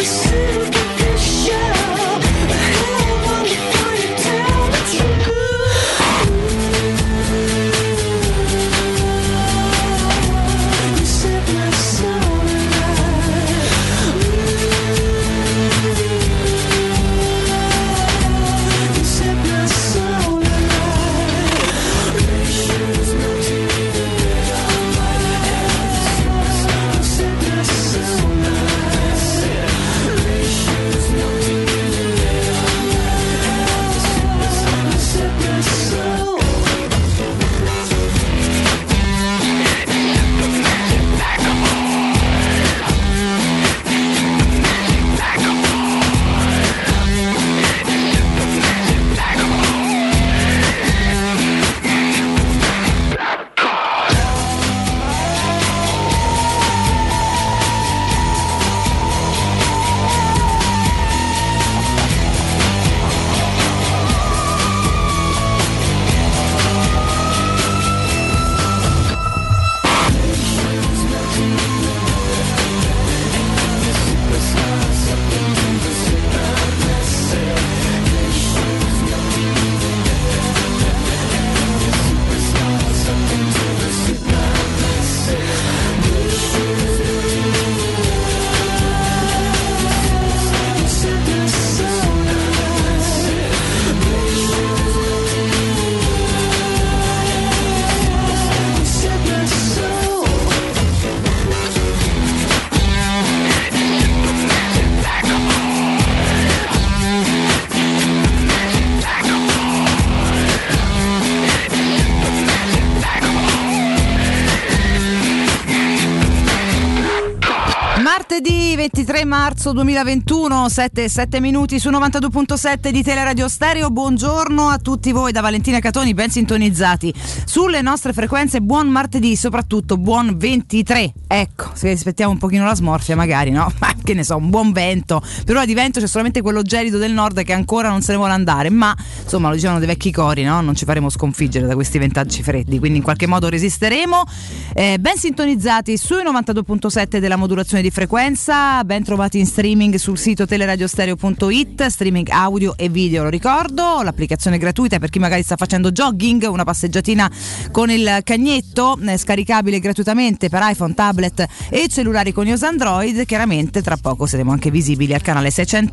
Martedì 23 marzo 2021, 7 minuti su 92.7 di Teleradio Stereo. Buongiorno a tutti voi da Valentina Catoni, ben sintonizzati sulle nostre frequenze. Buon martedì, soprattutto buon 23. Ecco, se aspettiamo un pochino la smorfia magari, no? Ma che ne so, un buon vento. Per ora di vento c'è solamente quello gelido del nord che ancora non se ne vuole andare, ma insomma lo dicevano dei vecchi cori, no? Non ci faremo sconfiggere da questi ventaggi freddi, quindi in qualche modo resisteremo. Ben sintonizzati sui 92.7 della modulazione di frequenza, ben trovati in streaming sul sito teleradiostereo.it, streaming audio e video, lo ricordo, l'applicazione gratuita per chi magari sta facendo jogging, una passeggiatina con il cagnetto, scaricabile gratuitamente per iPhone, tablet e cellulari con iOS Android. Chiaramente tra poco saremo anche visibili al canale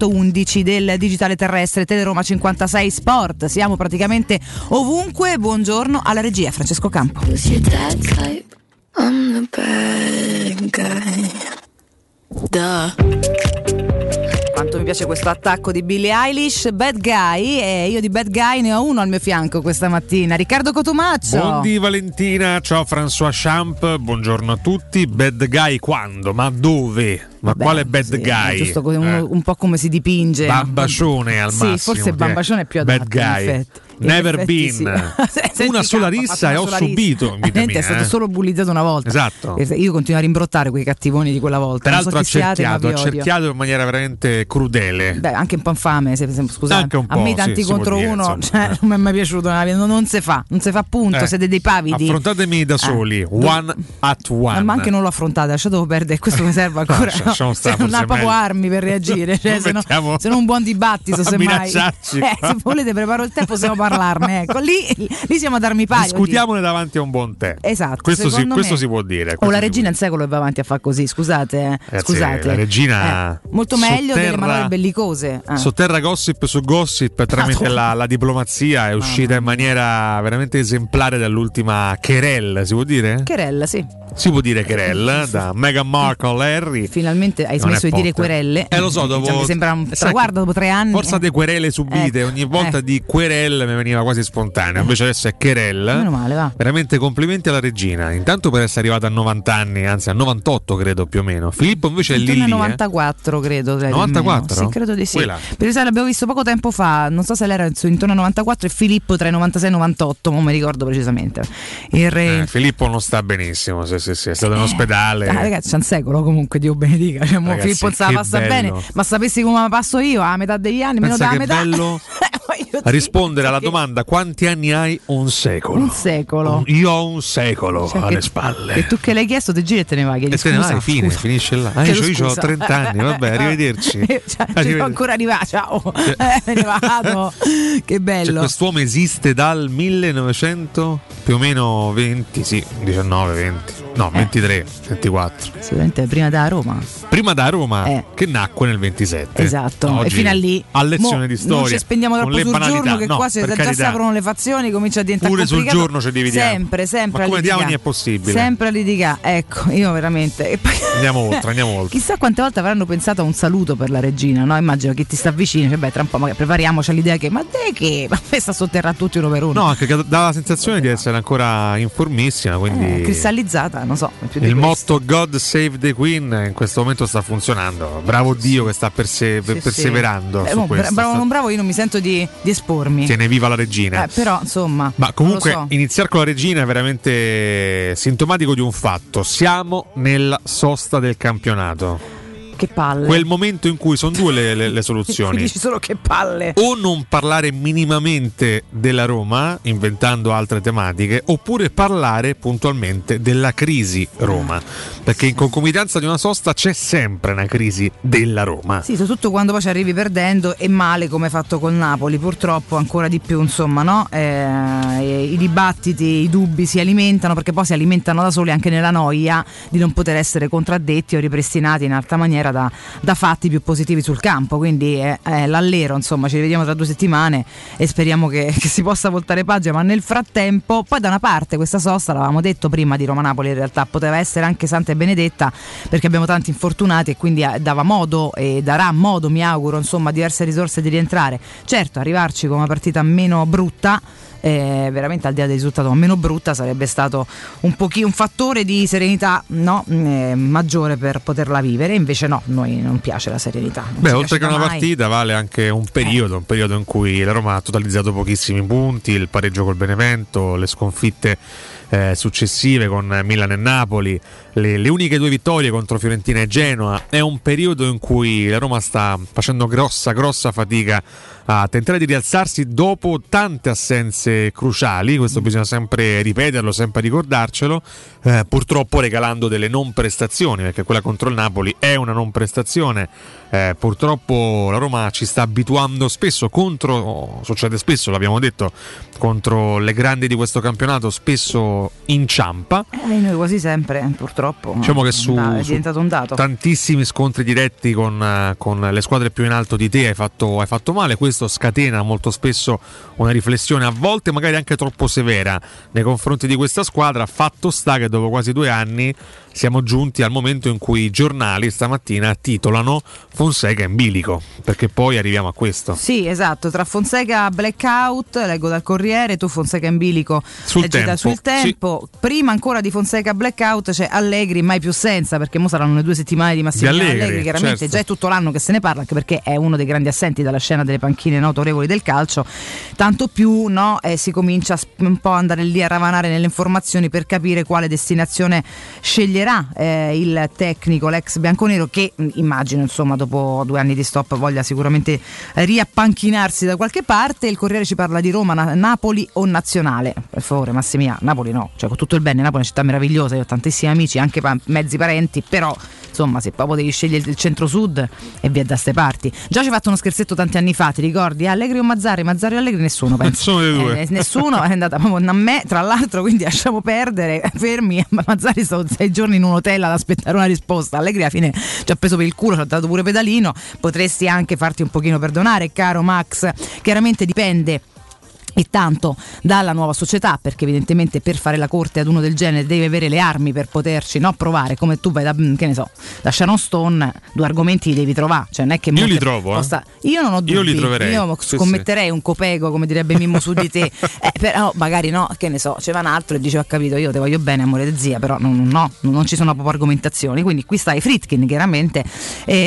611 del digitale terrestre Teleroma 56 Sport. Siamo praticamente ovunque. Buongiorno alla regia, Francesco Campo. I'm the bad guy. Duh. Quanto mi piace questo attacco di Billie Eilish, Bad Guy, e io di Bad Guy ne ho uno al mio fianco questa mattina, Riccardo Cotumaccio. Buondì Valentina, ciao François Champ, buongiorno a tutti. Bad Guy quando? Ma dove? Ma quale bad guy? Giusto un po' come si dipinge. Bambacione al massimo. Sì, forse Bambacione è più adatto. Bad guy. Never been. Sì. Una sola rissa e ho subito. È stato solo bullizzato una volta. Esatto. Io continuo a rimbrottare quei cattivoni di quella volta. Peraltro accerchiato in maniera veramente crudele. Beh, anche un po' infame, scusate. Anche un po', a me tanti contro uno, non mi è mai piaciuto. Non si fa appunto, siete dei pavidi. Affrontatemi da soli, one at one. Ma anche non lo affrontate, lasciatevo perdere, questo mi serve ancora. Non ha proprio armi per reagire, cioè, se non un buon dibattito, semmai. Se volete preparo il tempo, possiamo parlarne. Ecco, lì siamo ad armi pari. Discutiamone davanti a un buon tè. Esatto. Questo si può dire. O la regina il secolo va avanti a far così, scusate. Scusate. La regina molto meglio delle manovre bellicose. Sotterra gossip su gossip tramite la diplomazia, è uscita in maniera veramente esemplare dall'ultima querelle, si può dire? Querelle, sì. Si può dire querelle da Meghan Markle Harry. Finalmente hai smesso di dire querelle. Lo so, dopo mi sembra un traguardo dopo 3 anni. Forza delle querele subite, ogni volta di querelle mi veniva quasi spontaneo. Invece adesso è querelle. Meno male, va. Veramente complimenti alla regina. Intanto per essere arrivata a 90 anni, anzi a 98 credo più o meno. Filippo invece è lì. 94 credo. 94? Sì, credo di sì. Quella. Per esempio l'abbiamo visto poco tempo fa, non so se lei era intorno a 94 e Filippo tra i 96 e 98, non mi ricordo precisamente. Il re... Filippo non sta benissimo, sì, è stato in ospedale. Ragazzi, c'è un secolo comunque, Dio benedica. Cioè, ragazzi, Filippo non se la passa bene, ma sapessi come la passo io a metà degli anni, meno da metà. Bello. a rispondere alla domanda quanti anni hai? Un secolo. Un secolo. Io ho un secolo alle che, spalle. E tu che l'hai chiesto te giri e te ne vai. E te ne vai, finisce là. Io ho 30 anni, vabbè, arrivederci. Ci devo ancora arrivare, ciao. Me ne vado. Che bello. Cioè, quest'uomo esiste dal 1900 più o meno 20, sì, 19, 20. No, 23, 24. Sicuramente prima da Roma. Prima da Roma, che nacque nel 27. Esatto. Oggi, e fino a lì a lezione di storia. Non ci spendiamo troppo sul giorno, che qua se già si aprono le fazioni comincia a diventare pure complicato. Sul giorno ci dividiamo. Sempre ma come diamine è possibile? Sempre a litigare. Ecco, io veramente. E poi andiamo oltre. Chissà quante volte avranno pensato a un saluto per la regina, no? Immagino che ti sta vicino, cioè, beh, tra un po' magari prepariamoci all'idea che ma te che ma sta sotterrando tutti uno per uno. No, anche che dà la sensazione di essere ancora informissima, quindi cristallizzata, non so. Il motto God Save the Queen in questo momento sta funzionando. Bravo Dio che sta perseverando. Su questo. Bravo non bravo, io non mi sento di espormi. Tiene viva la regina. Però insomma. Ma comunque so. Iniziare con la regina è veramente sintomatico di un fatto. Siamo nella sosta del campionato. Che palle. Quel momento in cui sono due le soluzioni. Dici solo che palle. O non parlare minimamente della Roma, inventando altre tematiche, oppure parlare puntualmente della crisi Roma. Perché in concomitanza di una sosta c'è sempre una crisi della Roma. Sì, soprattutto quando poi ci arrivi perdendo e male come fatto col Napoli, purtroppo ancora di più, insomma, no? I dibattiti, i dubbi si alimentano, perché poi si alimentano da soli anche nella noia di non poter essere contraddetti o ripristinati in altra maniera da fatti più positivi sul campo. Quindi l'allero, insomma, ci rivediamo tra 2 settimane e speriamo che si possa voltare pagina. Ma nel frattempo, poi da una parte questa sosta, l'avevamo detto prima di Roma-Napoli, in realtà poteva essere anche Santa e Benedetta, perché abbiamo tanti infortunati e quindi dava modo e darà modo, mi auguro, insomma, a diverse risorse di rientrare. Certo, arrivarci con una partita meno brutta, veramente al di là del risultato meno brutta, sarebbe stato un fattore di serenità, no? Maggiore per poterla vivere. Invece no, noi non piace la serenità. Oltre che una partita vale anche un periodo in cui la Roma ha totalizzato pochissimi punti, il pareggio col Benevento, le sconfitte successive con Milan e Napoli, le uniche 2 vittorie contro Fiorentina e Genoa. È un periodo in cui la Roma sta facendo grossa fatica a tentare di rialzarsi dopo tante assenze cruciali. Questo bisogna sempre ripeterlo, sempre ricordarcelo, purtroppo regalando delle non prestazioni, perché quella contro il Napoli è una non prestazione. Purtroppo la Roma ci sta abituando spesso succede spesso, l'abbiamo detto, contro le grandi di questo campionato spesso inciampa. Noi quasi sempre, purtroppo. Diciamo che è diventato un dato. Tantissimi scontri diretti con le squadre più in alto di te hai fatto male. Questo scatena molto spesso una riflessione, a volte magari anche troppo severa, nei confronti di questa squadra. Fatto sta che dopo quasi 2 anni siamo giunti al momento in cui i giornali stamattina titolano Fonseca in bilico, perché poi arriviamo a questo. Sì, esatto, tra Fonseca blackout, leggo dal Corriere, tu Fonseca in bilico sul tempo. Sì. Prima ancora di Fonseca blackout c'è Allegri mai più senza, perché mo saranno le 2 settimane di Massimiliano Allegri, chiaramente, certo. Già è tutto l'anno che se ne parla, anche perché è uno dei grandi assenti dalla scena delle panchine autorevoli del calcio, tanto più si comincia un po' ad andare lì a ravanare nelle informazioni per capire quale destinazione sceglierà il tecnico, l'ex bianconero, che immagino, insomma, dopo 2 anni di stop voglia sicuramente riappanchinarsi da qualche parte. Il Corriere ci parla di Roma, Napoli o Nazionale. Per favore, Massimiliano, Napoli no, cioè con tutto il bene, Napoli è una città meravigliosa, io ho tantissimi amici, anche mezzi parenti, però insomma, se proprio devi scegliere il centro-sud e via da ste parti. Già ci hai fatto uno scherzetto tanti anni fa, ti ricordi? Allegri o Mazzarri o Allegri? Nessuno, penso. Nessuno dei due. Nessuno è andata proprio a me, tra l'altro, quindi lasciamo perdere, fermi. Mazzarri sto 6 giorni in un hotel ad aspettare una risposta. Allegri alla fine ci ha preso per il culo, ci ha dato pure pedalino. Potresti anche farti un pochino perdonare, caro Max. Chiaramente dipende e tanto dalla nuova società, perché evidentemente per fare la corte ad uno del genere devi avere le armi per poterci provare, come tu vai da Sharon Stone, 2 argomenti li devi trovare, cioè non è che io li trovo, io non ho dubbi, io li troverei, io scommetterei un copego, come direbbe Mimmo, su di te. Però magari no, che ne so, c'era un altro e diceva, ho capito, io te voglio bene, amore di zia, però non ci sono proprio argomentazioni. Quindi qui stai Friedkin, chiaramente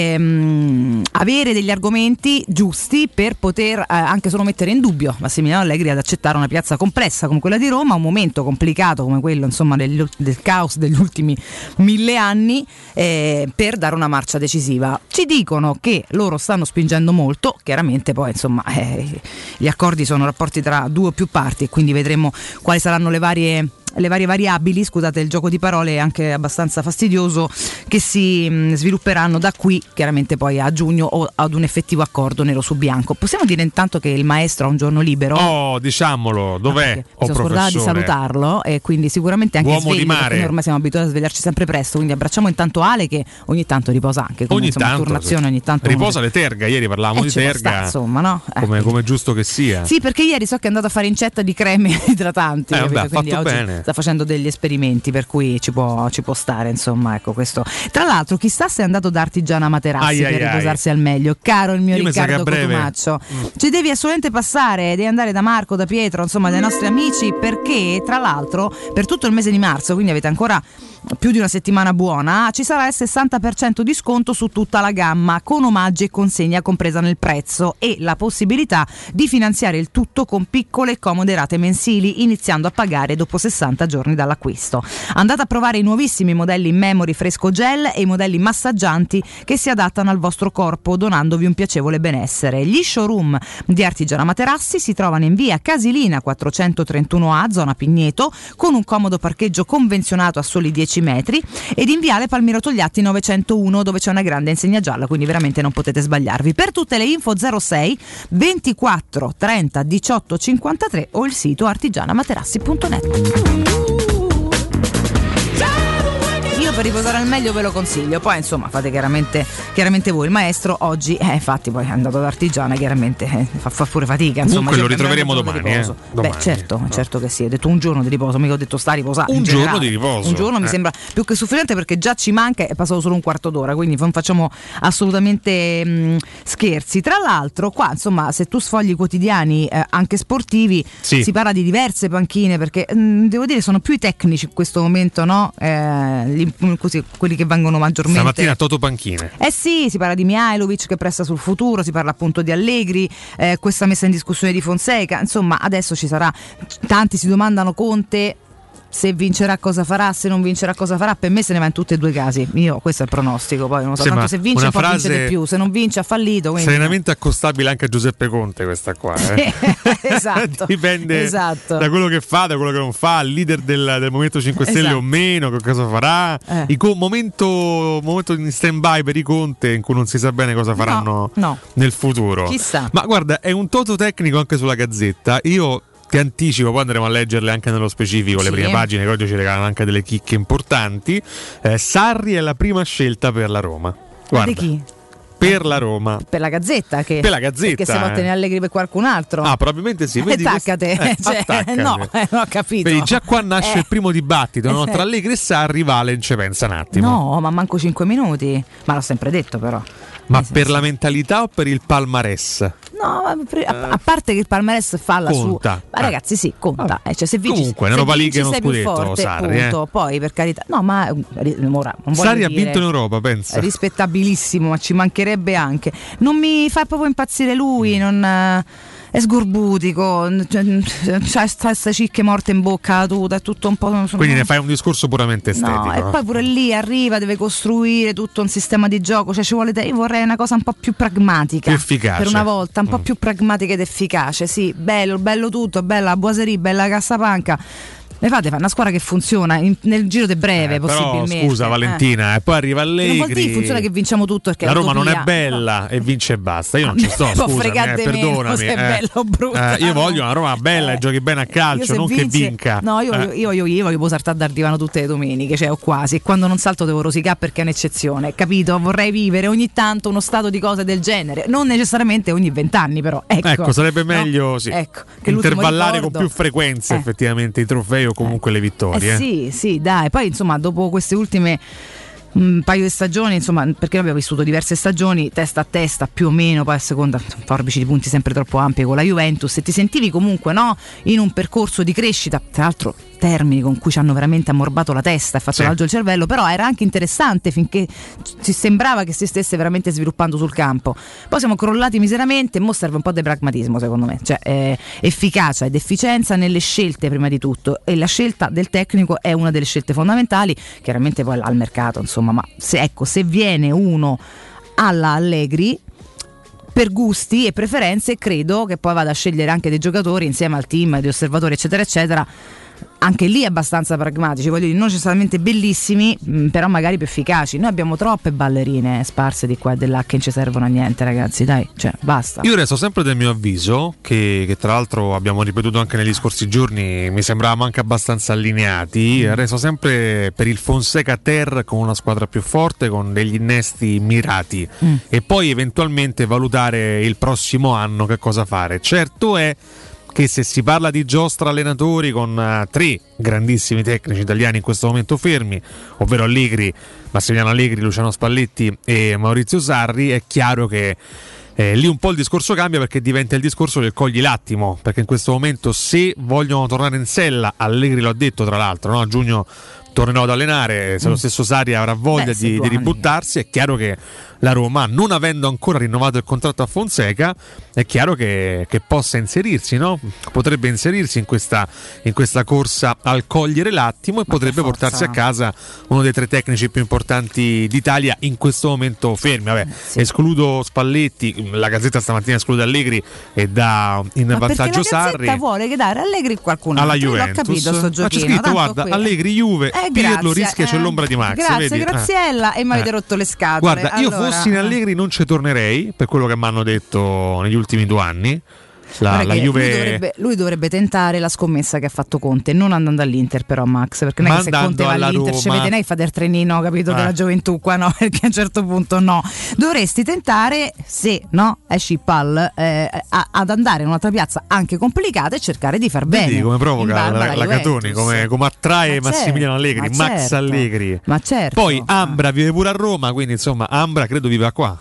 avere degli argomenti giusti per poter anche solo mettere in dubbio Massimiliano Allegri Allegri ad accettare una piazza complessa come quella di Roma, un momento complicato come quello insomma del caos degli ultimi 1000 anni, per dare una marcia decisiva. Ci dicono che loro stanno spingendo molto, chiaramente poi insomma gli accordi sono rapporti tra due o più parti e quindi vedremo quali saranno le varie variabili, scusate il gioco di parole anche abbastanza fastidioso, che si svilupperanno da qui chiaramente poi a giugno o ad un effettivo accordo nero su bianco. Possiamo dire intanto che il maestro ha un giorno libero? Oh, diciamolo, dov'è? Mi sono scordata di salutarlo e quindi sicuramente anche uomo sveglio, di mare. perché noi ormai siamo abituati a svegliarci sempre presto, quindi abbracciamo intanto Ale che ogni tanto riposa anche, come, ogni insomma, tanto, turnazione sì. ogni tanto riposa le terga, ieri parlavamo di terga, sta, insomma, no? come giusto che sia. Sì, perché ieri so che è andato a fare incetta di creme idratanti, vabbè, quindi fatto oggi bene. sta facendo degli esperimenti, per cui ci può stare, insomma, ecco questo. Tra l'altro chissà se è andato da Artigiana Materassi per riposarsi al meglio, caro il mio Riccardo Cotumaccio, ci devi assolutamente passare, devi andare da Marco, da Pietro, insomma dai nostri amici, perché tra l'altro per tutto il mese di marzo, quindi avete ancora più di una settimana buona, ci sarà il 60% di sconto su tutta la gamma, con omaggi e consegna compresa nel prezzo, e la possibilità di finanziare il tutto con piccole e comode rate mensili, iniziando a pagare dopo 60 giorni dall'acquisto. Andate a provare i nuovissimi modelli in memory fresco gel e i modelli massaggianti che si adattano al vostro corpo, donandovi un piacevole benessere. Gli showroom di Artigiana Materassi si trovano in via Casilina 431A, zona Pigneto, con un comodo parcheggio convenzionato a soli 10 metri, ed in viale Palmiro Togliatti 901, dove c'è una grande insegna gialla, quindi veramente non potete sbagliarvi. Per tutte le info 06 24 30 18 53 o il sito artigianamaterassi.net. Io per riposare al meglio ve lo consiglio, poi insomma fate chiaramente voi. Il maestro oggi infatti poi è andato ad Artigiana, chiaramente fa pure fatica, insomma. Comunque lo ritroveremo domani, domani. Domani. Beh certo che sì, ho detto un giorno di riposo, mica ho detto sta a riposare. Un giorno di riposo. Un giorno mi sembra più che sufficiente, perché già ci manca, è passato solo un quarto d'ora, quindi non facciamo assolutamente scherzi. Tra l'altro qua insomma, se tu sfogli i quotidiani anche sportivi, sì, si parla di diverse panchine, perché devo dire sono più i tecnici in questo momento, no? Così, quelli che vengono maggiormente. Stamattina Toto panchine. Sì, si parla di Mihajlovic che presta sul futuro, si parla appunto di Allegri, questa messa in discussione di Fonseca, insomma adesso ci sarà, tanti si domandano Conte se vincerà cosa farà, se non vincerà cosa farà. Per me se ne va in tutti e due i casi, questo è il pronostico, poi non so, tanto se vince può vincere di più, se non vince ha fallito, quindi serenamente accostabile anche a Giuseppe Conte questa qua, esatto, dipende da quello che fa, da quello che non fa, il leader del Movimento 5 Stelle o meno, che cosa farà, momento in stand by per i Conte in cui non si sa bene cosa faranno nel futuro. Chissà. Ma guarda, è un toto tecnico anche sulla Gazzetta. Io ti anticipo, poi andremo a leggerle anche nello specifico, le prime pagine, che oggi ci regalano anche delle chicche importanti. Sarri è la prima scelta per la Roma. Guarda, di chi? Per la Roma. Per la Gazzetta? Per la Gazzetta. Perché se vuole tenere Allegri per qualcun altro? Probabilmente sì. Vedi, attaccate. No, non ho capito. Vedi, già qua nasce il primo dibattito, no? Tra Allegri e Sarri. Valen ci pensa un attimo. No, ma manco 5 minuti. Ma l'ho sempre detto, però. Ma per la mentalità o per il palmarès? No, a parte che il palmarès fa la conta. sua. Ma ragazzi, sì, conta. Cioè, se vinci, comunque, Europa League è uno sei più scudetto, forte, Sarri, punto. Poi, per carità, no, ma ora non Sarri ha dire, vinto in Europa, pensa. Rispettabilissimo, ma ci mancherebbe anche. Non mi fa proprio impazzire lui, non. È sgorbutico, c'ha queste cicche morte in bocca, tuta, è tutto un po'. Quindi ne fai un discorso puramente estetico. No, e poi pure lì arriva, deve costruire tutto un sistema di gioco. Cioè, ci vuole io vorrei una cosa un po' più pragmatica. Più efficace. Per una volta, un po' più pragmatica ed efficace. Sì, bello tutto, bella la Boiserie, bella Cassapanca. Ne fate una squadra che funziona nel giro di breve, possibilmente. Però scusa Valentina, e poi arriva Allegri. Funziona che vinciamo tutto, perché la Roma non è bella e vince e basta. Io non ci sto, scusami, perdonami. Se è bella o brutta. Io voglio una Roma bella e giochi bene a calcio, non che vinca. No, io voglio saltare dal divano tutte le domeniche, cioè o quasi, e quando non salto devo rosicare perché è un'eccezione, capito? Vorrei vivere ogni tanto uno stato di cose del genere, non necessariamente ogni 20 anni, però. Ecco sarebbe meglio che intervallare con più frequenza effettivamente i trofei o comunque le vittorie. Sì, dai, poi insomma dopo queste ultime un paio di stagioni, insomma, perché noi abbiamo vissuto diverse stagioni testa a testa più o meno, poi a seconda forbici di punti sempre troppo ampie con la Juventus, e ti sentivi comunque, no, in un percorso di crescita, tra l'altro termini con cui ci hanno veramente ammorbato la testa e fatto l'algio il cervello, però era anche interessante finché ci sembrava che si stesse veramente sviluppando sul campo. Poi siamo crollati miseramente, e mo serve un po' di pragmatismo secondo me, cioè efficacia ed efficienza nelle scelte prima di tutto, e la scelta del tecnico è una delle scelte fondamentali, chiaramente poi al mercato insomma, ma se viene uno alla Allegri per gusti e preferenze, credo che poi vada a scegliere anche dei giocatori insieme al team di osservatori eccetera eccetera, anche lì abbastanza pragmatici, voglio dire, non necessariamente bellissimi, però magari più efficaci. Noi abbiamo troppe ballerine sparse di qua e di là che non ci servono a niente, ragazzi, dai, cioè basta. Io resto sempre del mio avviso, che tra l'altro abbiamo ripetuto anche negli scorsi giorni, mi sembravamo anche abbastanza allineati. Resto sempre per il Fonseca Ter con una squadra più forte, con degli innesti mirati, e poi eventualmente valutare il prossimo anno che cosa fare. Certo è che se si parla di giostra allenatori con tre grandissimi tecnici italiani in questo momento fermi, ovvero Allegri, Massimiliano Allegri, Luciano Spalletti e Maurizio Sarri, è chiaro che lì un po' il discorso cambia, perché diventa il discorso del cogli l'attimo, perché in questo momento se vogliono tornare in sella, Allegri lo ha detto tra l'altro, no? A giugno tornerò ad allenare, se lo stesso Sarri avrà voglia di ributtarsi, è chiaro che la Roma, non avendo ancora rinnovato il contratto a Fonseca, è chiaro che possa inserirsi, no? Potrebbe inserirsi in questa corsa al cogliere l'attimo, e potrebbe portarsi a casa uno dei tre tecnici più importanti d'Italia in questo momento fermi. Vabbè, escludo Spalletti, la Gazzetta stamattina esclude Allegri e dà in vantaggio Sarri. La Gazzetta vuole che dare Allegri qualcuno alla Juventus. L'ho capito sto giochino. Ma c'è scritto, guarda, qui, Allegri Juve, Pirlo rischia c'è l'ombra di Max. Grazie, vedi? Graziella, e mi avete rotto le scatole. Guarda, io fossi in Allegri non ci tornerei, per quello che mi hanno detto negli ultimi 2 anni. La Juve... lui dovrebbe tentare la scommessa che ha fatto Conte, non andando all'Inter però, Max, perché non è che se Conte va all'Inter ci vede lei fa del trenino, capito, della gioventù qua, no, perché a un certo punto no, dovresti tentare, se no esci pal ad andare in un'altra piazza anche complicata e cercare di far bene. Vedi come provoca la Catoni, come attrae Massimiliano Allegri, Max Allegri. Ma certo. Poi Ambra vive pure a Roma, quindi insomma Ambra credo viva qua.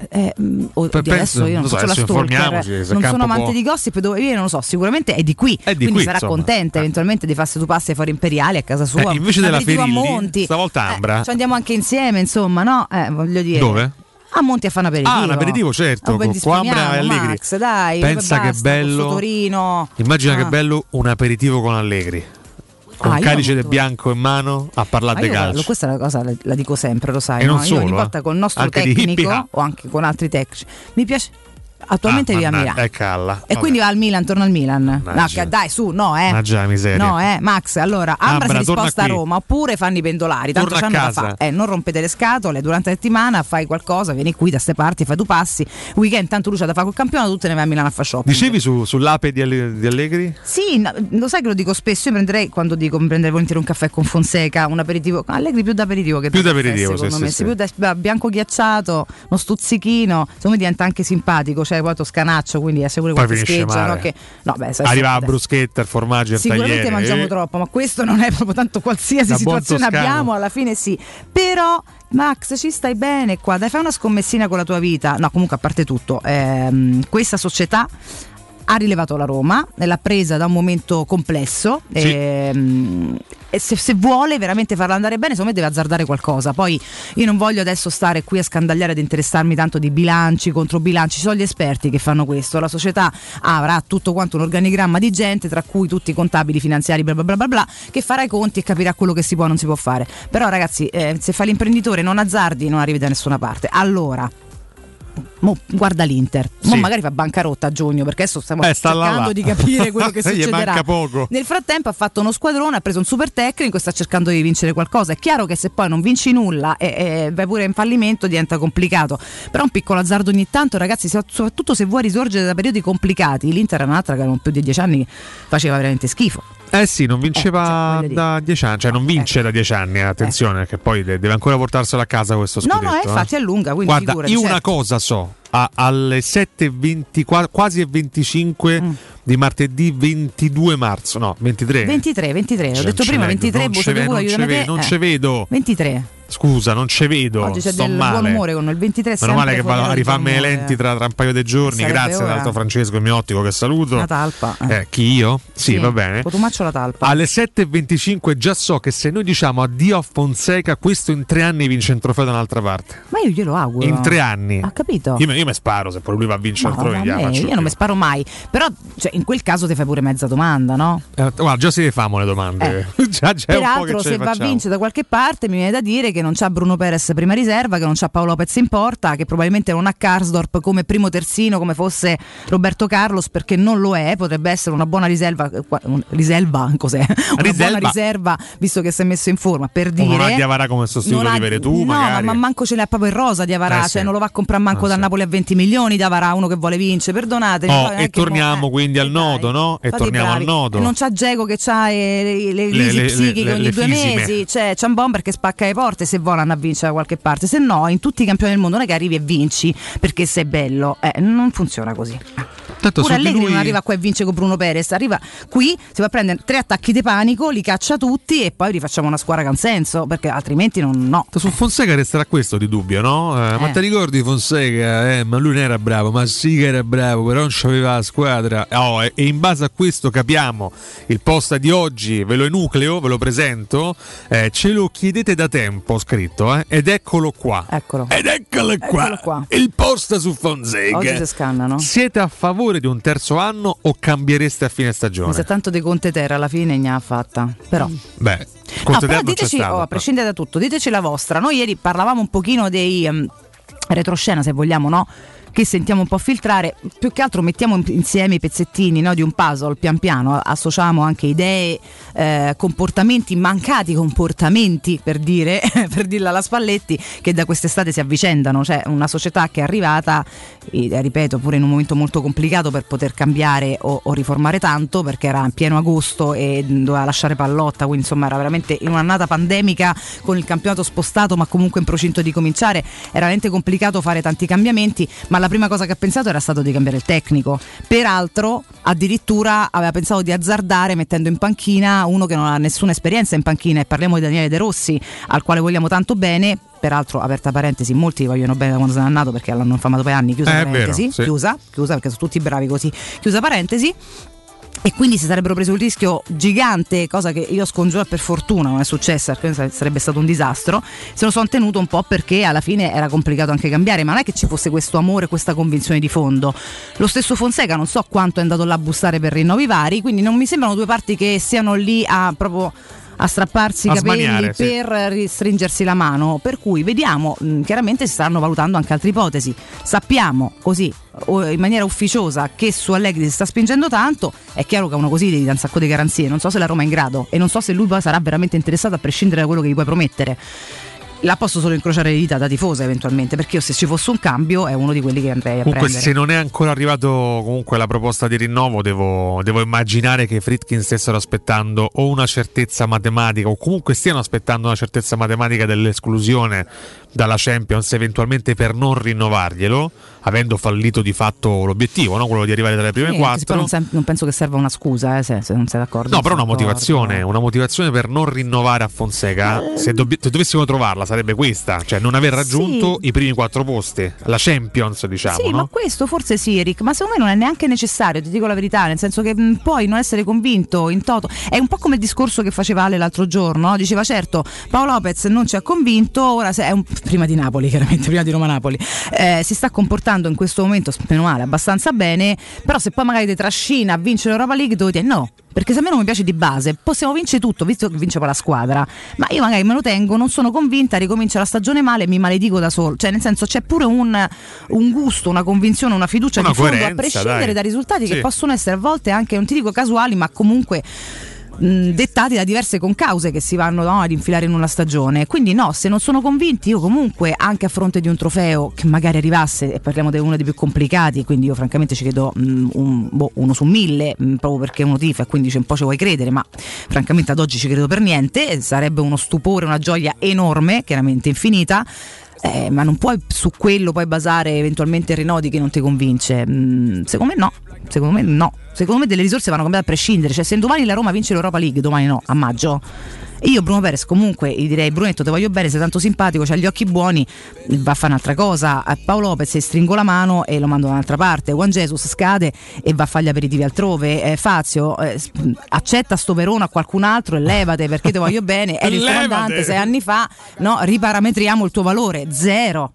Adesso io non faccio la stalker, non sono amante di gossip, dove vive non lo so, sicuramente è di qui, quindi qui, sarà insomma, contenta eventualmente di farsi 2 passi ai Fori Imperiali a casa sua, invece della Ferilli stavolta Ambra ci andiamo anche insieme, insomma, no? Voglio dire, dove? A Monti a fare un aperitivo. Un aperitivo, certo, con Ambra e Allegri. Max, dai, pensa che bello, Torino. Immagina che bello un aperitivo con Allegri, con calice del bianco in mano a parlare di calcio. Questa è una cosa, la dico sempre, lo sai, e no? non solo, io ogni volta con il nostro tecnico o anche con altri tecnici mi piace. Attualmente vive a Milano e quindi va al Milan, torna al Milan. Dai, su, no, Max, allora Ambra si risposta a Roma, oppure fanno i pendolari, tanto c'hanno da fare. Non rompete le scatole, durante la settimana fai qualcosa, vieni qui da ste parti, fai 2 passi, weekend tanto lui c'ha da fare col campionato, tu te ne vai a Milano a fare shopping. Dicevi sull'ape di Allegri? Sì, lo sai che lo dico spesso, io prenderei, quando dico prenderei volentieri un caffè con Fonseca, un aperitivo, Allegri più da aperitivo che da caffè, secondo me, più da bianco ghiacciato, uno stuzzichino, secondo me diventa anche simpatico, cioè poi toscanaccio, quindi è sicuro qualche scheggia, che arriva a bruschetta, il formaggio, il tagliere. Sicuramente mangiamo troppo, ma questo non è proprio tanto, qualsiasi situazione abbiamo alla fine sì, però Max ci stai bene qua, dai, fai una scommessina con la tua vita. No, comunque a parte tutto, questa società ha rilevato la Roma, l'ha presa da un momento complesso, sì. E se vuole veramente farla andare bene, secondo me deve azzardare qualcosa. Poi io non voglio adesso stare qui a scandagliare ed interessarmi tanto di bilanci, controbilanci, ci sono gli esperti che fanno questo, la società avrà tutto quanto un organigramma di gente, tra cui tutti i contabili, finanziari, bla bla bla bla bla, che farà i conti e capirà quello che si può e non si può fare. Però ragazzi, se fai l'imprenditore non azzardi, non arrivi da nessuna parte. Allora guarda l'Inter, magari fa bancarotta a giugno, perché adesso stiamo cercando di capire quello che succederà. Nel frattempo ha fatto uno squadrone, ha preso un super tecnico e sta cercando di vincere qualcosa. È chiaro che se poi non vinci nulla e vai pure in fallimento diventa complicato, però un piccolo azzardo ogni tanto, ragazzi, soprattutto se vuoi risorgere da periodi complicati. L'Inter è un'altra che non più di 10 anni faceva veramente schifo. Sì, non vinceva da 10 anni, cioè non vince da 10 anni, attenzione, che poi deve ancora portarselo a casa questo scudetto. No, infatti è lunga, quindi guarda, io una cosa so, alle 7:24, quasi 25 di martedì 22 marzo, no, 23. 23, ho detto prima 23, non ci vedo. 23. Scusa, non ci vedo. Oggi c'è sto del male. buon umore con il 23. Meno male che vado a rifarmi le lenti tra un paio di giorni. Grazie ora. all'altro Francesco, il mio ottico, che saluto. La talpa. Chi io? Sì, va bene. Cotumaccio la talpa. Alle 7.25 già so che se noi diciamo addio a Fonseca, questo in 3 anni vince un trofeo da un'altra parte. Ma io glielo auguro. In 3 anni. Ha capito? Io mi sparo, se poi lui va a vincere il trofeo. Io non mi sparo mai. Però in quel caso ti fai pure mezza domanda, no? Guarda, già se le famo le domande. già Peraltro, se va a vincere da qualche parte, mi viene da dire che non c'ha Bruno Perez prima riserva, che non c'ha Paolo Lopez in porta, che probabilmente non ha Karsdorp come primo terzino come fosse Roberto Carlos, perché non lo è. Potrebbe essere una buona riserva. Cos'è? Una buona riserva, visto che si è messo in forma, per dire. Non ha Diawara come sostituto di Veretù, magari. ma manco ce l'ha proprio in rosa Diawara, cioè non lo va a comprare manco dal Napoli a 20 milioni Diawara, uno che vuole vincere, perdonatemi. E torniamo quindi al nodo, no? E torniamo al nodo. E non c'ha Dzeko che c'ha le crisi psichiche ogni 2 mesi, c'è un bomber che spacca le porte se volano a vincere da qualche parte, se no in tutti i campioni del mondo non è che arrivi e vinci perché sei bello, non funziona così. Tanto pure Allegri non arriva qua e vince con Bruno Perez, arriva qui, si va a prendere 3 attacchi di panico, li caccia tutti e poi rifacciamo una squadra che ha un senso, perché altrimenti no. Su Fonseca resterà questo di dubbio, no? Ma ti ricordi Fonseca? Ma lui non era bravo, ma sì che era bravo, però non c'aveva la squadra. E in base a questo capiamo il post di oggi, ve lo enucleo, ve lo presento, ce lo chiedete da tempo, ho scritto, ed eccolo qua. Ed eccolo qua. Il post su Fonseca. Oggi si scannano. Siete a favore di un terzo anno o cambiereste a fine stagione? Mi sa tanto di Conte Terra alla fine ne ha fatta, però però diteci, a prescindere da tutto, diteci la vostra. Noi ieri parlavamo un pochino dei retroscena, se vogliamo, no? Che sentiamo un po' filtrare, più che altro mettiamo insieme i pezzettini, no, di un puzzle, pian piano associamo anche idee, mancati comportamenti, per dirla alla Spalletti, che da quest'estate si avvicendano. Cioè una società che è arrivata, ripeto, pure in un momento molto complicato per poter cambiare o riformare tanto, perché era in pieno agosto e doveva lasciare Pallotta, quindi insomma era veramente in un'annata pandemica, con il campionato spostato ma comunque in procinto di cominciare, era veramente complicato fare tanti cambiamenti, ma la prima cosa che ha pensato era stato di cambiare il tecnico. Peraltro addirittura aveva pensato di azzardare mettendo in panchina uno che non ha nessuna esperienza in panchina, e parliamo di Daniele De Rossi, al quale vogliamo tanto bene. Peraltro, aperta parentesi, molti vogliono bene da quando se n'è andato, perché l'hanno infamato per anni, chiusa parentesi, vero, sì. chiusa perché sono tutti bravi così, chiusa parentesi. E quindi si sarebbero preso un rischio gigante, cosa che io scongiuro, per fortuna non è successa, perché sarebbe stato un disastro. Se lo sono tenuto un po' perché alla fine era complicato anche cambiare, ma non è che ci fosse questo amore, questa convinzione di fondo. Lo stesso Fonseca non so quanto è andato là a bussare per rinnovi vari, quindi non mi sembrano due parti che siano lì a strapparsi i capelli per ristringersi la mano, per cui vediamo. Chiaramente si stanno valutando anche altre ipotesi. Sappiamo così in maniera ufficiosa che su Allegri si sta spingendo tanto. È chiaro che uno così devi dare un sacco di garanzie, non so se la Roma è in grado e non so se lui poi sarà veramente interessato, a prescindere da quello che gli puoi promettere. La posso solo incrociare le dita da tifosa eventualmente, perché io, se ci fosse un cambio, è uno di quelli che andrei a prendere. Comunque, se non è ancora arrivato comunque la proposta di rinnovo, devo immaginare che i Friedkin stessero aspettando o una certezza matematica, o comunque stiano aspettando una certezza matematica dell'esclusione dalla Champions, eventualmente per non rinnovarglielo, avendo fallito di fatto l'obiettivo, no? Quello di arrivare tra le prime 4. Non penso che serva una scusa, se non sei d'accordo. No, però una motivazione per non rinnovare a Fonseca, se dovessimo trovarla, sarebbe questa, cioè non aver raggiunto i primi 4 posti, la Champions, diciamo. Sì, no? Ma questo forse sì, Eric, ma secondo me non è neanche necessario, ti dico la verità, nel senso che puoi non essere convinto in toto. È un po' come il discorso che faceva Ale l'altro giorno, no? Diceva certo, Paolo Lopez non ci ha convinto, ora prima di Napoli, chiaramente, prima di Roma-Napoli, si sta comportando in questo momento, meno male, abbastanza bene, però se poi magari ti trascina a vincere l'Europa League, devo dire no. Perché se a me non mi piace di base, possiamo vincere tutto, visto che vince poi la squadra, ma io magari me lo tengo, non sono convinta, ricomincia la stagione male e mi maledico da solo. Cioè, nel senso, c'è pure un gusto, una convinzione, una fiducia di fondo, a prescindere da risultati che possono essere a volte anche, non ti dico casuali, ma comunque dettati da diverse concause che si vanno ad infilare in una stagione. Quindi no, se non sono convinti, io comunque, anche a fronte di un trofeo che magari arrivasse, e parliamo di uno dei più complicati, quindi io francamente ci credo uno su 1000, proprio perché uno tifa e quindi un po' ci vuoi credere, ma francamente ad oggi ci credo per niente. Sarebbe uno stupore, una gioia enorme, chiaramente infinita. Ma non puoi su quello poi basare eventualmente Rinodi che non ti convince. Secondo me no. secondo me delle risorse vanno cambiate a prescindere. Cioè, se domani la Roma vince l'Europa League, domani no, a maggio, io Bruno Perez comunque gli direi: Brunetto, te voglio bene, sei tanto simpatico, c'hai gli occhi buoni, va a fare un'altra cosa. A Paolo Lopez stringo la mano e lo mando da un'altra parte. Juan Jesus scade e va a fare gli aperitivi altrove. Fazio, accetta sto Verona a qualcun altro e levate, perché te voglio bene, eri il comandante 6 anni fa, no? Riparametriamo il tuo valore, zero.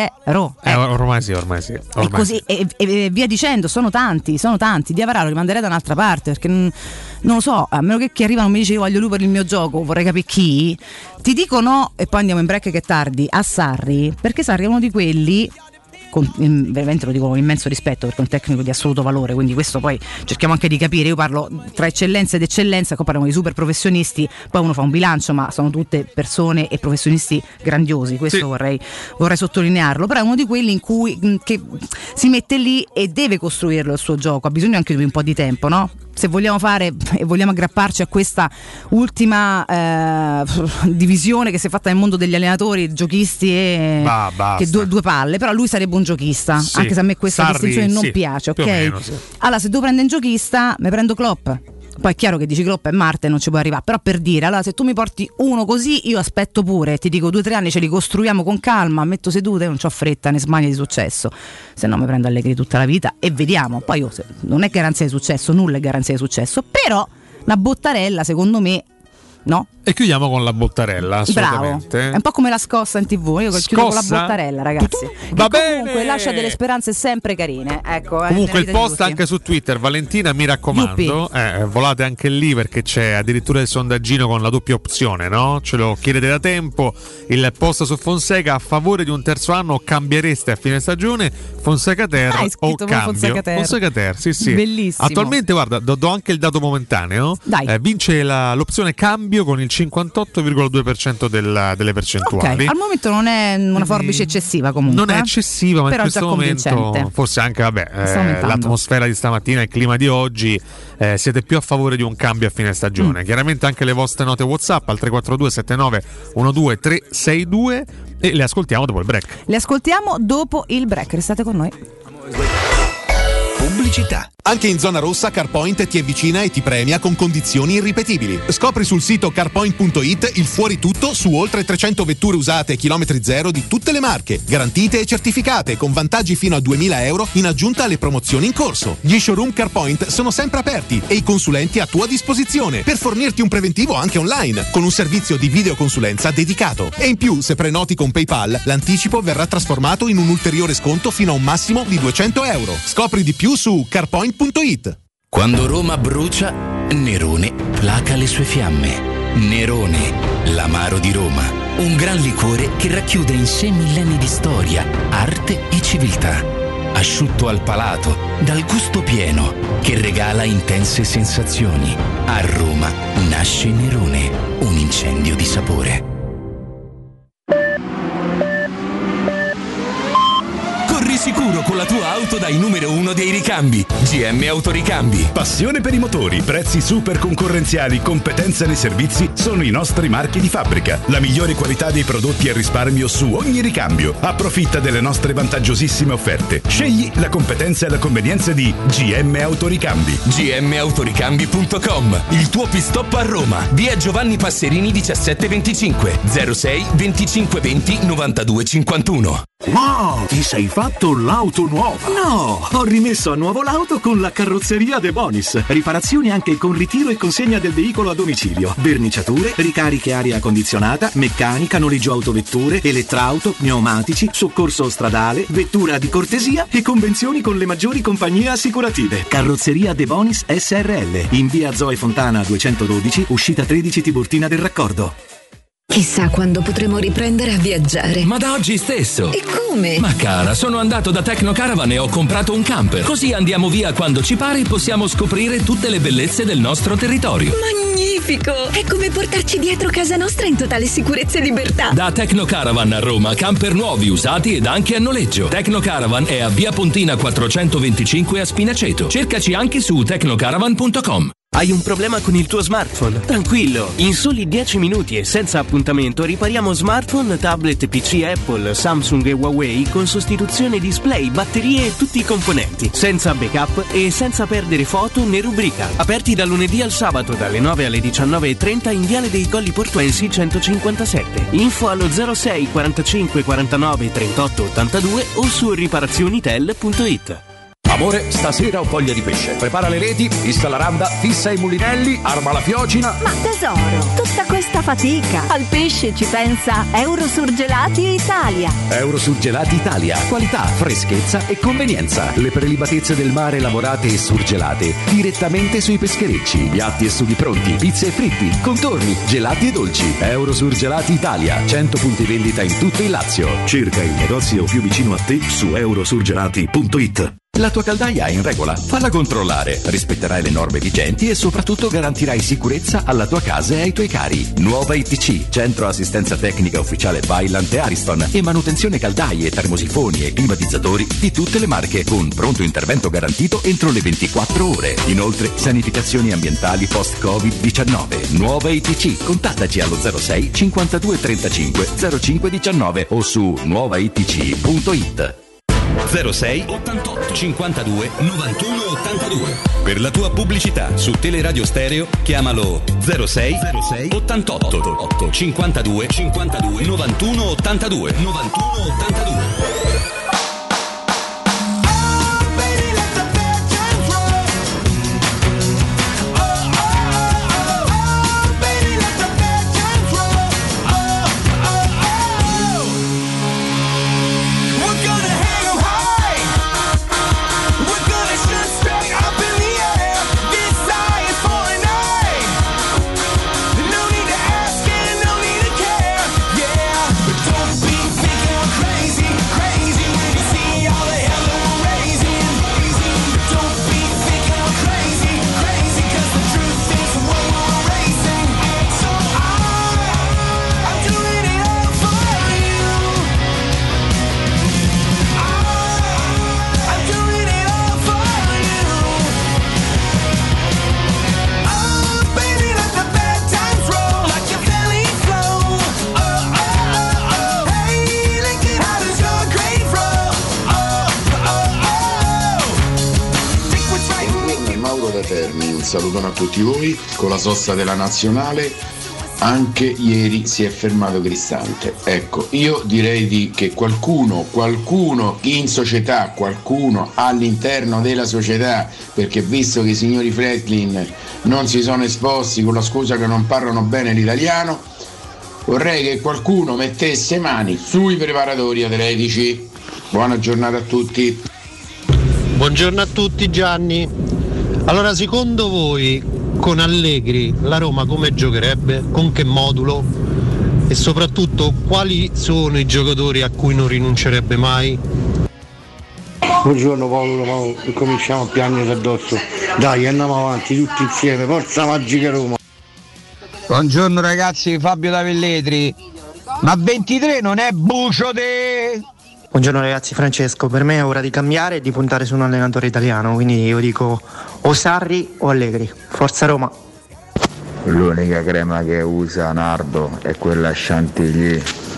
Ormai sì. E così e via dicendo, sono tanti. Diavara lo rimanderei da un'altra parte, perché non lo so, a meno che chi arriva non mi dice io voglio lui per il mio gioco, vorrei capire chi. Ti dico no, e poi andiamo in break che è tardi, a Sarri, perché Sarri è uno di quelli, veramente lo dico con immenso rispetto, perché è un tecnico di assoluto valore, quindi questo poi cerchiamo anche di capire. Io parlo tra eccellenza ed eccellenza, qua parliamo di super professionisti, poi uno fa un bilancio, ma sono tutte persone e professionisti grandiosi, questo sì. vorrei sottolinearlo. Però è uno di quelli in cui che si mette lì e deve costruirlo il suo gioco, ha bisogno anche di un po' di tempo, no? Se vogliamo fare e vogliamo aggrapparci a questa ultima divisione che si è fatta nel mondo degli allenatori, giochisti e che due palle, però lui sarebbe un giochista, sì. Anche se a me questa distinzione non piace, ok? Meno, sì. Allora, se devo prendere un giochista, mi prendo Klopp. Poi è chiaro che dici Klopp è Marte e non ci può arrivare, però per dire, allora se tu mi porti uno così, io aspetto pure, ti dico 2 o 3 anni ce li costruiamo con calma, metto sedute, non c'ho fretta né smania di successo, se no mi prendo Allegri tutta la vita e vediamo. Poi non è garanzia di successo, nulla è garanzia di successo, però una Bottarella secondo me, no? E chiudiamo con la Bottarella, assolutamente. Bravo. È un po' come la scossa in TV. Io chiudo con la Bottarella, ragazzi. Va comunque bene. Lascia delle speranze sempre carine. Ecco, comunque il post anche su Twitter, Valentina, mi raccomando, volate anche lì, perché c'è addirittura il sondaggino con la doppia opzione, no? Ce lo chiedete da tempo. Il post su Fonseca: a favore di un terzo anno, cambiereste a fine stagione Fonseca Ter o cambio? Fonseca Ter, sì. Bellissimo. Attualmente, guarda, do anche il dato momentaneo. Vince l'opzione cambio con il 58,2% delle percentuali. Okay. Al momento non è una forbice eccessiva, comunque. Non è eccessiva, ma però in questo momento forse anche l'atmosfera di stamattina, il clima di oggi, siete più a favore di un cambio a fine stagione. Chiaramente anche le vostre note WhatsApp al 342 79 12 362 e le ascoltiamo dopo il break. Restate con noi. Pubblicità. Anche in zona rossa CarPoint ti avvicina e ti premia con condizioni irripetibili. Scopri sul sito carpoint.it il fuori tutto su oltre 300 vetture usate chilometri zero di tutte le marche, garantite e certificate, con vantaggi fino a 2.000 euro in aggiunta alle promozioni in corso. Gli showroom CarPoint sono sempre aperti e i consulenti a tua disposizione per fornirti un preventivo anche online, con un servizio di videoconsulenza dedicato. E in più, se prenoti con PayPal, l'anticipo verrà trasformato in un ulteriore sconto fino a un massimo di 200 euro. Scopri di più su carpoint.it. Quando Roma brucia, Nerone placa le sue fiamme. Nerone, l'amaro di Roma, un gran liquore che racchiude in sé millenni di storia, arte e civiltà. Asciutto al palato, dal gusto pieno, che regala intense sensazioni. A Roma nasce Nerone, un incendio di sapore. Sicuro con la tua auto dai numero 1 dei ricambi. GM Autoricambi. Passione per i motori, prezzi super concorrenziali, competenza nei servizi sono i nostri marchi di fabbrica. La migliore qualità dei prodotti e risparmio su ogni ricambio. Approfitta delle nostre vantaggiosissime offerte. Scegli la competenza e la convenienza di GM Autoricambi. gmautoricambi.com. Il tuo pit-stop a Roma. Via Giovanni Passerini 1725 06 25 20 92 51. Wow, ti sei fatto l'auto nuova? No, ho rimesso a nuovo l'auto con la carrozzeria De Bonis. Riparazioni anche con ritiro e consegna del veicolo a domicilio. Verniciature, ricariche aria condizionata, meccanica, noleggio autovetture, elettrauto, pneumatici, soccorso stradale, vettura di cortesia e convenzioni con le maggiori compagnie assicurative. Carrozzeria De Bonis SRL, in via Zoe Fontana 212, uscita 13 Tiburtina del Raccordo. Chissà quando potremo riprendere a viaggiare. Ma da oggi stesso. E come? Ma cara, sono andato da Tecnocaravan e ho comprato un camper. Così andiamo via quando ci pare e possiamo scoprire tutte le bellezze del nostro territorio. Magnifico! È come portarci dietro casa nostra in totale sicurezza e libertà. Da Tecnocaravan a Roma, camper nuovi, usati ed anche a noleggio. Tecnocaravan è a via Pontina 425 a Spinaceto. Cercaci anche su tecnocaravan.com. Hai un problema con il tuo smartphone? Tranquillo, in soli 10 minuti e senza appuntamento ripariamo smartphone, tablet, PC Apple, Samsung e Huawei con sostituzione display, batterie e tutti i componenti, senza backup e senza perdere foto né rubrica. Aperti dal lunedì al sabato dalle 9 alle 19:30 in Viale dei Colli Portuensi 157. Info allo 06 45 49 38 82 o su riparazionitel.it. Amore, stasera ho voglia di pesce. Prepara le reti, fissa la randa, fissa i mulinelli, arma la fiocina. Ma tesoro, tutta questa fatica. Al pesce ci pensa Eurosurgelati Italia. Eurosurgelati Italia. Qualità, freschezza e convenienza. Le prelibatezze del mare lavorate e surgelate direttamente sui pescherecci. Piatti e sughi pronti, pizze e fritti, contorni, gelati e dolci. Eurosurgelati Italia. 100 punti vendita in tutto il Lazio. Cerca il negozio più vicino a te su eurosurgelati.it. La tua caldaia è in regola? Falla controllare. Rispetterai le norme vigenti e soprattutto garantirai sicurezza alla tua casa e ai tuoi cari. Nuova ITC, centro assistenza tecnica ufficiale Vaillant e Ariston e manutenzione caldaie, termosifoni e climatizzatori di tutte le marche con pronto intervento garantito entro le 24 ore. Inoltre, sanificazioni ambientali post-Covid-19. Nuova ITC, contattaci allo 06 52 35 05 19 o su nuovaitc.it. 06 88 52 91 82. Per la tua pubblicità su Teleradio Stereo chiamalo 06 88 52 52 91 82 91 82. Salutone a tutti voi. Con la sosta della nazionale anche ieri si è fermato Cristante. Ecco, io direi che qualcuno in società, qualcuno all'interno della società, perché visto che i signori Franklin non si sono esposti con la scusa che non parlano bene l'italiano, vorrei che qualcuno mettesse mani sui preparatori atletici. Buona giornata a tutti. Buongiorno a tutti Gianni. Allora, secondo voi con Allegri la Roma come giocherebbe? Con che modulo? E soprattutto quali sono i giocatori a cui non rinuncerebbe mai? Buongiorno Paolo, cominciamo a piangere addosso. Dai, andiamo avanti tutti insieme, forza magica Roma. Buongiorno ragazzi, Fabio da Velletri. Ma 23 non è bucio de... Buongiorno ragazzi, Francesco, per me è ora di cambiare e di puntare su un allenatore italiano, quindi io dico o Sarri o Allegri. Forza Roma! L'unica crema che usa Nardo è quella Chantilly.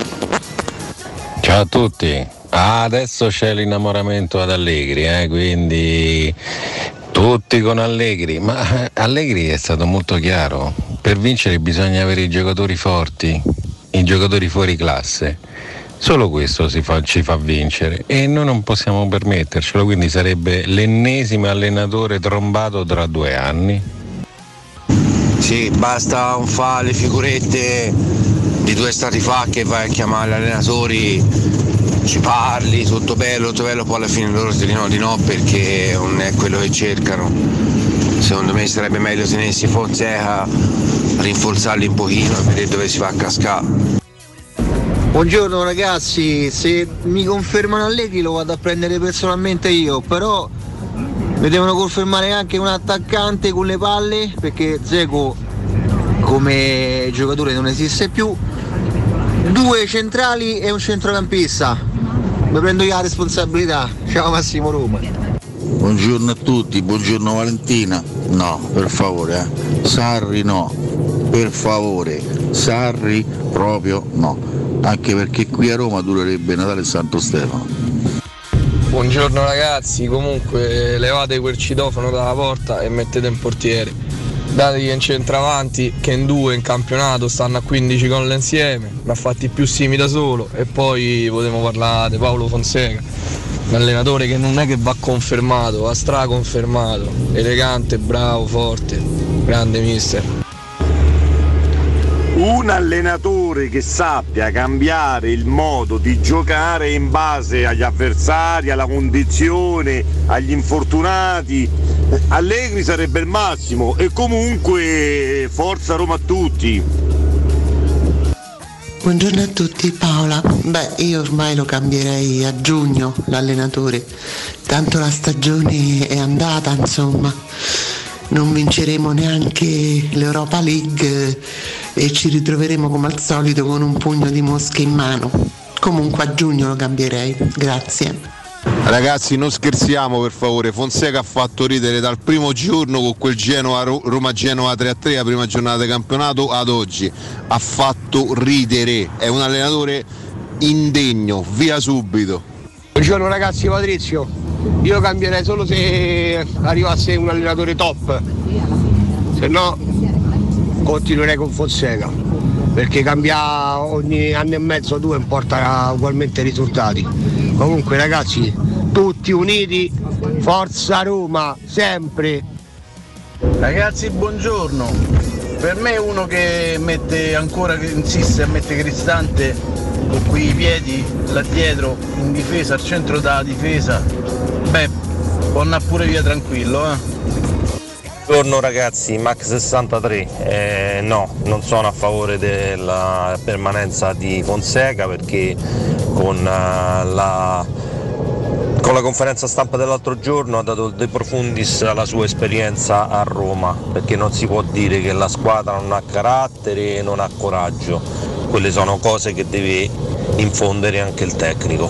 Ciao a tutti, adesso c'è l'innamoramento ad Allegri, quindi tutti con Allegri, ma Allegri è stato molto chiaro, per vincere bisogna avere i giocatori forti, i giocatori fuori classe. Solo questo ci fa vincere e noi non possiamo permettercelo, quindi sarebbe l'ennesimo allenatore trombato tra 2 anni. Sì, basta non fare le figurette di 2 stati fa che vai a chiamare gli allenatori, ci parli, tutto bello, poi alla fine loro ti dicono di no perché non è quello che cercano. Secondo me sarebbe meglio tenersi Fonseca, rinforzarli un pochino e vedere dove si va a cascare. Buongiorno ragazzi, se mi confermano Allegri lo vado a prendere personalmente io, però mi devono confermare anche un attaccante con le palle, perché Dzeko come giocatore non esiste più, 2 centrali e un centrocampista, mi prendo io la responsabilità. Ciao Massimo Roma. Buongiorno a tutti, buongiorno Valentina. No, per favore, Sarri no, per favore, Sarri proprio no, anche perché qui a Roma durerebbe Natale e Santo Stefano. Buongiorno ragazzi, comunque levate quel citofono dalla porta e mettete in portiere. Dategli in centravanti che in 2 in campionato stanno a 15 gol insieme, ne ha fatti più simi da solo, e poi potremo parlare di Paolo Fonseca, un allenatore che non è che va confermato, va straconfermato, elegante, bravo, forte, grande mister. Un allenatore che sappia cambiare il modo di giocare in base agli avversari, alla condizione, agli infortunati. Allegri sarebbe il massimo, e comunque forza Roma a tutti. Buongiorno a tutti, Paola. Io ormai lo cambierei a giugno l'allenatore, tanto la stagione è andata, insomma. Non vinceremo neanche l'Europa League e ci ritroveremo come al solito con un pugno di mosche in mano. Comunque a giugno lo cambierei, grazie. Ragazzi, non scherziamo per favore, Fonseca ha fatto ridere dal primo giorno con quel Roma-Genoa 3-3, la prima giornata di campionato, ad oggi ha fatto ridere, è un allenatore indegno, via subito. Buongiorno ragazzi, Patrizio, io cambierei solo se arrivasse un allenatore top, se no continuerei con Fonseca, perché cambia ogni anno e mezzo o 2 porta ugualmente risultati. Comunque ragazzi, tutti uniti, forza Roma, sempre. Ragazzi, buongiorno. Per me uno che insiste a mettere Cristante con quei piedi là dietro in difesa, al centro della difesa, può andare pure via tranquillo, Buongiorno ragazzi, Max63, no, non sono a favore della permanenza di Fonseca, perché con la conferenza stampa dell'altro giorno ha dato De Profundis alla sua esperienza a Roma, perché non si può dire che la squadra non ha carattere e non ha coraggio, quelle sono cose che deve infondere anche il tecnico.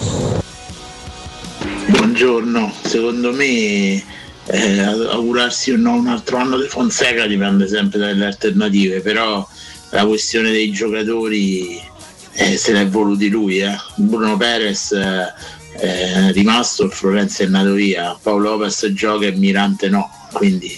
Buongiorno, secondo me augurarsi o no un altro anno di Fonseca dipende sempre dalle alternative, però la questione dei giocatori se l'è voluti lui, Bruno Perez è rimasto, il Florenzi è andato via, Paolo Lopez gioca e Mirante no, quindi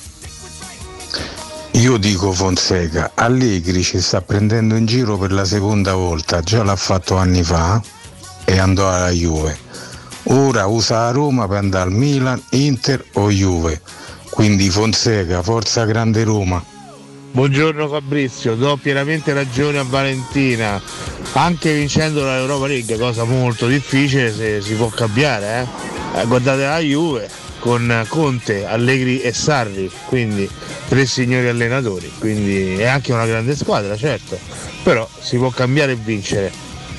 io dico Fonseca. Allegri ci sta prendendo in giro per la seconda volta, già l'ha fatto anni fa e andò alla Juve. Ora usa la Roma per andare al Milan, Inter o Juve. Quindi Fonseca, forza grande Roma. Buongiorno Fabrizio, do pienamente ragione a Valentina. Anche vincendo l'Europa League, cosa molto difficile, se si può cambiare, guardate la Juve con Conte, Allegri e Sarri, quindi 3 signori allenatori, quindi è anche una grande squadra, certo, però si può cambiare e vincere.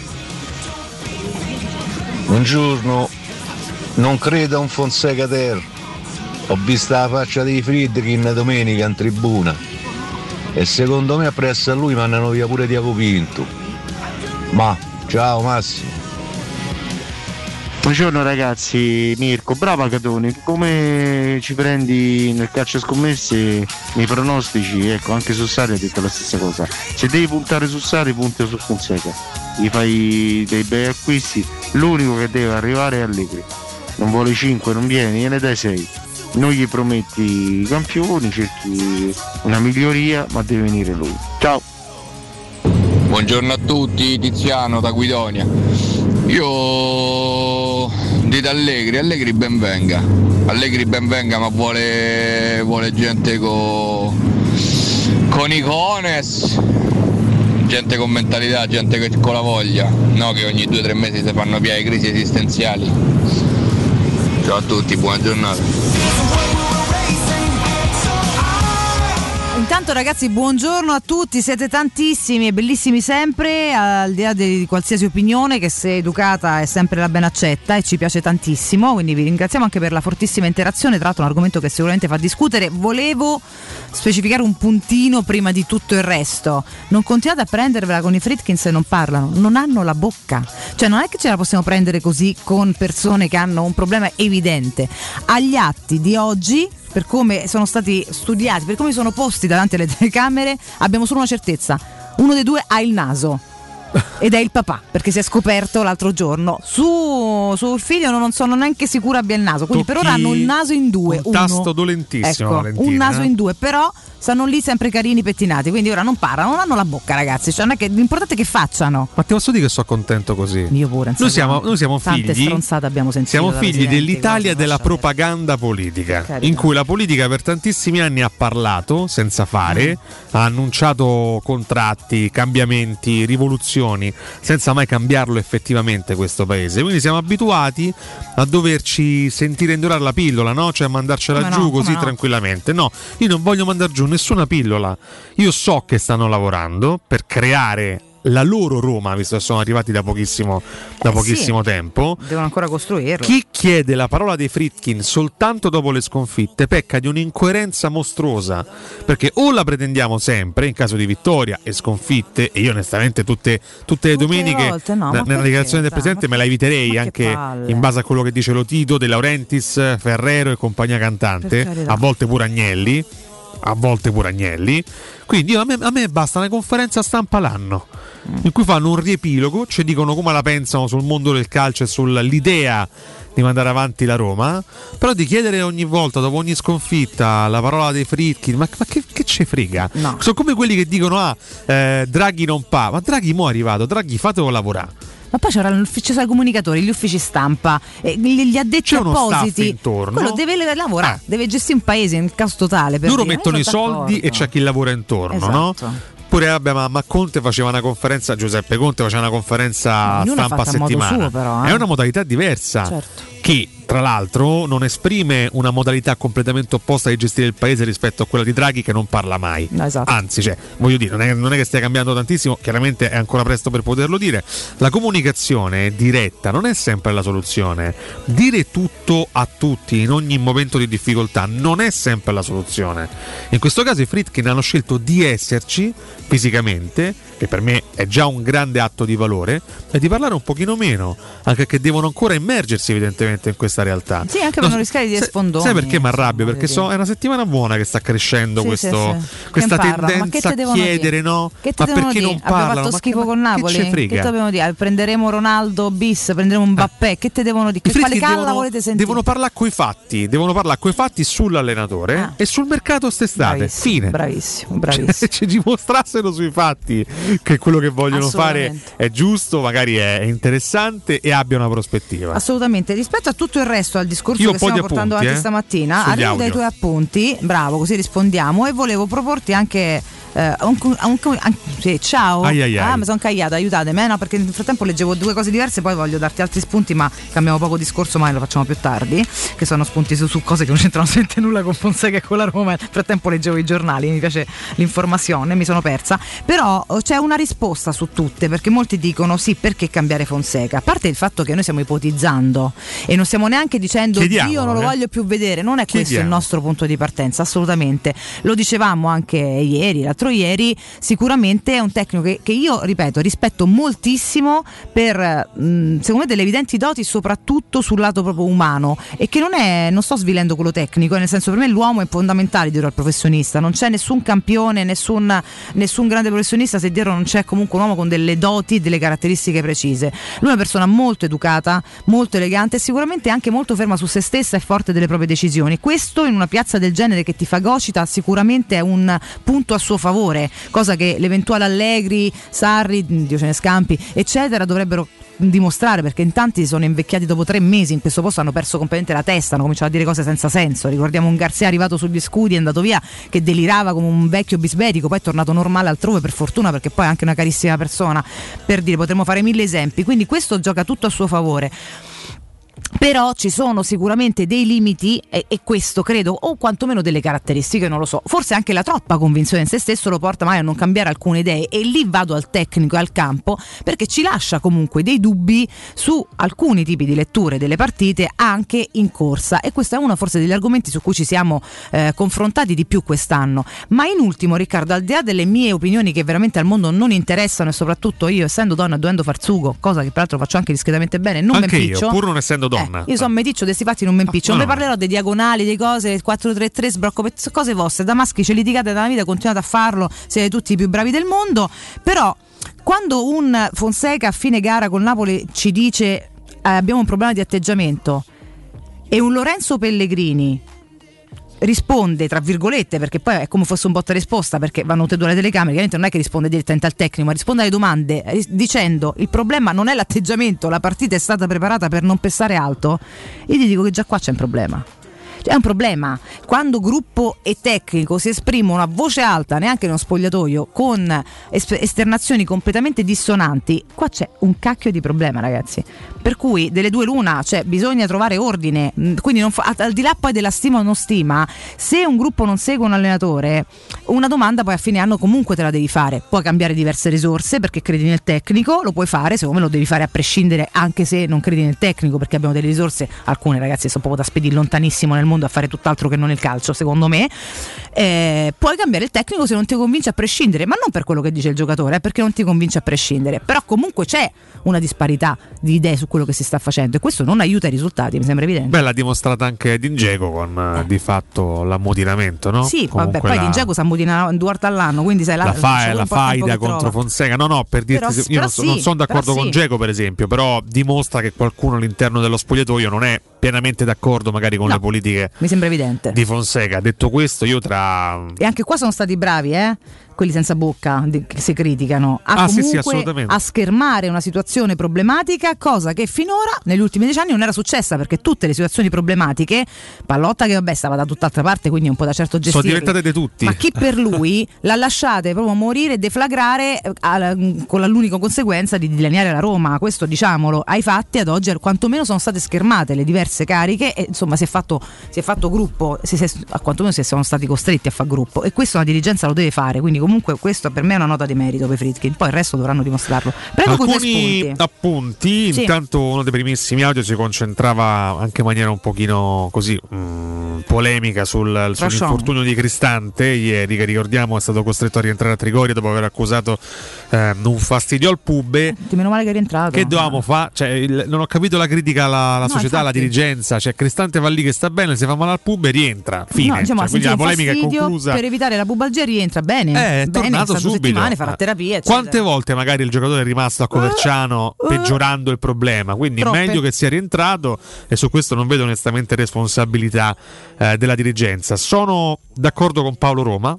Buongiorno, non credo a un Fonseca Ter. Ho visto la faccia dei Friedkin domenica in tribuna e secondo me appresso a lui mandano via pure Diaco Pinto. Ma ciao Massimo. Buongiorno ragazzi, Mirko, brava Catoni, come ci prendi nel calcio scommesse nei pronostici? Ecco, anche su Sarri ha detto la stessa cosa. Se devi puntare su Sarri, punta su Fonseca, gli fai dei bei acquisti, l'unico che deve arrivare è Allegri, non vuole 5, non viene, gliene dai 6, non gli prometti i campioni, cerchi una miglioria, ma deve venire lui. Ciao. Buongiorno a tutti, Tiziano da Guidonia. Io dite Allegri ben venga, ma vuole gente con icones, gente con mentalità, gente che con la voglia, no che ogni 2 o 3 mesi si fanno via le crisi esistenziali. Ciao a tutti, buona giornata. Intanto ragazzi, buongiorno a tutti, siete tantissimi e bellissimi sempre, al di là di qualsiasi opinione, che se educata è sempre la ben accetta e ci piace tantissimo, quindi vi ringraziamo anche per la fortissima interazione, tra l'altro un argomento che sicuramente fa discutere. Volevo specificare un puntino prima di tutto il resto: non continuate a prendervela con i Friedkin se non parlano, non hanno la bocca, cioè non è che ce la possiamo prendere così con persone che hanno un problema evidente. Agli atti di oggi, per come sono stati studiati, per come sono posti davanti alle telecamere, abbiamo solo una certezza: uno dei due ha il naso ed è il papà, perché si è scoperto l'altro giorno. Sul figlio non sono neanche sicura abbia il naso, quindi per ora hanno il naso in due, un tasto dolentissimo, ecco, Valentina, un naso in due, però stanno lì sempre carini, pettinati, quindi ora non parlano, non hanno la bocca, ragazzi, cioè non è che l'importante è che facciano. Ma ti posso dire che sono contento così. Io pure. Noi siamo tante figli, stronzate abbiamo sentito. Siamo figli dell'Italia della propaganda politica, in cui la politica per tantissimi anni ha parlato senza fare, ha annunciato contratti, cambiamenti, rivoluzioni, senza mai cambiarlo effettivamente questo paese. Quindi siamo abituati a doverci sentire indorare la pillola, no? Cioè mandarcela giù così tranquillamente. No, io non voglio mandare giù nessuna pillola. Io so che stanno lavorando per creare la loro Roma, visto che sono arrivati da pochissimo tempo. Devono ancora costruirlo. Chi chiede la parola dei Friedkin soltanto dopo le sconfitte pecca di un'incoerenza mostruosa, perché o la pretendiamo sempre in caso di vittoria e sconfitte, e io onestamente tutte le domeniche volte, nella dichiarazione del Presidente me la eviterei, anche in base a quello che dice Lotito, De Laurentiis, Ferrero e compagnia cantante, a volte pure Agnelli. Quindi a me basta una conferenza stampa l'anno in cui fanno un riepilogo, ci dicono come la pensano sul mondo del calcio e sull'idea di mandare avanti la Roma, però di chiedere ogni volta, dopo ogni sconfitta, la parola dei Friedkin, ma che ce frega? No. Sono come quelli che dicono Draghi non pa, ma Draghi mo' è arrivato, Draghi fatelo lavorare. Ma poi c'era l'ufficio dei comunicatori, gli uffici stampa, gli addetti appositi. Quello deve lavorare, deve gestire un paese in caos totale. Loro mettono i soldi e c'è chi lavora intorno, esatto. No? Pure vabbè, ma Conte faceva una conferenza, Giuseppe Conte faceva una conferenza stampa a settimana. Suo, però, È una modalità diversa. Certo. Che tra l'altro non esprime una modalità completamente opposta di gestire il paese rispetto a quella di Draghi, che non parla mai. Esatto. Anzi, cioè, voglio dire, non è che stia cambiando tantissimo, chiaramente è ancora presto per poterlo dire. La comunicazione diretta non è sempre la soluzione. Dire tutto a tutti in ogni momento di difficoltà non è sempre la soluzione. In questo caso i Friedkin hanno scelto di esserci fisicamente, che per me è già un grande atto di valore, e di parlare un pochino meno, anche perché devono ancora immergersi evidentemente in questa realtà. Sì, anche per non rischiare di sfondoni. Sai perché mi arrabbio? Perché è una settimana buona che sta crescendo questa tendenza a chiedere, no? Che te ma perché dire? non parlano? Abbiamo fatto schifo con Napoli. Che dobbiamo dire? Prenderemo Ronaldo bis, prenderemo Mbappé. Che te devono dire? Quale calla volete sentire? Devono parlare coi fatti, sull'allenatore e sul mercato quest'estate. Fine. Bravissimo. Ci dimostrassero sui fatti che quello che vogliono fare è giusto, magari è interessante e abbia una prospettiva. Assolutamente. Rispetto a tutto il resto, al discorso che stiamo portando avanti stamattina, arrivo dai tuoi appunti, bravo, così rispondiamo, e volevo proporti anche ciao. Mi sono cagliata, aiutatemi, no, perché nel frattempo leggevo due cose diverse, poi voglio darti altri spunti, ma cambiamo poco discorso, ma lo facciamo più tardi, che sono spunti su cose che non c'entrano assolutamente nulla con Fonseca e con la Roma. Nel frattempo leggevo i giornali, mi piace l'informazione, mi sono persa, però c'è una risposta su tutte, perché molti dicono sì, perché cambiare Fonseca? A parte il fatto che noi stiamo ipotizzando e non stiamo neanche dicendo io non lo voglio più vedere, non è questo il nostro punto di partenza, assolutamente. Lo dicevamo anche ieri, l'altro ieri, sicuramente è un tecnico che io, ripeto, rispetto moltissimo per secondo me delle evidenti doti, soprattutto sul lato proprio umano, e che non sto svilendo quello tecnico, nel senso, per me l'uomo è fondamentale dietro al professionista, non c'è nessun campione, nessun grande professionista se dietro non c'è comunque un uomo con delle doti, delle caratteristiche precise. Lui è una persona molto educata, molto elegante e sicuramente anche molto ferma su se stessa e forte delle proprie decisioni. Questo in una piazza del genere che ti fagocita sicuramente è un punto a suo favore, cosa che l'eventuale Allegri, Sarri, Diocene Scampi eccetera dovrebbero dimostrare, perché in tanti sono invecchiati dopo 3 mesi in questo posto, hanno perso completamente la testa, hanno cominciato a dire cose senza senso. Ricordiamo un Garcia arrivato sugli scudi, è andato via, che delirava come un vecchio bisbetico, poi è tornato normale altrove, per fortuna, perché poi è anche una carissima persona, per dire, potremmo fare 1000 esempi. Quindi questo gioca tutto a suo favore. Però ci sono sicuramente dei limiti e questo credo, o quantomeno delle caratteristiche, non lo so, forse anche la troppa convinzione in se stesso lo porta mai a non cambiare alcune idee, e lì vado al tecnico e al campo, perché ci lascia comunque dei dubbi su alcuni tipi di letture delle partite anche in corsa, e questo è uno forse degli argomenti su cui ci siamo confrontati di più quest'anno. Ma in ultimo, Riccardo, al di là delle mie opinioni che veramente al mondo non interessano, e soprattutto io essendo donna dovendo far sugo, cosa che peraltro faccio anche discretamente bene, non anche me impiccio, io, pur non essendo donna. Io sono meticcio dei fatti, non mi impiccio. Non vi parlerò dei diagonali, dei cose, 4-3-3, sbrocco, cose vostre. Da maschi ci litigate dalla vita, continuate a farlo, siete tutti i più bravi del mondo. Però quando un Fonseca a fine gara con Napoli ci dice abbiamo un problema di atteggiamento, e un Lorenzo Pellegrini risponde tra virgolette, perché poi è come fosse un botta risposta, perché vanno tutte e due le telecamere, chiaramente non è che risponde direttamente al tecnico, ma risponde alle domande dicendo il problema non è l'atteggiamento, la partita è stata preparata per non pestare alto, io ti dico che già qua c'è un problema. È un problema quando gruppo e tecnico si esprimono a voce alta, neanche in uno spogliatoio, con esternazioni completamente dissonanti. Qua c'è un cacchio di problema, ragazzi, per cui delle due l'una, cioè bisogna trovare ordine. Quindi al di là poi della stima o non stima, se un gruppo non segue un allenatore, una domanda poi a fine anno comunque te la devi fare. Puoi cambiare diverse risorse perché credi nel tecnico, lo puoi fare, secondo me lo devi fare a prescindere, anche se non credi nel tecnico, perché abbiamo delle risorse, alcune ragazzi sono proprio da spedire lontanissimo nel mondo a fare tutt'altro che non il calcio, secondo me. Puoi cambiare il tecnico se non ti convince a prescindere, ma non per quello che dice il giocatore, perché non ti convince a prescindere. Però comunque c'è una disparità di idee su quello che si sta facendo, e questo non aiuta i risultati, mi sembra evidente. Beh, l'ha dimostrata anche Edin Dzeko con di fatto l'ammutinamento, no? Sì, vabbè, poi Edin Dzeko si ammutina due volte all'anno, quindi sai, la faida contro Fonseca. No, per dirti, io non sono d'accordo con Dzeko, per esempio, però dimostra che qualcuno all'interno dello spogliatoio non è pienamente d'accordo magari con le politiche, mi sembra evidente, di Fonseca. Detto questo, io e anche qua sono stati bravi, quelli senza bocca che si criticano, comunque a schermare una situazione problematica, cosa che finora negli ultimi 10 anni non era successa, perché tutte le situazioni problematiche, Pallotta che vabbè stava da tutt'altra parte, quindi un po' da certo gestirle, sono diventate di tutti, ma chi per lui l'ha lasciate proprio morire e deflagrare con l'unica conseguenza di dilaniare la Roma. Questo diciamolo, ai fatti ad oggi quantomeno sono state schermate le diverse cariche, e insomma si è fatto gruppo, quantomeno si sono stati costretti a fare gruppo, e questo una dirigenza lo deve fare, quindi comunque questo per me è una nota di merito per Friedkin, poi il resto dovranno dimostrarlo. Prendo alcuni appunti. Sì. Intanto uno dei primissimi audio si concentrava anche in maniera un pochino così polemica sull'infortunio di Cristante ieri, che ricordiamo è stato costretto a rientrare a Trigoria dopo aver accusato un fastidio al pube. Meno male che è rientrato. Che dovevamo fare? Non ho capito la critica alla società, alla dirigenza. Cristante va lì che sta bene, se fa male al pube rientra, fine. No, diciamo, quindi la polemica è conclusa. Per evitare la pubalgia rientra bene. È tornato subito. Settimane, farà terapia, eccetera. Quante volte magari il giocatore è rimasto a Coverciano peggiorando il problema, quindi meglio che sia rientrato, e su questo non vedo onestamente responsabilità della dirigenza. Sono d'accordo con Paolo Roma.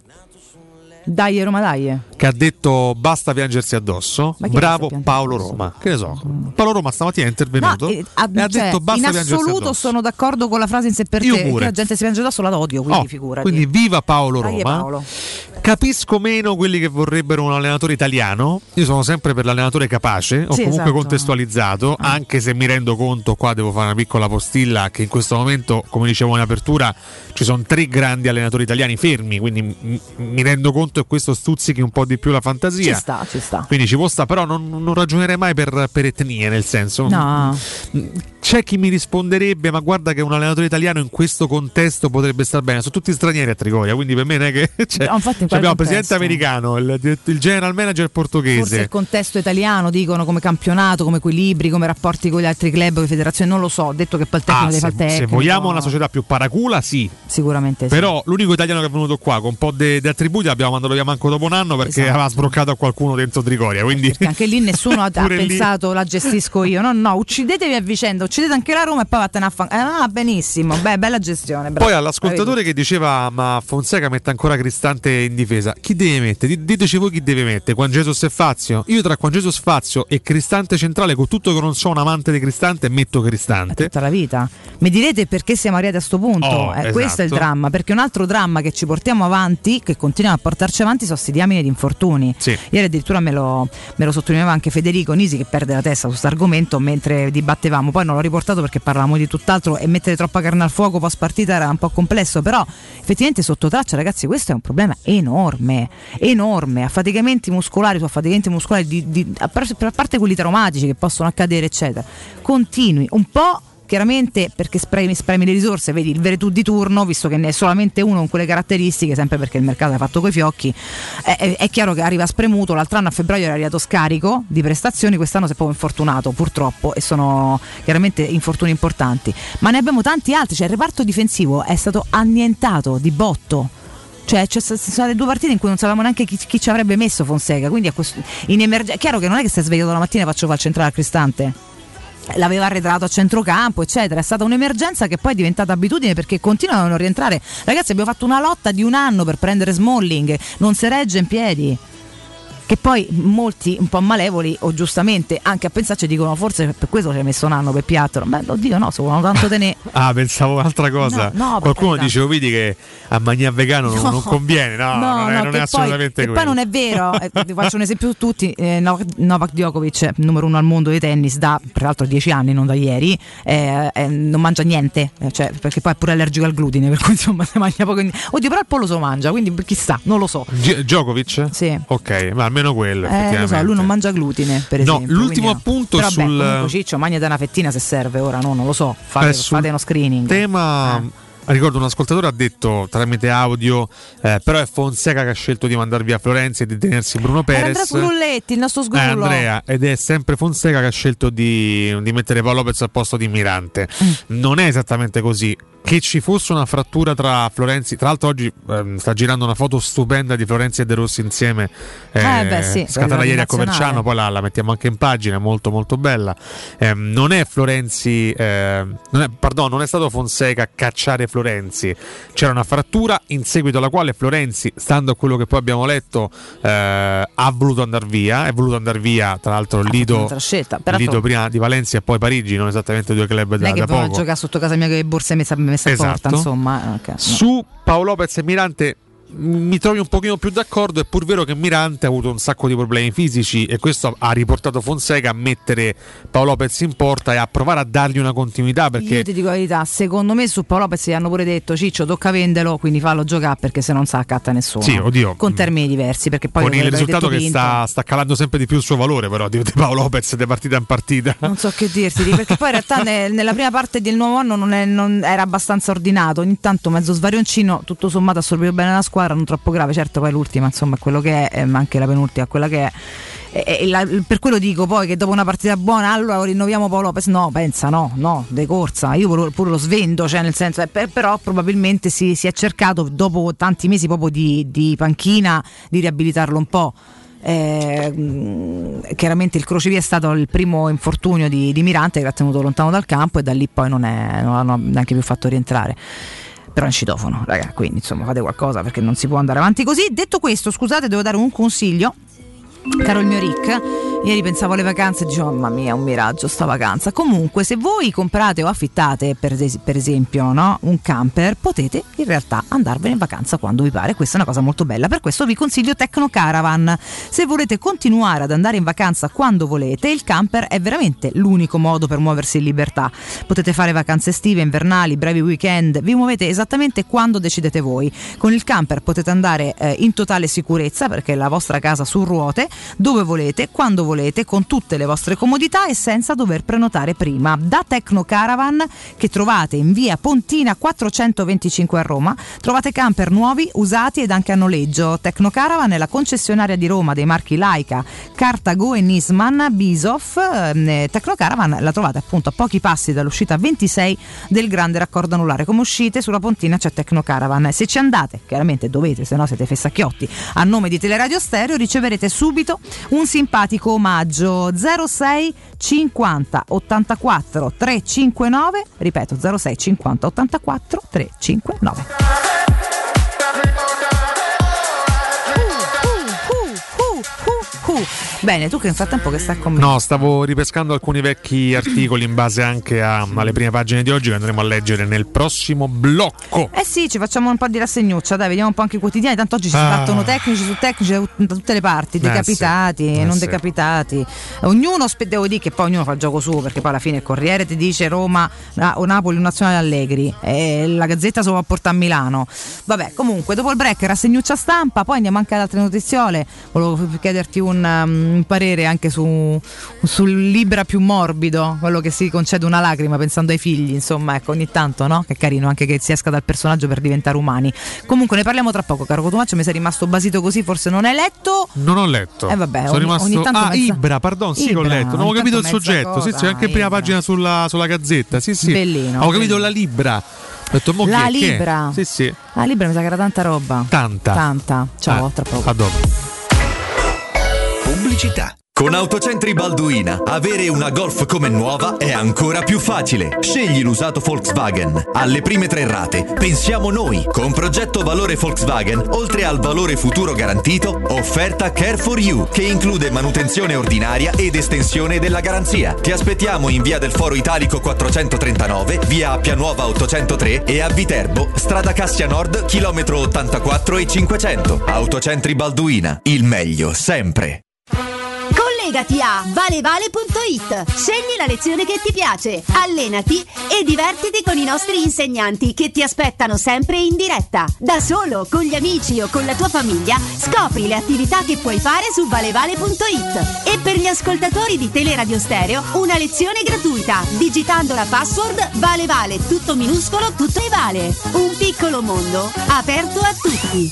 Dai Roma, dai. Che ha detto basta piangersi addosso. Bravo Paolo Roma. Che ne so. Paolo Roma stamattina è intervenuto e ha detto basta piangersi addosso. In assoluto sono d'accordo con la frase in sé per te. Che la gente si piange addosso, la odio, quindi figurati. Quindi viva Paolo Roma. Paolo. Capisco meno quelli che vorrebbero un allenatore italiano. Io sono sempre per l'allenatore capace o comunque contestualizzato, anche se mi rendo conto, qua devo fare una piccola postilla, che in questo momento, come dicevo in apertura, ci sono 3 grandi allenatori italiani fermi, quindi mi rendo conto e questo stuzzichi un po' di più la fantasia. Ci sta. Quindi ci può stare, però non ragionerei mai per etnie, nel senso. No. C'è chi mi risponderebbe: ma guarda che un allenatore italiano in questo contesto potrebbe star bene. Sono tutti stranieri a Trigoria, quindi per me non è che abbiamo il presidente americano, il general manager portoghese. Forse il contesto italiano, dicono, come campionato, come equilibri, come rapporti con gli altri club, con le federazioni, non lo so. Detto che poi il tecnico deve fare il tecnico. Se vogliamo una società più paracula, sì, sicuramente. Però l'unico italiano che è venuto qua con un po' di attributi l'abbiamo mandato via manco dopo un anno, perché aveva sbroccato a qualcuno dentro Trigoria, quindi perché anche lì nessuno ha pensato la gestisco io. No, uccidetevi a vicenda, uccidete anche la Roma e poi vattene a benissimo, bella gestione, bravo. Poi all'ascoltatore che diceva ma Fonseca mette ancora Cristante in difesa, chi deve mettere? Diteci voi chi deve mettere, Juan Jesus e Fazio? Io tra Juan Jesus, Fazio e Cristante centrale, con tutto che non sono un amante di Cristante, metto Cristante tutta la vita. Mi direte perché siamo arrivati a sto punto? Esatto. Questo è il dramma, perché un altro dramma che ci portiamo avanti, che continuiamo a portarci avanti, sono sti diamine di infortuni. Ieri addirittura me lo sottolineava anche Federico Nisi, che perde la testa su questo argomento mentre dibattevamo, poi non l'ho riportato perché parlavamo di tutt'altro e mettere troppa carne al fuoco post partita era un po' complesso, però effettivamente sotto traccia, ragazzi, questo è un problema enorme, affaticamenti muscolari su affaticamenti muscolari a parte quelli traumatici che possono accadere eccetera, continui un po'. Chiaramente perché spremi le risorse, vedi il Veretù di turno, visto che ne è solamente uno con quelle caratteristiche, sempre perché il mercato è fatto coi fiocchi, è chiaro che arriva spremuto. L'altro anno a febbraio era arrivato scarico di prestazioni, quest'anno si è proprio infortunato purtroppo, e sono chiaramente infortuni importanti, ma ne abbiamo tanti altri, cioè il reparto difensivo è stato annientato di botto. Cioè ci sono state 2 partite in cui non sapevamo neanche chi ci avrebbe messo Fonseca, quindi in emergenza, chiaro che non è che si è svegliato la mattina e faccio far centrale al Cristante, l'aveva arretrato a centrocampo eccetera, è stata un'emergenza che poi è diventata abitudine perché continuano a non rientrare. Ragazzi, abbiamo fatto una lotta di un anno per prendere Smalling, non si regge in piedi, che poi molti un po' malevoli o giustamente anche a pensarci dicono forse per questo ci hai messo un anno per Piatro. Beh, oddio, no, se volevano tanto tenere. Pensavo un'altra cosa. No, qualcuno dice, vedi che a mangiare vegano non conviene. Non è assolutamente quello. E poi non è vero. Vi faccio un esempio su tutti. Novak Djokovic, numero 1 al mondo di tennis da peraltro 10 anni, non da ieri, non mangia niente, cioè, perché poi è pure allergico al glutine, per cui insomma si mangia poco. Oddio, però il pollo se lo mangia, quindi chissà, non lo so. Djokovic? Sì. Ok, ma almeno quello, effettivamente. Lo so, lui non mangia glutine, per esempio. No, l'ultimo appunto però, sul comunque Ciccio, mangiate una fettina se serve, ora no, non lo so, fate uno screening. Tema ricordo un ascoltatore ha detto tramite audio però è Fonseca che ha scelto di mandar via Florenzi e di tenersi Bruno Perez. Andrea Grulletti, il nostro sgullo. Andrea, ed è sempre Fonseca che ha scelto di mettere Paolo Lopez al posto di Mirante. Non è esattamente così. Che ci fosse una frattura tra Florenzi, tra l'altro oggi sta girando una foto stupenda di Florenzi e De Rossi insieme, scattata ieri a Coverciano, poi la mettiamo anche in pagina, molto molto bella. Non è Florenzi, non è stato Fonseca a cacciare Florenzi, c'era una frattura in seguito alla quale Florenzi, stando a quello che poi abbiamo letto, ha voluto andare via, è voluto andare via, tra l'altro Lido prima di Valencia e poi Parigi, non esattamente 2 club da poco. Non è che giocare sotto casa mia che borse messa a porta, insomma. Okay, no. Su Paolo Lopez e Mirante mi trovi un pochino più d'accordo. È pur vero che Mirante ha avuto un sacco di problemi fisici e questo ha riportato Fonseca a mettere Paolo Lopez in porta e a provare a dargli una continuità, perché io ti dico la verità, secondo me su Paolo Lopez gli hanno pure detto Ciccio tocca venderlo, quindi fallo giocare perché se non sa accatta nessuno. Sì, oddio, con termini diversi, perché poi con il risultato che sta calando sempre di più il suo valore, però di Paolo Lopez di partita in partita non so che dirti, perché poi in realtà nella prima parte del nuovo anno non era abbastanza ordinato, ogni tanto mezzo svarioncino, tutto sommato ha assorbito bene la squadra, non troppo grave. Certo poi l'ultima insomma è quello che è, ma anche la penultima è quella che è. Per quello dico poi che dopo una partita buona allora rinnoviamo Paolo Lopez, no, pensa, no, de corsa, io pure lo svendo, cioè nel senso però probabilmente si è cercato dopo tanti mesi proprio di panchina di riabilitarlo un po'. Chiaramente il crocevia è stato il primo infortunio di Mirante che l'ha tenuto lontano dal campo e da lì poi non l'hanno neanche più fatto rientrare. Però è un citofono, raga, quindi insomma fate qualcosa perché non si può andare avanti così. Detto questo, scusate, devo dare un consiglio. Caro il mio Rick, ieri pensavo alle vacanze e dicevo mamma mia, un miraggio sta vacanza. Comunque se voi comprate o affittate per esempio un camper, potete in realtà andarvene in vacanza quando vi pare. Questa è una cosa molto bella, per questo vi consiglio Tecno Caravan. Se volete continuare ad andare in vacanza quando volete, il camper è veramente l'unico modo per muoversi in libertà. Potete fare vacanze estive, invernali, brevi weekend, vi muovete esattamente quando decidete voi. Con il camper potete andare in totale sicurezza perché è la vostra casa su ruote, dove volete, quando volete, con tutte le vostre comodità e senza dover prenotare prima. Da Tecno Caravan, che trovate in via Pontina 425 a Roma, trovate camper nuovi, usati ed anche a noleggio. Tecno Caravan è la concessionaria di Roma dei marchi Laika, Cartago e Nisman, Bisoff. Tecno Caravan la trovate appunto a pochi passi dall'uscita 26 del grande raccordo anulare. Come uscite sulla Pontina c'è Tecno Caravan. Se ci andate, chiaramente dovete, se no siete fessacchiotti, a nome di Teleradio Stereo riceverete subito un simpatico omaggio. 06 50 84 359, ripeto 06 50 84 359. Q. Bene, tu che nel frattempo che stai con me? No, stavo ripescando alcuni vecchi articoli in base anche alle prime pagine di oggi che andremo a leggere nel prossimo blocco. Sì, ci facciamo un po' di rassegnuccia, dai, vediamo un po' anche i quotidiani, tanto oggi si sbattono tecnici su tecnici da tutte le parti, decapitati, non decapitati. Ognuno, devo dire che poi ognuno fa il gioco suo, perché poi alla fine il Corriere ti dice Roma o Napoli, un nazionale Allegri, e la Gazzetta se lo va a portare a Milano. Vabbè, comunque dopo il break rassegnuccia stampa, poi andiamo anche ad altre notiziole. Volevo chiederti un parere anche sul Libra più morbido, quello che si concede una lacrima pensando ai figli, insomma, ecco, ogni tanto, no? Che è carino anche che si esca dal personaggio per diventare umani. Comunque ne parliamo tra poco, caro Cotumaccio, mi sei rimasto basito così, forse non hai letto? Non ho letto. Vabbè, sono rimasto ogni tanto Ibra, pardon, sì, Ibra, ho letto, non ho capito il soggetto, cosa, sì, anche prima pagina sulla Gazzetta, sì. Bellino. Ho capito la Libra. Ho detto, la Libra. Sì. La Libra mi sa che era tanta roba. Tanta. Ciao, tra poco. A dopo. Pubblicità. Con Autocentri Balduina, avere una Golf come nuova è ancora più facile. Scegli l'usato Volkswagen. Alle prime 3 rate, pensiamo noi. Con progetto Valore Volkswagen, oltre al valore futuro garantito, offerta Care for You, che include manutenzione ordinaria ed estensione della garanzia. Ti aspettiamo in via del Foro Italico 439, via Appia Nuova 803 e a Viterbo, strada Cassia Nord, chilometro 84 e 500. Autocentri Balduina, il meglio sempre. Collegati a valevale.it, scegli la lezione che ti piace, allenati e divertiti con i nostri insegnanti che ti aspettano sempre in diretta. Da solo, con gli amici o con la tua famiglia, scopri le attività che puoi fare su valevale.it. E per gli ascoltatori di Teleradio Stereo, una lezione gratuita, digitando la password valevale, tutto minuscolo, tutto vale. Un piccolo mondo aperto a tutti.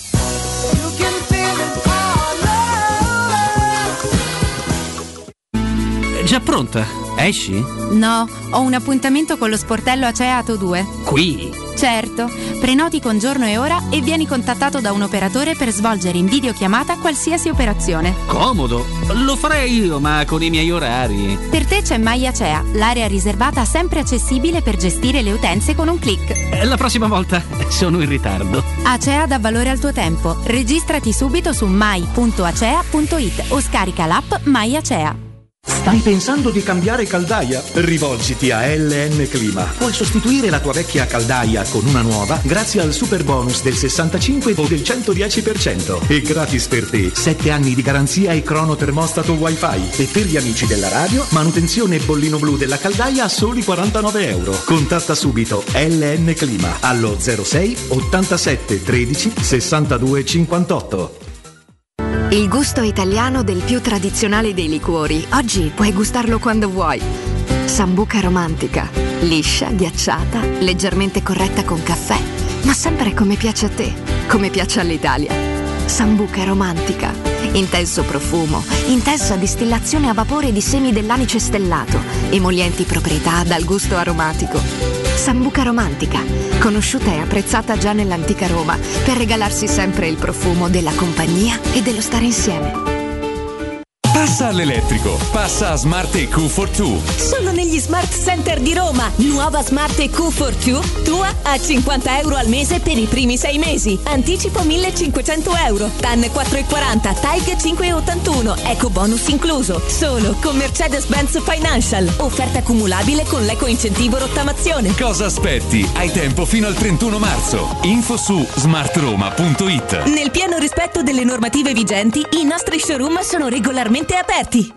Già pronta? Esci? No, ho un appuntamento con lo sportello Aceato 2. Qui? Certo, prenoti con giorno e ora e vieni contattato da un operatore per svolgere in videochiamata qualsiasi operazione. Comodo, lo farei io, ma con i miei orari. Per te c'è MyAcea, l'area riservata sempre accessibile per gestire le utenze con un click. La prossima volta sono in ritardo. Acea dà valore al tuo tempo. Registrati subito su my.acea.it o scarica l'app MyAcea. Stai pensando di cambiare caldaia? Rivolgiti a LN Clima. Puoi sostituire la tua vecchia caldaia con una nuova grazie al super bonus del 65 o del 110%. E gratis per te 7 anni di garanzia e cronotermostato wifi. E per gli amici della radio, manutenzione bollino blu della caldaia a soli €49. Contatta subito LN Clima allo 06 87 13 62 58. Il gusto italiano del più tradizionale dei liquori. Oggi puoi gustarlo quando vuoi. Sambuca romantica. Liscia, ghiacciata, leggermente corretta con caffè. Ma sempre come piace a te, come piace all'Italia. Sambuca romantica. Intenso profumo, intensa distillazione a vapore di semi dell'anice stellato, emolienti proprietà dal gusto aromatico. Sambuca romantica, conosciuta e apprezzata già nell'antica Roma per regalarsi sempre il profumo della compagnia e dello stare insieme. Passa all'elettrico, passa a Smart EQ For2. Solo negli Smart Center di Roma. Nuova Smart EQ For2, tua a €50 al mese per i primi 6 mesi. Anticipo €1.500. TAN 4,40, TAIG 5,81, eco bonus incluso. Solo con Mercedes-Benz Financial. Offerta cumulabile con l'eco incentivo rottamazione. Cosa aspetti? Hai tempo fino al 31 marzo. Info su smartroma.it. Nel pieno rispetto delle normative vigenti, i nostri showroom sono regolarmente aperti.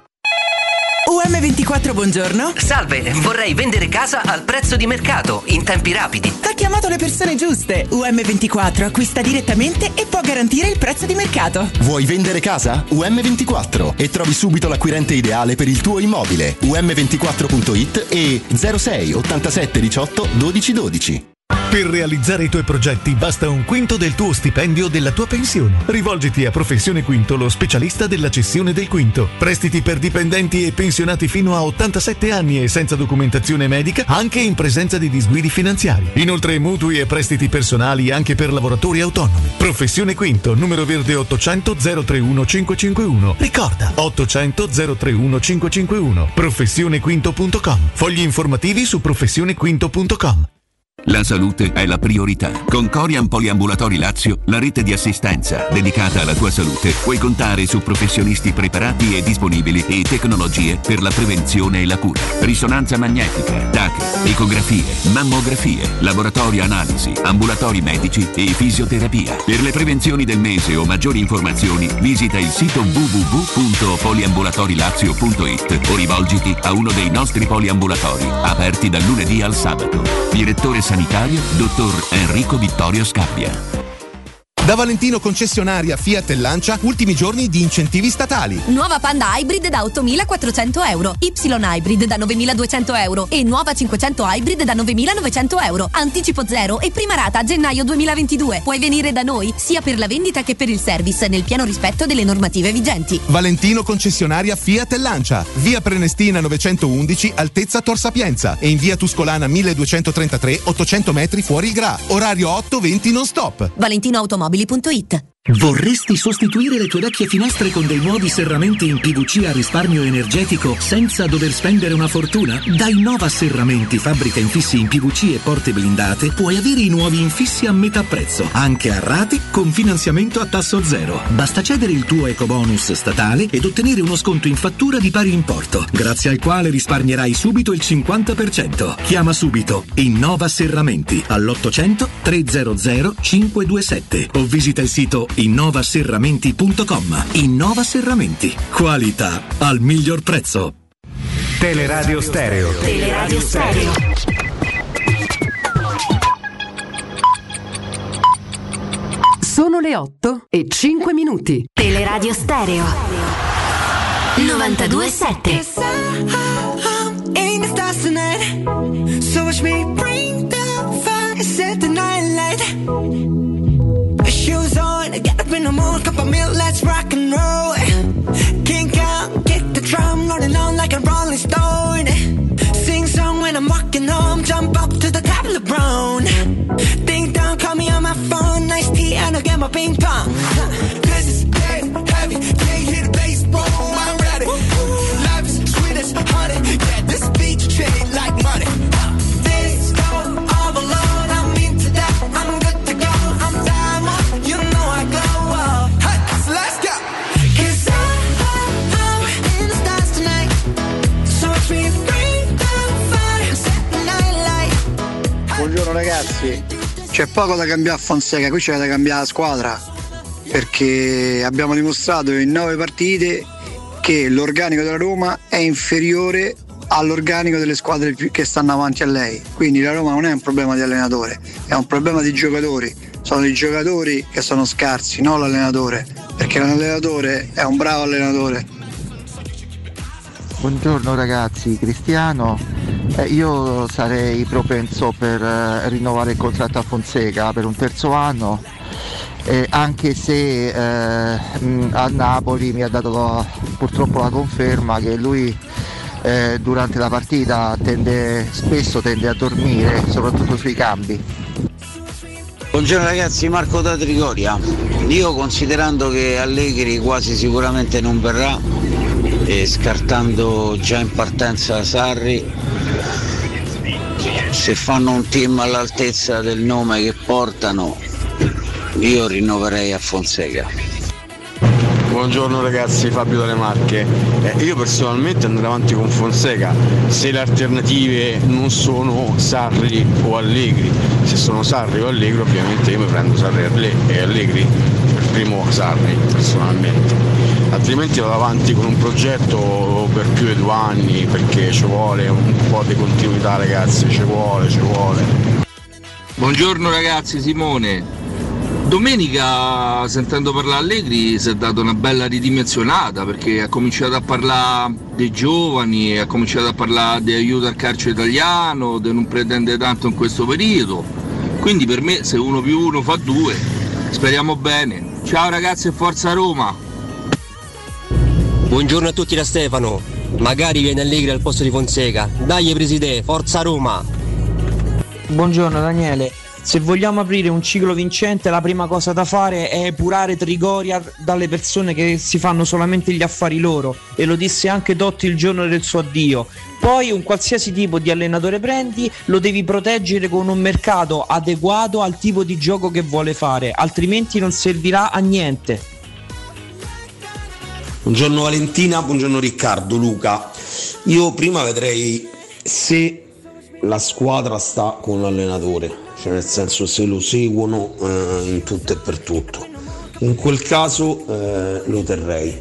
UM24, buongiorno. Salve, vorrei vendere casa al prezzo di mercato, in tempi rapidi. Ha chiamato le persone giuste. UM24 acquista direttamente e può garantire il prezzo di mercato. Vuoi vendere casa? UM24 e trovi subito l'acquirente ideale per il tuo immobile. UM24.it e 06 87 18 12 12. Per realizzare i tuoi progetti basta un quinto del tuo stipendio o della tua pensione. Rivolgiti a Professione Quinto, lo specialista della cessione del quinto. Prestiti per dipendenti e pensionati fino a 87 anni e senza documentazione medica, anche in presenza di disguidi finanziari. Inoltre mutui e prestiti personali anche per lavoratori autonomi. Professione Quinto, numero verde 800 031 551. Ricorda, 800 031 551. Professionequinto.com. Fogli informativi su professionequinto.com. La salute è la priorità. Con Corian Poliambulatori Lazio, la rete di assistenza dedicata alla tua salute, puoi contare su professionisti preparati e disponibili e tecnologie per la prevenzione e la cura. Risonanza magnetica, TAC, ecografie, mammografie, laboratorio analisi, ambulatori medici e fisioterapia. Per le prevenzioni del mese o maggiori informazioni, visita il sito www.poliambulatorilazio.it o rivolgiti a uno dei nostri poliambulatori, aperti dal lunedì al sabato. Direttore sanitario, dottor Enrico Vittorio Scappia. Da Valentino concessionaria Fiat e Lancia, ultimi giorni di incentivi statali. Nuova Panda Hybrid da 8.400 euro, Y Hybrid da 9.200 euro e nuova 500 Hybrid da 9.900 euro. Anticipo zero e prima rata a gennaio 2022. Puoi venire da noi sia per la vendita che per il service, nel pieno rispetto delle normative vigenti. Valentino concessionaria Fiat e Lancia, via Prenestina 911, altezza Tor Sapienza, e in via Tuscolana 1233, 800 metri fuori il Gra. Orario 8-20 non stop. ValentinoAutomobili.it. Vorresti sostituire le tue vecchie finestre con dei nuovi serramenti in PVC a risparmio energetico senza dover spendere una fortuna? Da Innova Serramenti, fabbrica infissi in PVC e porte blindate, puoi avere i nuovi infissi a metà prezzo, anche a rate con finanziamento a tasso zero. Basta cedere il tuo ecobonus statale ed ottenere uno sconto in fattura di pari importo, grazie al quale risparmierai subito il 50%. Chiama subito Innova Serramenti all'800 300 527 o visita il sito innovaserramenti.com. Innova Serramenti. Qualità al miglior prezzo. Teleradio Stereo. Teleradio Stereo. Sono le 8:05. Teleradio Stereo 92.7. So watch me bring the fire, set the night light. Shoes on, get up in the morning, cup of milk, let's rock and roll. Kink out, kick the drum, rolling on like a rolling stone. Sing song when I'm walking home, jump up to the top of the brown. Ding dong, call me on my phone, nice tea and I'll get my ping pong. This is dead heavy, can't hear the bass boom, I'm ready. Life is sweet as honey, yeah, this beach chain like money. This go all alone, I'm into that, I'm good to go, I'm diamond, you know I glow up. Hey, so let's go. 'Cause I'm in the stars tonight, so watch me bring the fire, set the night light. Buongiorno ragazzi, c'è poco da cambiare a Fonseca, qui c'è da cambiare la squadra, perché abbiamo dimostrato in 9 partite che l'organico della Roma è inferiore all'organico delle squadre che stanno avanti a lei, quindi la Roma non è un problema di allenatore, è un problema di giocatori, sono i giocatori che sono scarsi, non l'allenatore, perché l'allenatore è un bravo allenatore. Buongiorno ragazzi, Cristiano. Io sarei propenso per rinnovare il contratto a Fonseca per un terzo anno, anche se a Napoli mi ha dato purtroppo la conferma che lui durante la partita spesso tende a dormire, soprattutto sui cambi. Buongiorno ragazzi, Marco da Trigoria. Io, considerando che Allegri quasi sicuramente non verrà e scartando già in partenza Sarri, se fanno un team all'altezza del nome che portano, io rinnoverei a Fonseca. Buongiorno ragazzi, Fabio dalle Marche. Io personalmente andrei avanti con Fonseca se le alternative non sono Sarri o Allegri. Se sono Sarri o Allegri, ovviamente io mi prendo Sarri e Allegri, per primo Sarri personalmente, altrimenti vado avanti con un progetto per più di 2 anni, perché ci vuole un po' di continuità ragazzi, ci vuole. Buongiorno ragazzi, Simone. Domenica, sentendo parlare Allegri, si è dato una bella ridimensionata, perché ha cominciato a parlare dei giovani, ha cominciato a parlare di aiuto al calcio italiano, di non pretende tanto in questo periodo. Quindi per me, se 1 più 1 fa 2, speriamo bene. Ciao ragazzi e forza Roma! Buongiorno a tutti da Stefano, magari viene Allegri al posto di Fonseca. Dai presidente, forza Roma! Buongiorno Daniele. Se vogliamo aprire un ciclo vincente, la prima cosa da fare è epurare Trigoria dalle persone che si fanno solamente gli affari loro, e lo disse anche Totti il giorno del suo addio. Poi un qualsiasi tipo di allenatore prendi, lo devi proteggere con un mercato adeguato al tipo di gioco che vuole fare, altrimenti non servirà a niente. Buongiorno Valentina, buongiorno Riccardo, Luca. Io prima vedrei se la squadra sta con l'allenatore, cioè nel senso se lo seguono in tutto e per tutto. In quel caso lo terrei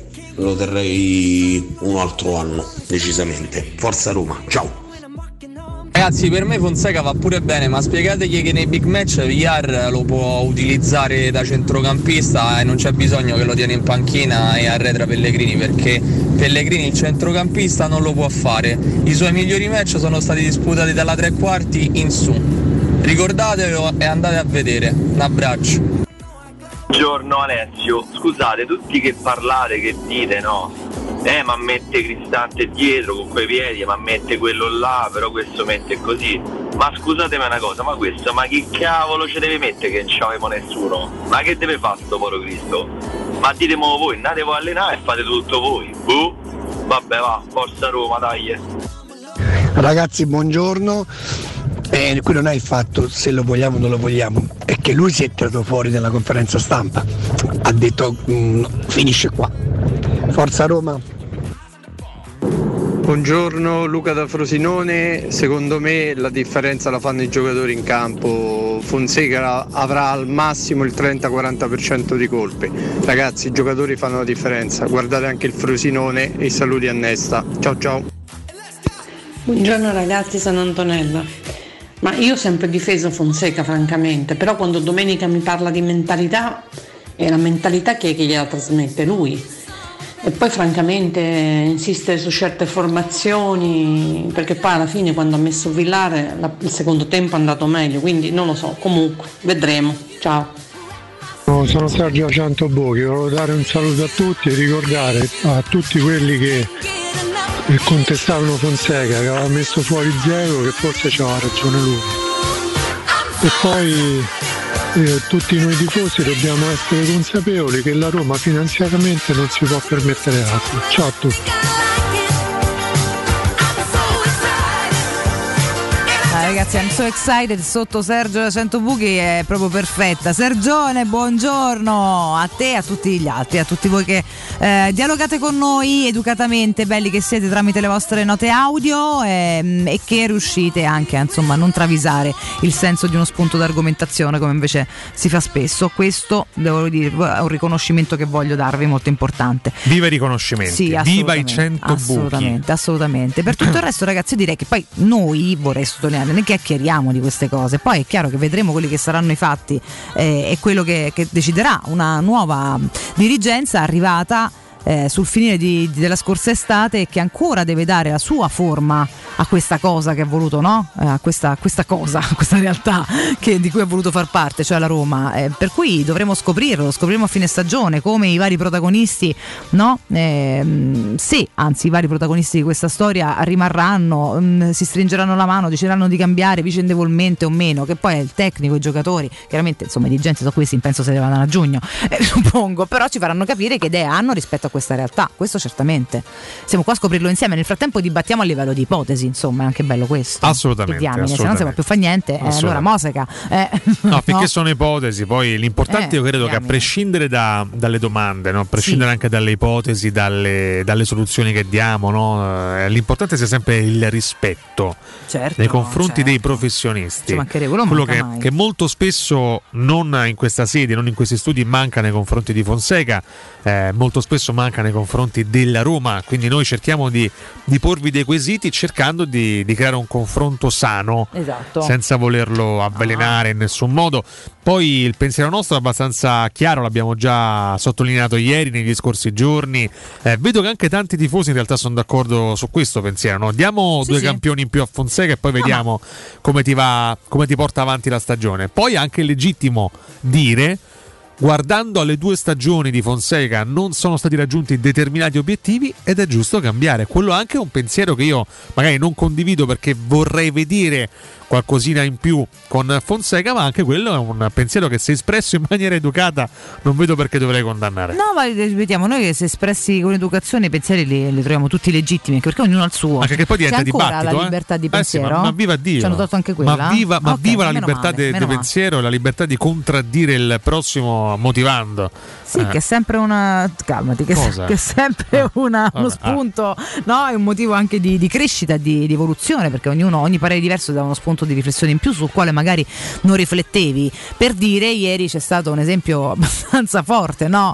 un altro anno, decisamente. Forza Roma, ciao. Ragazzi, per me Fonseca va pure bene, ma spiegategli che nei big match Villar lo può utilizzare da centrocampista e non c'è bisogno che lo tiene in panchina e arretra Pellegrini, perché Pellegrini il centrocampista non lo può fare. I suoi migliori match sono stati disputati dalla tre quarti in su. Ricordatevelo e andate a vedere. Un abbraccio. Buongiorno Alessio, scusate, tutti che parlate, che dite, no? Ma mette Cristante dietro con quei piedi, ma mette quello là, però questo mette così. Ma scusatemi una cosa, ma questo, ma chi cavolo ci deve mettere che non c'aveva nessuno? Ma che deve fare sto povero Cristo? Ma ditemo voi, andate voi a allenare e fate tutto voi. Vabbè, va, forza Roma, dai. Ragazzi, buongiorno. Qui non è il fatto se lo vogliamo o non lo vogliamo, è che lui si è tirato fuori nella conferenza stampa, ha detto finisce qua. Forza Roma. Buongiorno, Luca da Frosinone. Secondo me la differenza la fanno i giocatori in campo. Fonseca avrà al massimo il 30-40% di colpe. Ragazzi, i giocatori fanno la differenza. Guardate anche il Frosinone e i saluti a Nesta. Ciao ciao. Buongiorno ragazzi, sono Antonella. Ma io ho sempre difeso Fonseca francamente, però quando domenica mi parla di mentalità, è la mentalità che gliela trasmette lui. E poi francamente insistere su certe formazioni, perché poi alla fine quando ha messo Villare il secondo tempo è andato meglio, quindi non lo so, comunque vedremo. Ciao. Sono Sergio Ciantobochi, volevo dare un saluto a tutti e ricordare a tutti quelli che contestavano Fonseca, che aveva messo fuori Diego, che forse c'aveva ragione lui. E poi tutti noi tifosi dobbiamo essere consapevoli che la Roma finanziariamente non si può permettere altro. Ciao a tutti. Ragazzi, I'm so excited, sotto Sergio da 100 buchi è proprio perfetta. Sergione, buongiorno a te e a tutti gli altri, a tutti voi che dialogate con noi educatamente, belli che siete, tramite le vostre note audio e che riuscite anche a, insomma, non travisare il senso di uno spunto d'argomentazione come invece si fa spesso. Questo, devo dire, è un riconoscimento che voglio darvi, molto importante. Viva i riconoscimenti, sì, viva i 100 buchi. Assolutamente. Per tutto il resto, ragazzi, io direi che poi noi, vorrei sottolineare, ne chiacchieriamo di queste cose, poi è chiaro che vedremo quelli che saranno i fatti e quello che deciderà una nuova dirigenza arrivata sul finire della scorsa estate e che ancora deve dare la sua forma a questa cosa che ha voluto, no? A questa cosa, a questa realtà di cui ha voluto far parte, cioè la Roma, per cui dovremo scoprirlo a fine stagione, come i vari protagonisti, no? Se anzi i vari protagonisti di questa storia rimarranno, si stringeranno la mano, decideranno di cambiare vicendevolmente o meno, che poi è il tecnico, i giocatori, chiaramente insomma i dirigenti sono questi, penso se ne vadano a giugno, suppongo, però ci faranno capire che idee hanno rispetto a questa realtà, questo certamente. Siamo qua a scoprirlo insieme, nel frattempo dibattiamo a livello di ipotesi, insomma è anche bello questo. Assolutamente, se non si può più fare niente, allora Moseca. No, finché sono ipotesi, poi l'importante io credo che a prescindere dalle domande, no? A prescindere anche dalle ipotesi, dalle soluzioni che diamo, no? L'importante sia sempre il rispetto nei confronti dei professionisti. Quello che molto spesso non in questa sede, non in questi studi manca nei confronti di Fonseca, molto spesso manca nei confronti della Roma, quindi noi cerchiamo di porvi dei quesiti cercando di creare un confronto sano, senza volerlo avvelenare in nessun modo. Poi il pensiero nostro è abbastanza chiaro, l'abbiamo già sottolineato ieri, negli scorsi giorni, vedo che anche tanti tifosi in realtà sono d'accordo su questo pensiero, no? Diamo due campioni in più a Fonseca e poi vediamo come ti porta avanti la stagione. Poi è anche legittimo dire guardando alle 2 stagioni di Fonseca non sono stati raggiunti determinati obiettivi ed è giusto cambiare. Quello anche è un pensiero che io magari non condivido perché vorrei vedere qualcosina in più con Fonseca, ma anche quello è un pensiero che se espresso in maniera educata non vedo perché dovrei condannare. No, ma ripetiamo, noi che se espressi con educazione i pensieri li troviamo tutti legittimi, anche perché ognuno ha il suo. Anche che poi diventa c'è ancora dibattito, la libertà di pensiero. Sì, ma viva Dio. Ci hanno tolto anche quella. Ma viva Okay, la libertà di pensiero, la libertà di contraddire il prossimo motivando. Sì, che è sempre una. Calmati, che è sempre uno spunto, no? È un motivo anche di crescita, di evoluzione, perché ogni parere diverso dà uno spunto di riflessione in più sul quale magari non riflettevi. Per dire, ieri c'è stato un esempio abbastanza forte, no?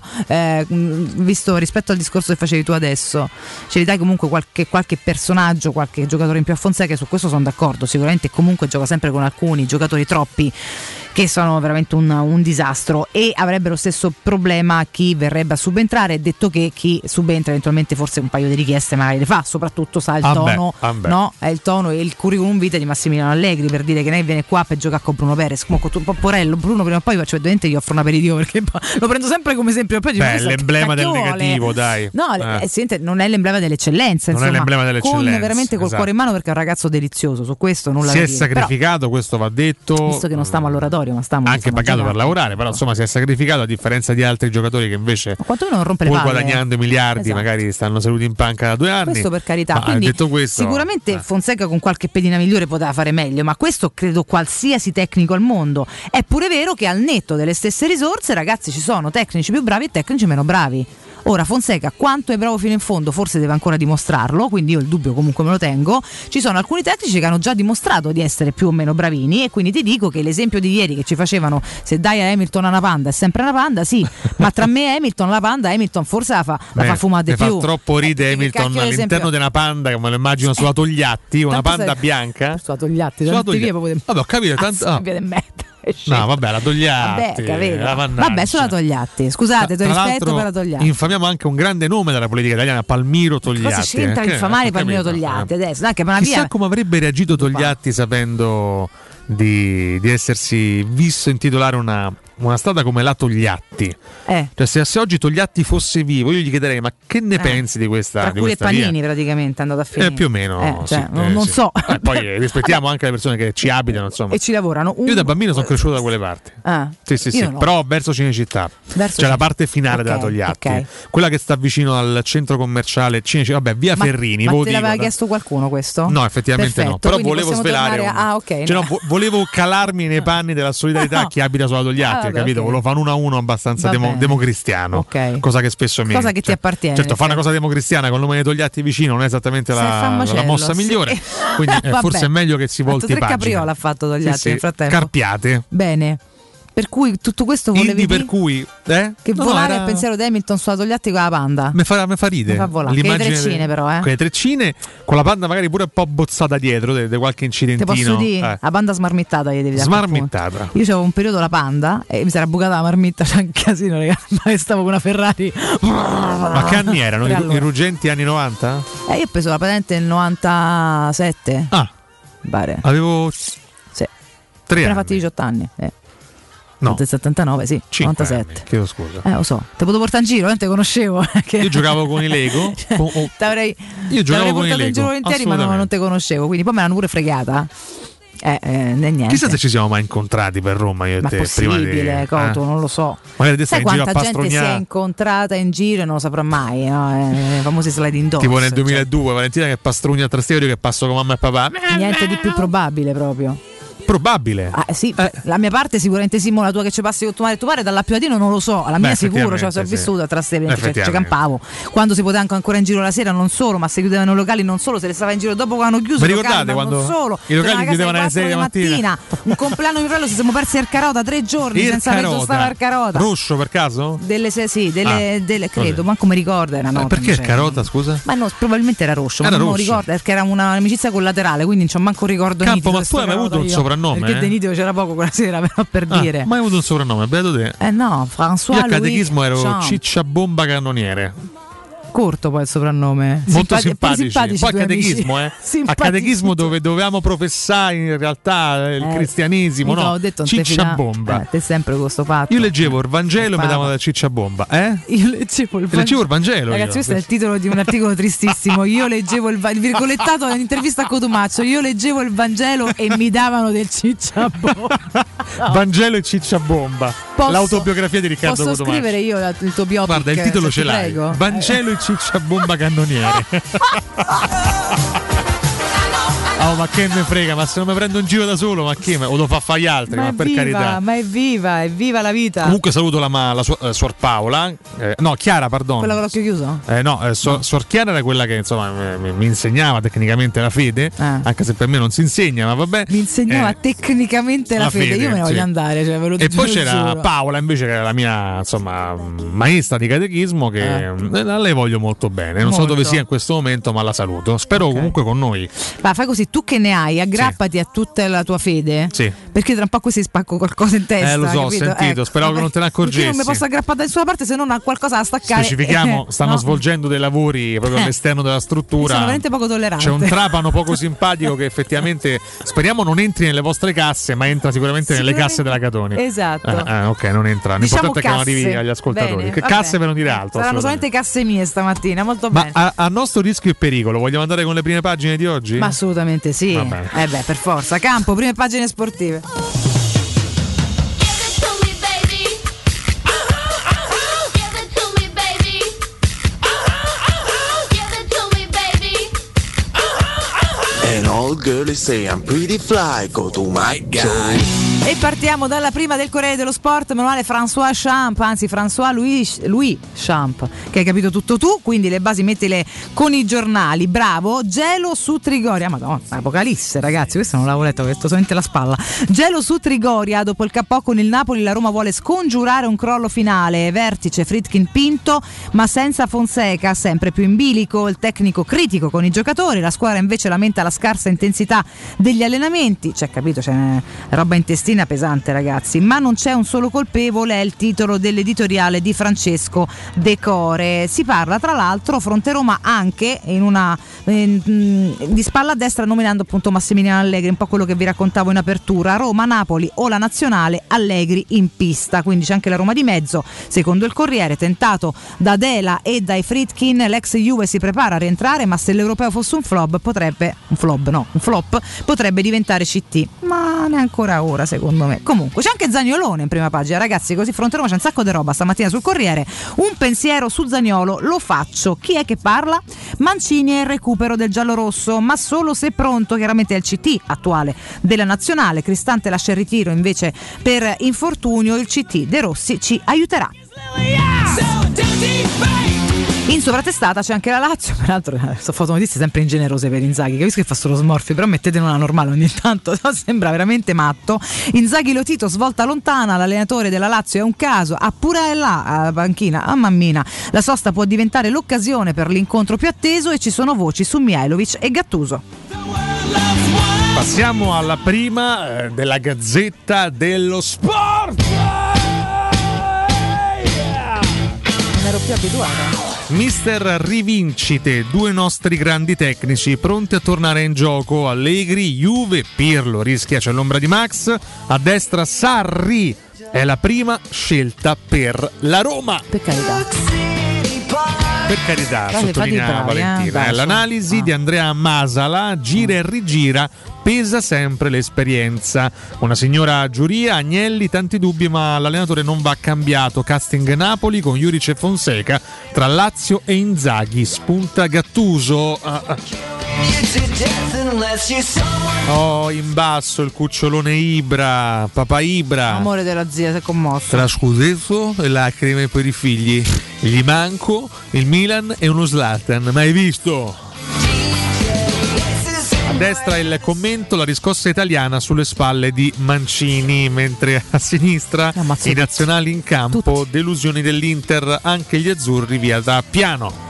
Visto rispetto al discorso che facevi tu adesso, ce li dai comunque qualche personaggio, qualche giocatore in più a Fonseca, su questo sono d'accordo. Sicuramente comunque gioca sempre con alcuni giocatori troppi che sono veramente un disastro, e avrebbe lo stesso problema chi verrebbe a subentrare, detto che chi subentra eventualmente forse un paio di richieste magari le fa, soprattutto sa il tono, no? È il tono e il curriculum vitae di Massimiliano Allegri, per dire che lei viene qua per giocare con Bruno Perez, come con Porello, Bruno prima o poi ovviamente gli offro un aperitivo perché lo prendo sempre come esempio, poi l'emblema del negativo, dai. No, non è l'emblema dell'eccellenza, non insomma, è l'emblema dell'eccellenza, con veramente col cuore in mano, perché è un ragazzo delizioso, su questo nulla da dire. Si è sacrificato, però, questo va detto, visto che non stiamo all'oratorio, ma stiamo anche pagato per lavorare, però insomma si è sacrificato, a differenza di altri giocatori che invece non rompe le palle, guadagnando miliardi, magari stanno seduti in panca da 2 anni. Questo per carità. Ma quindi detto questo, sicuramente Fonseca con qualche pedina migliore poteva fare meglio, ma questo credo qualsiasi tecnico al mondo. È pure vero che al netto delle stesse risorse, ragazzi, ci sono tecnici più bravi e tecnici meno bravi. Ora Fonseca quanto è bravo fino in fondo forse deve ancora dimostrarlo, quindi io il dubbio comunque me lo tengo. Ci sono alcuni tecnici che hanno già dimostrato di essere più o meno bravini, e quindi ti dico che l'esempio di ieri che ci facevano, se dai a Hamilton una panda è sempre una panda, sì, ma tra me e Hamilton la panda, Hamilton forse la fa fumare di più. Fa troppo ride Hamilton all'interno di una panda, che me lo immagino sulla Togliatti, una panda bianca. Sulla Togliatti, vabbè, ho capito, tanto no, vabbè, la Togliatti. Vabbè, sulla Togliatti. Scusate, ti rispetto per la Togliatti. Infamiamo anche un grande nome della politica italiana, Palmiro Togliatti. Cosa c'entra infamare Palmiro Togliatti adesso? Chissà come avrebbe reagito Togliatti sapendo di essersi visto intitolare una strada come la Togliatti. Cioè, se oggi Togliatti fosse vivo, io gli chiederei: ma che ne pensi di questa tra di cui questa e Panini via? Praticamente è andato a finire più o meno cioè, non so. Poi rispettiamo anche le persone che ci abitano, insomma, e ci lavorano. Io da bambino sono cresciuto da quelle parti. Sì, no. Però verso Cinecittà, cioè la parte finale della Togliatti, quella che sta vicino al centro commerciale Cinecittà, vabbè, via Ferrini. Ma te l'aveva chiesto qualcuno questo? No, effettivamente perfetto, no. Però volevo svelare volevo calarmi nei panni della solidarietà a chi abita sulla Togliatti, capito? Volevo fare 1-1 abbastanza democristiano, cosa che spesso ti appartiene. Certo, fare una cosa democristiana con il nome dei Togliatti vicino non è esattamente la mossa migliore, quindi forse è meglio che si volti pagina. Capriola ha fatto Togliatti nel frattempo. Carpiate. Bene. Per cui tutto questo volevi dire? Per cui che volare il pensiero di Hamilton sulla Togliatti con la panda mi fa ridere. Mi fa volare. Con le treccine però con le treccine, con la panda magari pure un po' bozzata dietro di qualche incidentino. Ti posso dire? La panda smarmittata gli devi dare. Smarmittata. Io c'avevo un periodo la panda e mi si era bucata la marmitta, c'è un casino, ragazzi, ma stavo con una Ferrari. Ma che anni erano? I ruggenti anni 90? Io ho preso la patente nel 97. Pare. Avevo 3 anni. Appena fatti 18 anni. No. Del 79, sì, 97. Chiedo scusa. Lo so, te potevo portare in giro, non te conoscevo. Io giocavo con i Lego. Io giocavo con i Lego in giro volentieri, ma non te conoscevo, quindi poi me l'hanno pure fregata. Niente. Chissà se ci siamo mai incontrati per Roma io e te prima di Coto, non lo so. Magari te stai in giro a quanta gente si è incontrata in giro e non lo saprà mai, no? I famosi sliding doors. Tipo nel 2002, Valentina che pastrugna a Trastevere, che passo con mamma e papà. Niente di più probabile proprio. Probabile. Sì, la mia parte sicuramente sì, la tua che ci passi con tuo madre dalla più non lo so, la mia sicuro, cioè sono vissuta a Trastevere, ci campavo. Quando si poteva ancora in giro la sera, non solo, ma se chiudevano i locali non solo, se le stava in giro dopo quando hanno chiuso. Ma ricordate quando non solo, i locali chiudevano alle 6 di mattina? Un compleanno di mio fratello, ci siamo persi al Carota 3 giorni senza aver stava al Carota. Rosso per caso? Delle credo, manco mi ricordo era nota. Perché il Carota, scusa? Ma no, probabilmente era rosso, ma non lo ricordo perché era un'amicizia collaterale, quindi non c'ho manco ricordo Campo, ma tu hai avuto un soprannome? Perché De Nitio c'era poco quella sera, però per dire. Ma hai avuto un soprannome, beato te. No, François. Io al catechismo ero Champ. Ciccia Bomba Cannoniere. corto poi il soprannome. Molto simpatici. Poi catechismo, a catechismo dove dovevamo professare in realtà il cristianesimo, no? Ho detto Cicciabomba. Te sempre con sto fatto. Io leggevo il Vangelo e mi davano da Cicciabomba, Io leggevo il Vangelo. Ragazzi, questo è il titolo di un articolo tristissimo. Io leggevo il virgolettato un'intervista a Cotumaccio. Io leggevo il Vangelo e mi davano del Cicciabomba. No. Vangelo e Cicciabomba. L'autobiografia di Riccardo Posso Cotumaccio. scrivere io il tuo biopic? Guarda, il titolo ce l'hai. Prego. Vangelo e Cicciabomba cannoniere. Oh, ma che me frega, ma se non mi prendo un giro da solo, ma che o lo fa fare gli altri, ma per carità. Ma è viva la vita. Comunque saluto la suor Paola, no, Chiara, perdono. Quella con l'occhio chiuso? No, suor Chiara era quella che insomma mi insegnava tecnicamente la fede, anche se per me non si insegna, ma vabbè. Mi insegnava tecnicamente la fede, io me ne voglio andare, cioè, ve lo e poi lo c'era giuro. Paola invece, che era la mia insomma maestra di catechismo, che a lei voglio molto bene, non so dove sia in questo momento, ma la saluto. Spero comunque con noi. Ma fai così, tu che ne hai, aggrappati a tutta la tua fede, perché tra un po' così spacco qualcosa in testa. Lo so, capito? ho sentito, speravo che non te ne accorgessi. Io non mi posso aggrappare da nessuna parte se non a qualcosa da staccare. Specifichiamo, stanno svolgendo dei lavori proprio all'esterno della struttura. Sono veramente poco tollerante. C'è un trapano poco simpatico che effettivamente speriamo non entri nelle vostre casse, ma entra sicuramente nelle casse della Catoni. Esatto. Ok, non entra. Diciamo l'importante è che non arrivi agli ascoltatori. Bene, che casse per non dire altro. Saranno solamente casse mie stamattina, molto ma bene. A nostro rischio e pericolo, vogliamo andare con le prime pagine di oggi? Ma assolutamente sì. Per forza. Campo, prime pagine sportive. And all girls say I'm pretty fly, go to my guy. E partiamo dalla prima del Corriere dello Sport, manuale François Champ, anzi Louis Champ, che hai capito tutto tu, quindi le basi mettile con i giornali. Bravo. Gelo su Trigoria, madonna, apocalisse ragazzi, questo non l'avevo letto, ho detto solamente la spalla. Gelo su Trigoria, dopo il KO con il Napoli la Roma vuole scongiurare un crollo finale, vertice Friedkin Pinto ma senza Fonseca, sempre più in bilico il tecnico critico con i giocatori, la squadra invece lamenta la scarsa intensità degli allenamenti, c'è capito, c'è roba intestinale pesante ragazzi, ma non c'è un solo colpevole, è il titolo dell'editoriale di Francesco De Core. Si parla tra l'altro fronte Roma anche di spalla a destra, nominando appunto Massimiliano Allegri, un po' quello che vi raccontavo in apertura. Roma, Napoli o la nazionale, Allegri in pista, quindi c'è anche la Roma di mezzo. Secondo il Corriere, tentato da Dela e dai Friedkin, l'ex Juve si prepara a rientrare, ma se l'europeo fosse un flop potrebbe diventare CT, ma ne ancora ora secondo me. Comunque c'è anche Zaniolone in prima pagina ragazzi, così fronte Roma c'è un sacco di roba stamattina sul Corriere. Un pensiero su Zaniolo lo faccio. Chi è che parla? Mancini e il recupero del giallorosso, ma solo se pronto. Chiaramente è il CT attuale della nazionale. Cristante lascia il ritiro invece per infortunio, il CT De Rossi ci aiuterà. In sovratestata c'è anche la Lazio, peraltro sono fotonotizie sempre ingenerose per Inzaghi, capisco che fa solo smorfie, però mettetene una normale ogni tanto, sembra veramente matto. Inzaghi Lotito svolta lontana, l'allenatore della Lazio è un caso, pure là a panchina, mammina, la sosta può diventare l'occasione per l'incontro più atteso e ci sono voci su Mihajlovic e Gattuso. Passiamo alla prima della Gazzetta dello Sport. Non ero più abituata. Mister rivincite, due nostri grandi tecnici pronti a tornare in gioco. Allegri, Juve, Pirlo rischia, c'è l'ombra di Max, a destra Sarri è la prima scelta per la Roma. Per carità, sottolinea Valentina. L'analisi di Andrea Masala, gira e rigira, pesa sempre l'esperienza. Una signora giuria, Agnelli, tanti dubbi, ma l'allenatore non va cambiato. Casting Napoli con Juric e Fonseca, tra Lazio e Inzaghi, spunta Gattuso. Oh, in basso il cucciolone Ibra, papà Ibra. Amore della zia, si è commosso. Tra scudetto e lacrime per i figli. Gli manco il Milan e uno Zlatan, mai visto? A destra il commento, la riscossa italiana sulle spalle di Mancini, mentre a sinistra i nazionali in campo, delusioni dell'Inter, anche gli azzurri via da piano.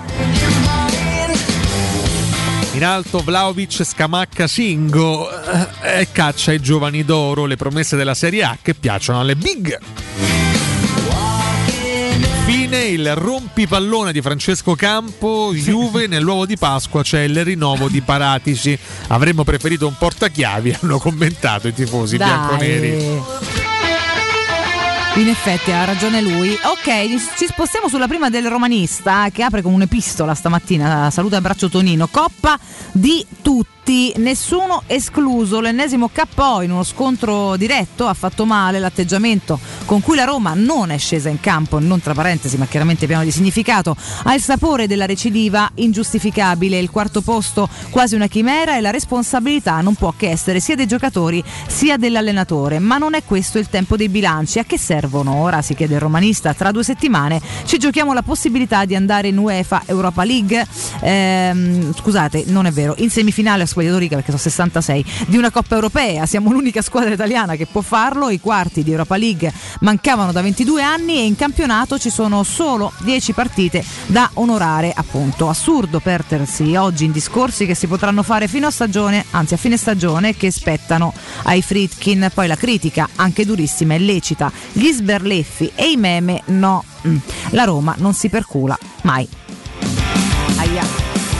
In alto Vlahovic, Scamacca, Singo e caccia i giovani d'oro, le promesse della Serie A che piacciono alle big. Fine il rompipallone di Francesco Campo, Juve nell'uovo di Pasqua c'è il rinnovo di Paratici, avremmo preferito un portachiavi, hanno commentato i tifosi bianconeri. In effetti ha ragione lui. Ok, ci spostiamo sulla prima del romanista, che apre con un'epistola stamattina. Saluto e abbraccio Tonino. Coppa di tutti, nessuno escluso. L'ennesimo KO in uno scontro diretto ha fatto male. L'atteggiamento con cui la Roma non è scesa in campo, non tra parentesi ma chiaramente pieno di significato, ha il sapore della recidiva ingiustificabile. Il quarto posto quasi una chimera e la responsabilità non può che essere sia dei giocatori sia dell'allenatore. Ma non è questo il tempo dei bilanci. A che servono? Ora, si chiede il romanista, tra 2 settimane ci giochiamo la possibilità di andare in UEFA Europa League, scusate, non è vero, in semifinale a squagliatorica, perché sono 66, di una Coppa Europea. Siamo l'unica squadra italiana che può farlo. I quarti di Europa League mancavano da 22 anni e in campionato ci sono solo 10 partite da onorare, appunto. Assurdo perdersi oggi in discorsi che si potranno fare fino a stagione, anzi a fine stagione, che spettano ai Friedkin. Poi la critica, anche durissima, è lecita. Gli sberleffi e i meme no. La Roma non si percula mai. Aia.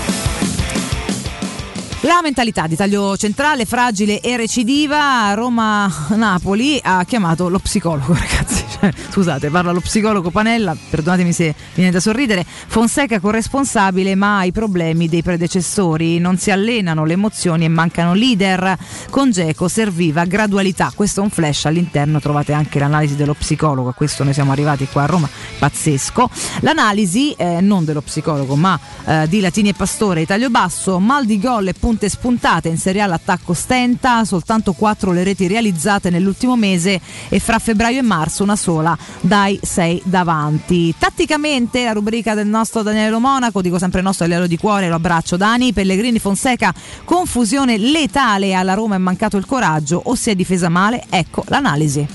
La mentalità di taglio centrale, fragile e recidiva. Roma-Napoli ha chiamato lo psicologo, ragazzi. Scusate, parla lo psicologo Panella, perdonatemi se viene da sorridere. Fonseca corresponsabile, ma ha i problemi dei predecessori. Non si allenano le emozioni e mancano leader. Con Dzeko serviva gradualità. Questo è un flash all'interno, trovate anche l'analisi dello psicologo. A questo noi siamo arrivati qua a Roma, pazzesco. L'analisi non dello psicologo ma di Latini e Pastore, taglio basso, mal di gol e punte spuntate. In Serie A l'attacco stenta, soltanto 4 le reti realizzate nell'ultimo mese e fra febbraio e marzo una sola dai 6 davanti. Tatticamente la rubrica del nostro Daniele Monaco, dico sempre nostro, alieno di cuore, lo abbraccio Dani. Pellegrini, Fonseca, confusione letale. Alla Roma è mancato il coraggio o si è difesa male? Ecco l'analisi.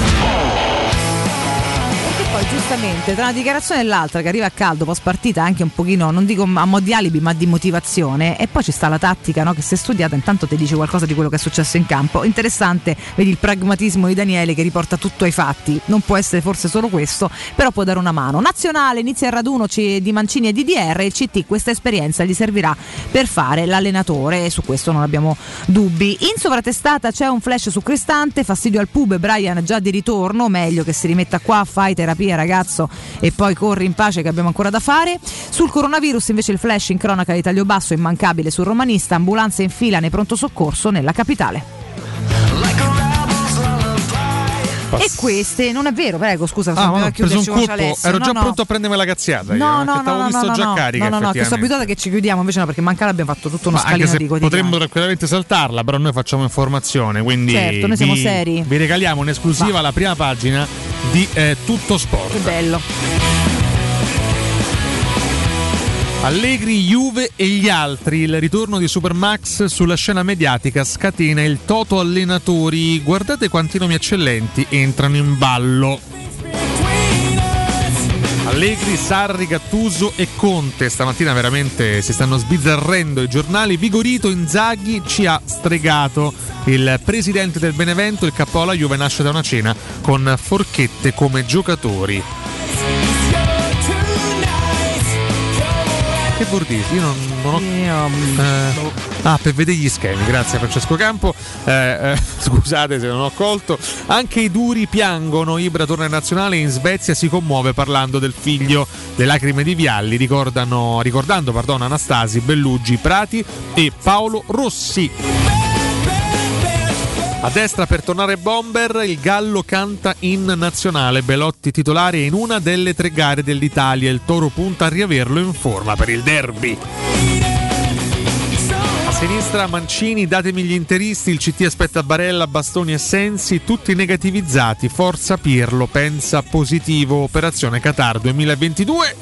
Poi giustamente tra una dichiarazione e l'altra, che arriva a caldo post partita, anche un pochino, non dico a mo' di alibi ma di motivazione, e poi ci sta la tattica, no? Che se studiata intanto ti dice qualcosa di quello che è successo in campo. Interessante, vedi il pragmatismo di Daniele che riporta tutto ai fatti. Non può essere forse solo questo, però può dare una mano. Nazionale, inizia il raduno di Mancini e DDR. Il CT questa esperienza gli servirà per fare l'allenatore, e su questo non abbiamo dubbi. In sovratestata c'è un flash su Cristante, fastidio al pube, Brian già di ritorno, meglio che si rimetta qua, fai terapia ragazzo e poi corri in pace che abbiamo ancora da fare. Sul coronavirus invece il flash in cronaca di taglio basso immancabile sul romanista, ambulanze in fila nei pronto soccorso nella capitale. E queste, non è vero, prego, scusa, ho preso un colpo, ero già pronto a prendermi la cazziata. T'avevo visto già carica. No, che sono abituata che ci chiudiamo, invece no, perché mancare abbiamo fatto tutto uno scalino di quotidiani. Potremmo tranquillamente saltarla, però noi facciamo informazione, quindi certo, noi siamo seri. Vi regaliamo in esclusiva la prima pagina di Tutto Sport. Che bello. Allegri, Juve e gli altri, il ritorno di Supermax sulla scena mediatica scatena il toto allenatori. Guardate quanti nomi eccellenti entrano in ballo. Allegri, Sarri, Gattuso e Conte. Stamattina veramente si stanno sbizzarrendo i giornali. Vigorito, Inzaghi ci ha stregato. Il presidente del Benevento, il capo alla Juve, nasce da una cena con forchette come giocatori. Che bordisi? Io non ho. Per vedere gli schemi, grazie Francesco Campo. Scusate se non ho colto. Anche i duri piangono. Ibra torna in nazionale, in Svezia si commuove parlando del figlio. Le lacrime di Vialli, ricordando Anastasi, Bellugi, Prati e Paolo Rossi. A destra per tornare bomber, il Gallo canta in nazionale. Belotti titolare in una delle 3 gare dell'Italia. Il Toro punta a riaverlo in forma per il derby. A sinistra Mancini, datemi gli interisti. Il CT aspetta Barella, Bastoni e Sensi, tutti negativizzati. Forza Pirlo, pensa positivo. Operazione Qatar 2022.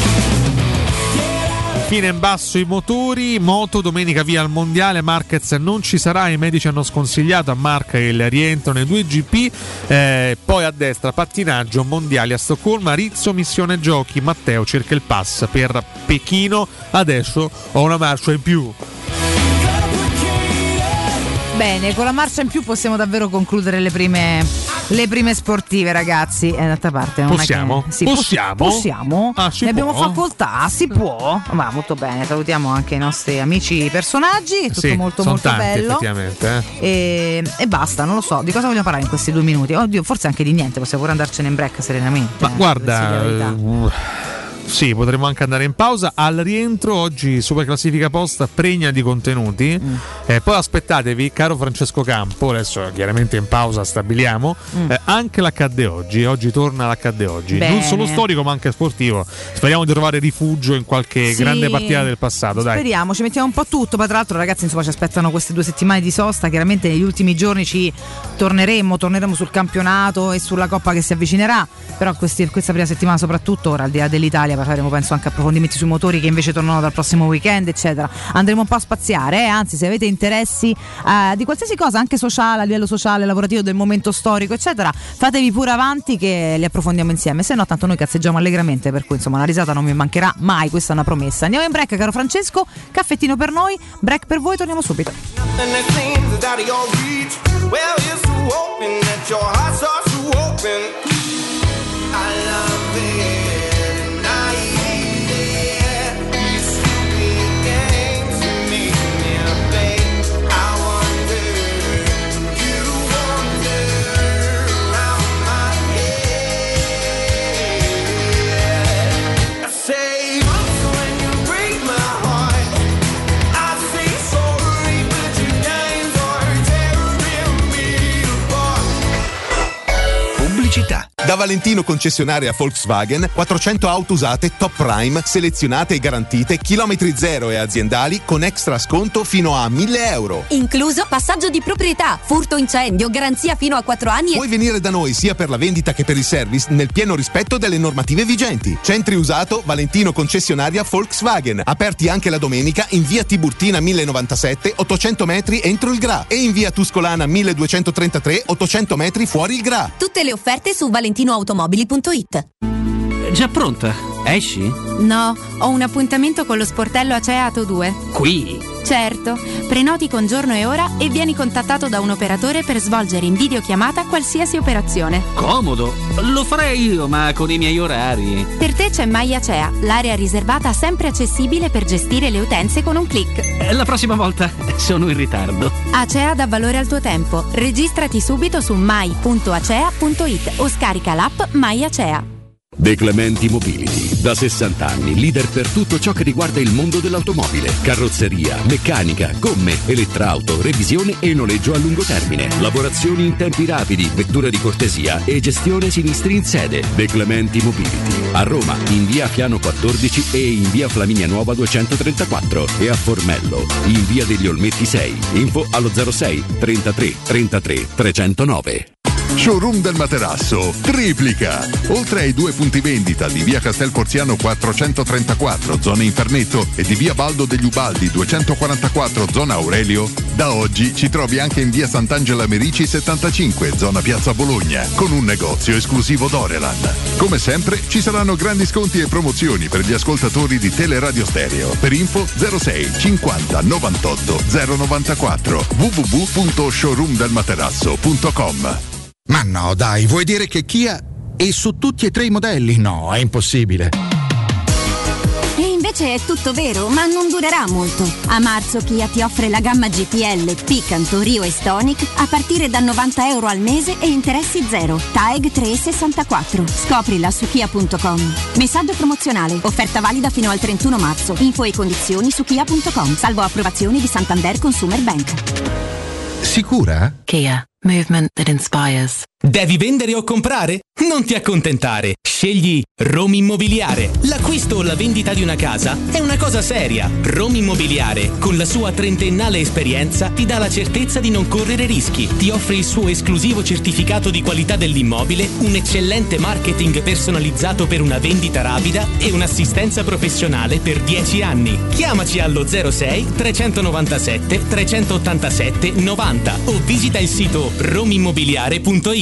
Infine in basso i motori. Moto, domenica via al mondiale. Marquez non ci sarà, i medici hanno sconsigliato a Marca il rientro nei 2 GP. Poi a destra pattinaggio, mondiali a Stoccolma. Rizzo, missione giochi. Matteo cerca il pass per Pechino. Adesso ho una marcia in più. Bene, con la marcia in più possiamo davvero concludere le prime Le prime sportive, ragazzi, è d'altra parte. Non Possiamo? È che... sì, Possiamo? Possiamo? Ne abbiamo facoltà? Si può? Ma molto bene, salutiamo anche i nostri amici personaggi. È tutto molto molto tanti, bello. Effettivamente. E basta, non lo so. Di cosa vogliamo parlare in questi 2 minuti? Oddio, forse anche di niente, possiamo pure andarcene in break serenamente. Ma guarda. Sì, potremmo anche andare in pausa. Al rientro oggi Super Classifica Posta pregna di contenuti. Poi aspettatevi, caro Francesco Campo, adesso chiaramente in pausa stabiliamo, anche l'Accadde oggi. Oggi torna l'Accadde oggi. Bene. Non solo storico ma anche sportivo. Speriamo di trovare rifugio in qualche grande partita del passato. Dai. Speriamo, ci mettiamo un po' tutto. Ma tra l'altro, ragazzi, insomma, ci aspettano queste 2 settimane di sosta. Chiaramente negli ultimi giorni torneremo sul campionato e sulla Coppa che si avvicinerà. Però questa prima settimana soprattutto, ora al di là dell'Italia, faremo penso anche approfondimenti sui motori che invece tornano dal prossimo weekend, eccetera. Andremo un po' a spaziare, anzi, se avete interessi di qualsiasi cosa, anche sociale, a livello sociale, lavorativo, del momento storico, eccetera, fatevi pure avanti che li approfondiamo insieme. Se no, tanto noi cazzeggiamo allegramente, per cui insomma una risata non mi mancherà mai, questa è una promessa. Andiamo in break, caro Francesco, caffettino per noi, break per voi, torniamo subito. Da Valentino concessionaria Volkswagen, 400 auto usate top prime, selezionate e garantite, chilometri zero e aziendali con extra sconto fino a 1.000 euro. Incluso passaggio di proprietà, furto incendio, garanzia fino a 4 anni. Puoi venire da noi sia per la vendita che per il service nel pieno rispetto delle normative vigenti. Centri usato, Valentino concessionaria Volkswagen, aperti anche la domenica in via Tiburtina 1097, 800 metri entro il Gra, e in via Tuscolana 1233, 800 metri fuori il Gra. Tutte le offerte su valentinoautomobili.it. Già pronta? Esci? No, ho un appuntamento con lo sportello Acea Ato 2. Qui? Certo, prenoti con giorno e ora e vieni contattato da un operatore per svolgere in videochiamata qualsiasi operazione. Comodo, lo farei io, ma con i miei orari. Per te c'è MyAcea, l'area riservata sempre accessibile per gestire le utenze con un click. La prossima volta sono in ritardo. Acea dà valore al tuo tempo. Registrati subito su my.acea.it o scarica l'app MyAcea. De Clementi Mobility, da 60 anni, leader per tutto ciò che riguarda il mondo dell'automobile, carrozzeria, meccanica, gomme, elettrauto, revisione e noleggio a lungo termine, lavorazioni in tempi rapidi, vettura di cortesia e gestione sinistri in sede. De Clementi Mobility, a Roma in via Fiano 14 e in via Flaminia Nuova 234 e a Formello in via degli Olmetti 6. Info allo 06 33 33 309. Showroom del Materasso triplica. Oltre ai 2 punti vendita di via Castel Porziano 434 zona Infernetto e di via Baldo degli Ubaldi 244 zona Aurelio, da oggi ci trovi anche in via Sant'Angela Merici 75 zona Piazza Bologna con un negozio esclusivo Doreland. Come sempre ci saranno grandi sconti e promozioni per gli ascoltatori di Teleradio Stereo. Per info 06 50 98 094 www.showroomdelmaterasso.com. Ma no, dai, vuoi dire che Kia è su tutti e 3 i modelli? No, è impossibile. E invece è tutto vero, ma non durerà molto. A marzo Kia ti offre la gamma GPL, Picanto, Rio e Stonic a partire da 90 euro al mese e interessi zero. TAEG 3,64. Scoprila su kia.com. Messaggio promozionale. Offerta valida fino al 31 marzo. Info e condizioni su kia.com. Salvo approvazioni di Santander Consumer Bank. Sicura? Kia. Movement that inspires. Devi vendere o comprare? Non ti accontentare. Scegli Roma Immobiliare. L'acquisto o la vendita di una casa è una cosa seria. Roma Immobiliare, con la sua 30ennale esperienza, ti dà la certezza di non correre rischi. Ti offre il suo esclusivo certificato di qualità dell'immobile, un eccellente marketing personalizzato per una vendita rapida e un'assistenza professionale per 10 anni. Chiamaci allo 06 397 387 90 o visita il sito romimmobiliare.it.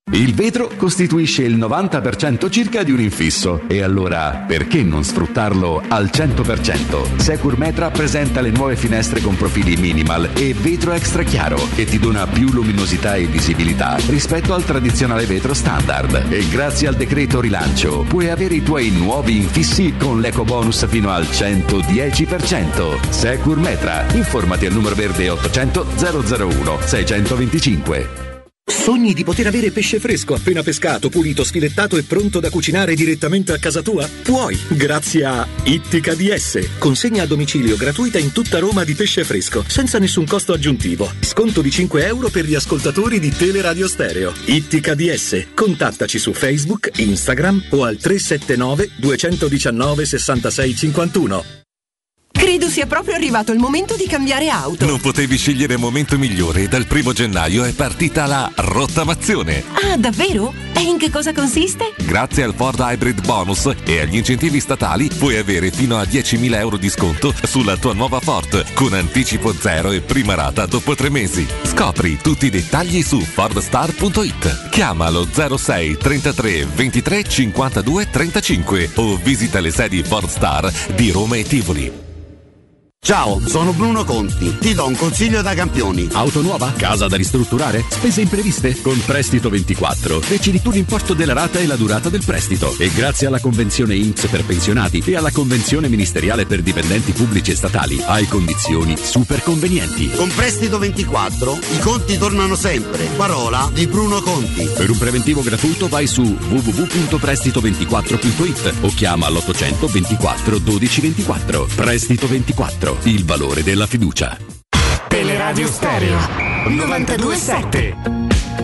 Il vetro costituisce il 90% circa di un infisso e allora perché non sfruttarlo al 100%? Securmetra presenta le nuove finestre con profili minimal e vetro extra chiaro che ti dona più luminosità e visibilità rispetto al tradizionale vetro standard. E grazie al decreto rilancio puoi avere i tuoi nuovi infissi con l'eco bonus fino al 110%. Securmetra, informati al numero verde 800 001 625. Sogni di poter avere pesce fresco appena pescato, pulito, sfilettato e pronto da cucinare direttamente a casa tua? Puoi, grazie a Ittica DS. Consegna a domicilio gratuita in tutta Roma di pesce fresco, senza nessun costo aggiuntivo. Sconto di €5 per gli ascoltatori di Teleradio Stereo. Ittica DS. Contattaci su Facebook, Instagram o al 379 219 66 51. Credo sia proprio arrivato il momento di cambiare auto. Non potevi scegliere momento migliore. Dal 1 gennaio è partita la rottamazione. Ah, davvero? E in che cosa consiste? Grazie al Ford Hybrid Bonus e agli incentivi statali puoi avere fino a €10.000 di sconto sulla tua nuova Ford con anticipo zero e prima rata dopo 3 mesi. Scopri tutti i dettagli su fordstar.it. Chiamalo 06 33 23 52 35 o visita le sedi Fordstar di Roma e Tivoli. Ciao, sono Bruno Conti. Ti do un consiglio da campioni. Auto nuova? Casa da ristrutturare? Spese impreviste? Con Prestito 24 decidi tu l'importo della rata e la durata del prestito. E grazie alla convenzione INPS per pensionati e alla convenzione ministeriale per dipendenti pubblici e statali hai condizioni super convenienti. Con Prestito 24 i conti tornano sempre. Parola di Bruno Conti. Per un preventivo gratuito vai su www.prestito24.it o chiama all'800 24 12 24. Prestito 24. Il valore della fiducia. Teleradio Stereo 92.7.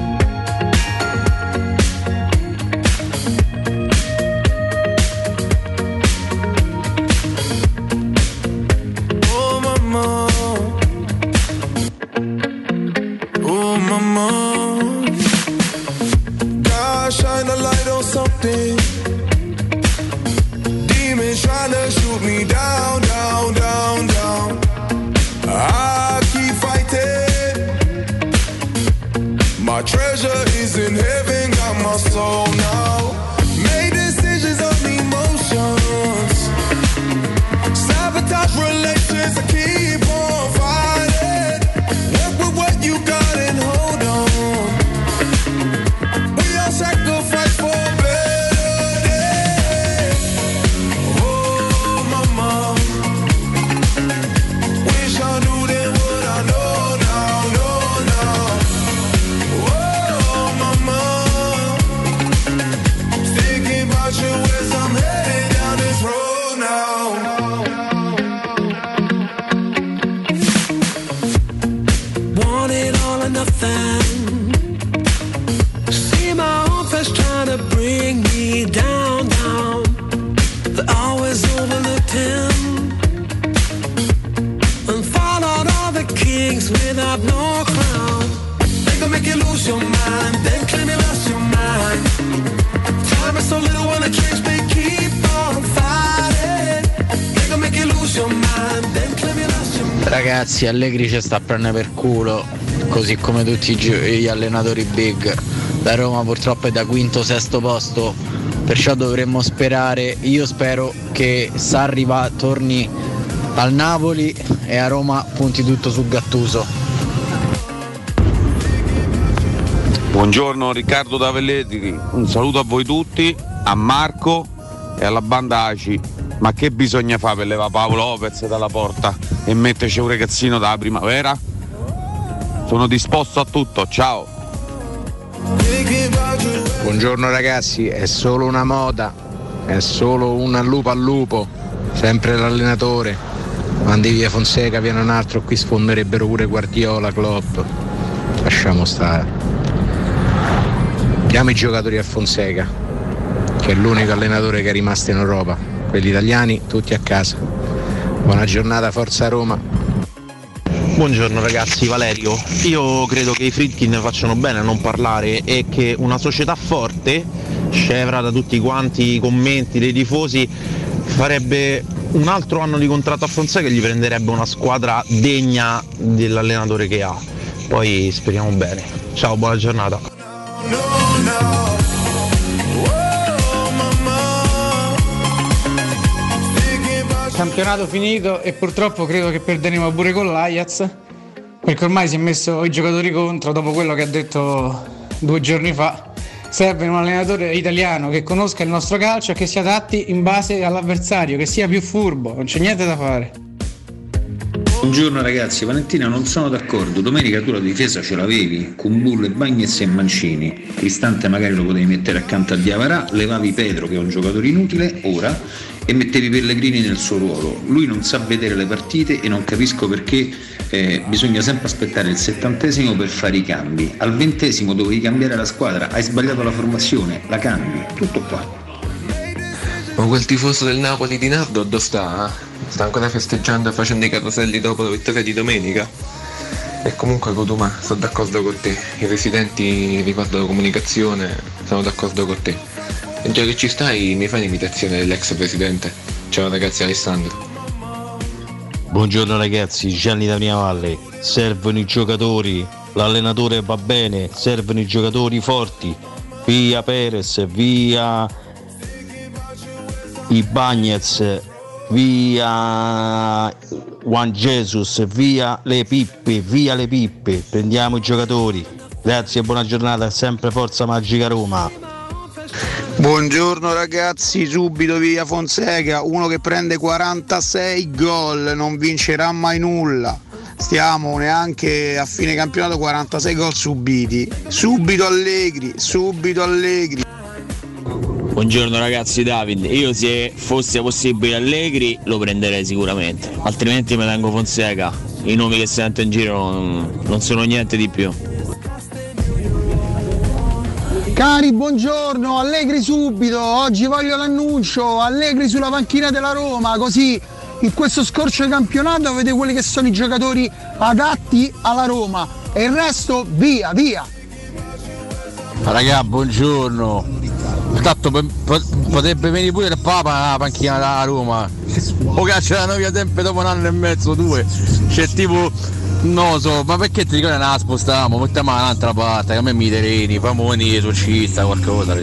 My treasure is in heaven, got my soul now. Made decisions on emotions. Sabotage relations, I keep on fighting. Work with what you got and hold on. We all sacrifice for a better day. Oh, mama. Wish I knew then what I know now, know now. You as I'm headed down this road now. Want it all or nothing. See my own face trying to bring me down, down. They always overlooked him and followed all the kings without no crown. They gon' make you lose your mind, then claim you lost your mind. Time is so little when the tricks they keep on fighting. They gon' make you lose your mind, then claim you lost your mind. Ragazzi, Allegri ci sta prendendo per culo, così come tutti gli allenatori big. La Roma purtroppo è da quinto, sesto posto, perciò dovremmo sperare, io spero che Sarri torni al Napoli e a Roma punti tutto su Gattuso. Buongiorno Riccardo da Velletri, un saluto a voi tutti, a Marco e alla banda ACI. Ma che bisogna fare per levare Paolo Lopez dalla porta e metterci un ragazzino dalla primavera? Sono disposto a tutto, ciao. Buongiorno ragazzi, è solo una moda, è solo un al lupo, sempre l'allenatore. Mandi via Fonseca, viene un altro, qui sfonderebbero pure Guardiola, Klopp. Lasciamo stare. Diamo i giocatori a Fonseca, che è l'unico allenatore che è rimasto in Europa. Quelli italiani tutti a casa. Buona giornata, forza Roma. Buongiorno ragazzi, Valerio. Io credo che i Friedkin facciano bene a non parlare e che una società forte, scevra da tutti quanti i commenti dei tifosi, farebbe un altro anno di contratto a Fonseca e gli prenderebbe una squadra degna dell'allenatore che ha. Poi speriamo bene. Ciao, buona giornata. campionato finito e purtroppo credo che perderemo pure con l'Ajax, perché ormai si è messo i giocatori contro dopo quello che ha detto 2 giorni fa. Serve un allenatore italiano che conosca il nostro calcio e che si adatti in base all'avversario, che sia più furbo, non c'è niente da fare. Buongiorno ragazzi, Valentina, non sono d'accordo. Domenica tu la difesa ce l'avevi con Bullo e Bagnez e Mancini. Cristante magari lo potevi mettere accanto a Diavarà, levavi Pedro che è un giocatore inutile ora e mettevi Pellegrini nel suo ruolo. Lui non sa vedere le partite e non capisco perché bisogna sempre aspettare il 70° per fare i cambi. Al 20° dovevi cambiare la squadra, hai sbagliato la formazione, la cambi, tutto qua. Ma quel tifoso del Napoli di Nardo dove sta? Sta ancora festeggiando e facendo i caroselli dopo la vittoria di domenica? E comunque Codumà, sono d'accordo con te. I residenti riguardo la comunicazione sono d'accordo con te. E già che ci stai, mi fai un'imitazione dell'ex presidente? Ciao ragazzi, Alessandro. Buongiorno ragazzi, Gianni da Mia Valle. Servono i giocatori, l'allenatore va bene, servono i giocatori forti. Via Perez, via i Bagnez, via Juan Jesus, via le pippe, prendiamo i giocatori. Grazie e buona giornata, sempre Forza Magica Roma. Buongiorno ragazzi, subito via Fonseca, uno che prende 46 gol non vincerà mai nulla. Stiamo neanche a fine campionato 46 gol subiti. Subito Allegri. Buongiorno ragazzi, Davide. Io se fosse possibile Allegri lo prenderei sicuramente, altrimenti me tengo Fonseca. I nomi che sento in giro non sono niente di più. Cari, buongiorno, Allegri subito, oggi voglio l'annuncio, Allegri sulla panchina della Roma, così in questo scorcio di campionato vedete quelli che sono i giocatori adatti alla Roma e il resto via. Raga, buongiorno. Tanto potrebbe venire pure il Papa alla panchina della Roma. O caccia la novia tempo dopo 1 anno e mezzo, 2. C'è tipo, non lo so, ma perché ti ricordi la spostavamo? Mettiamo un'altra parte, che a me mi tereni, fammi venire esorcista, qualcosa.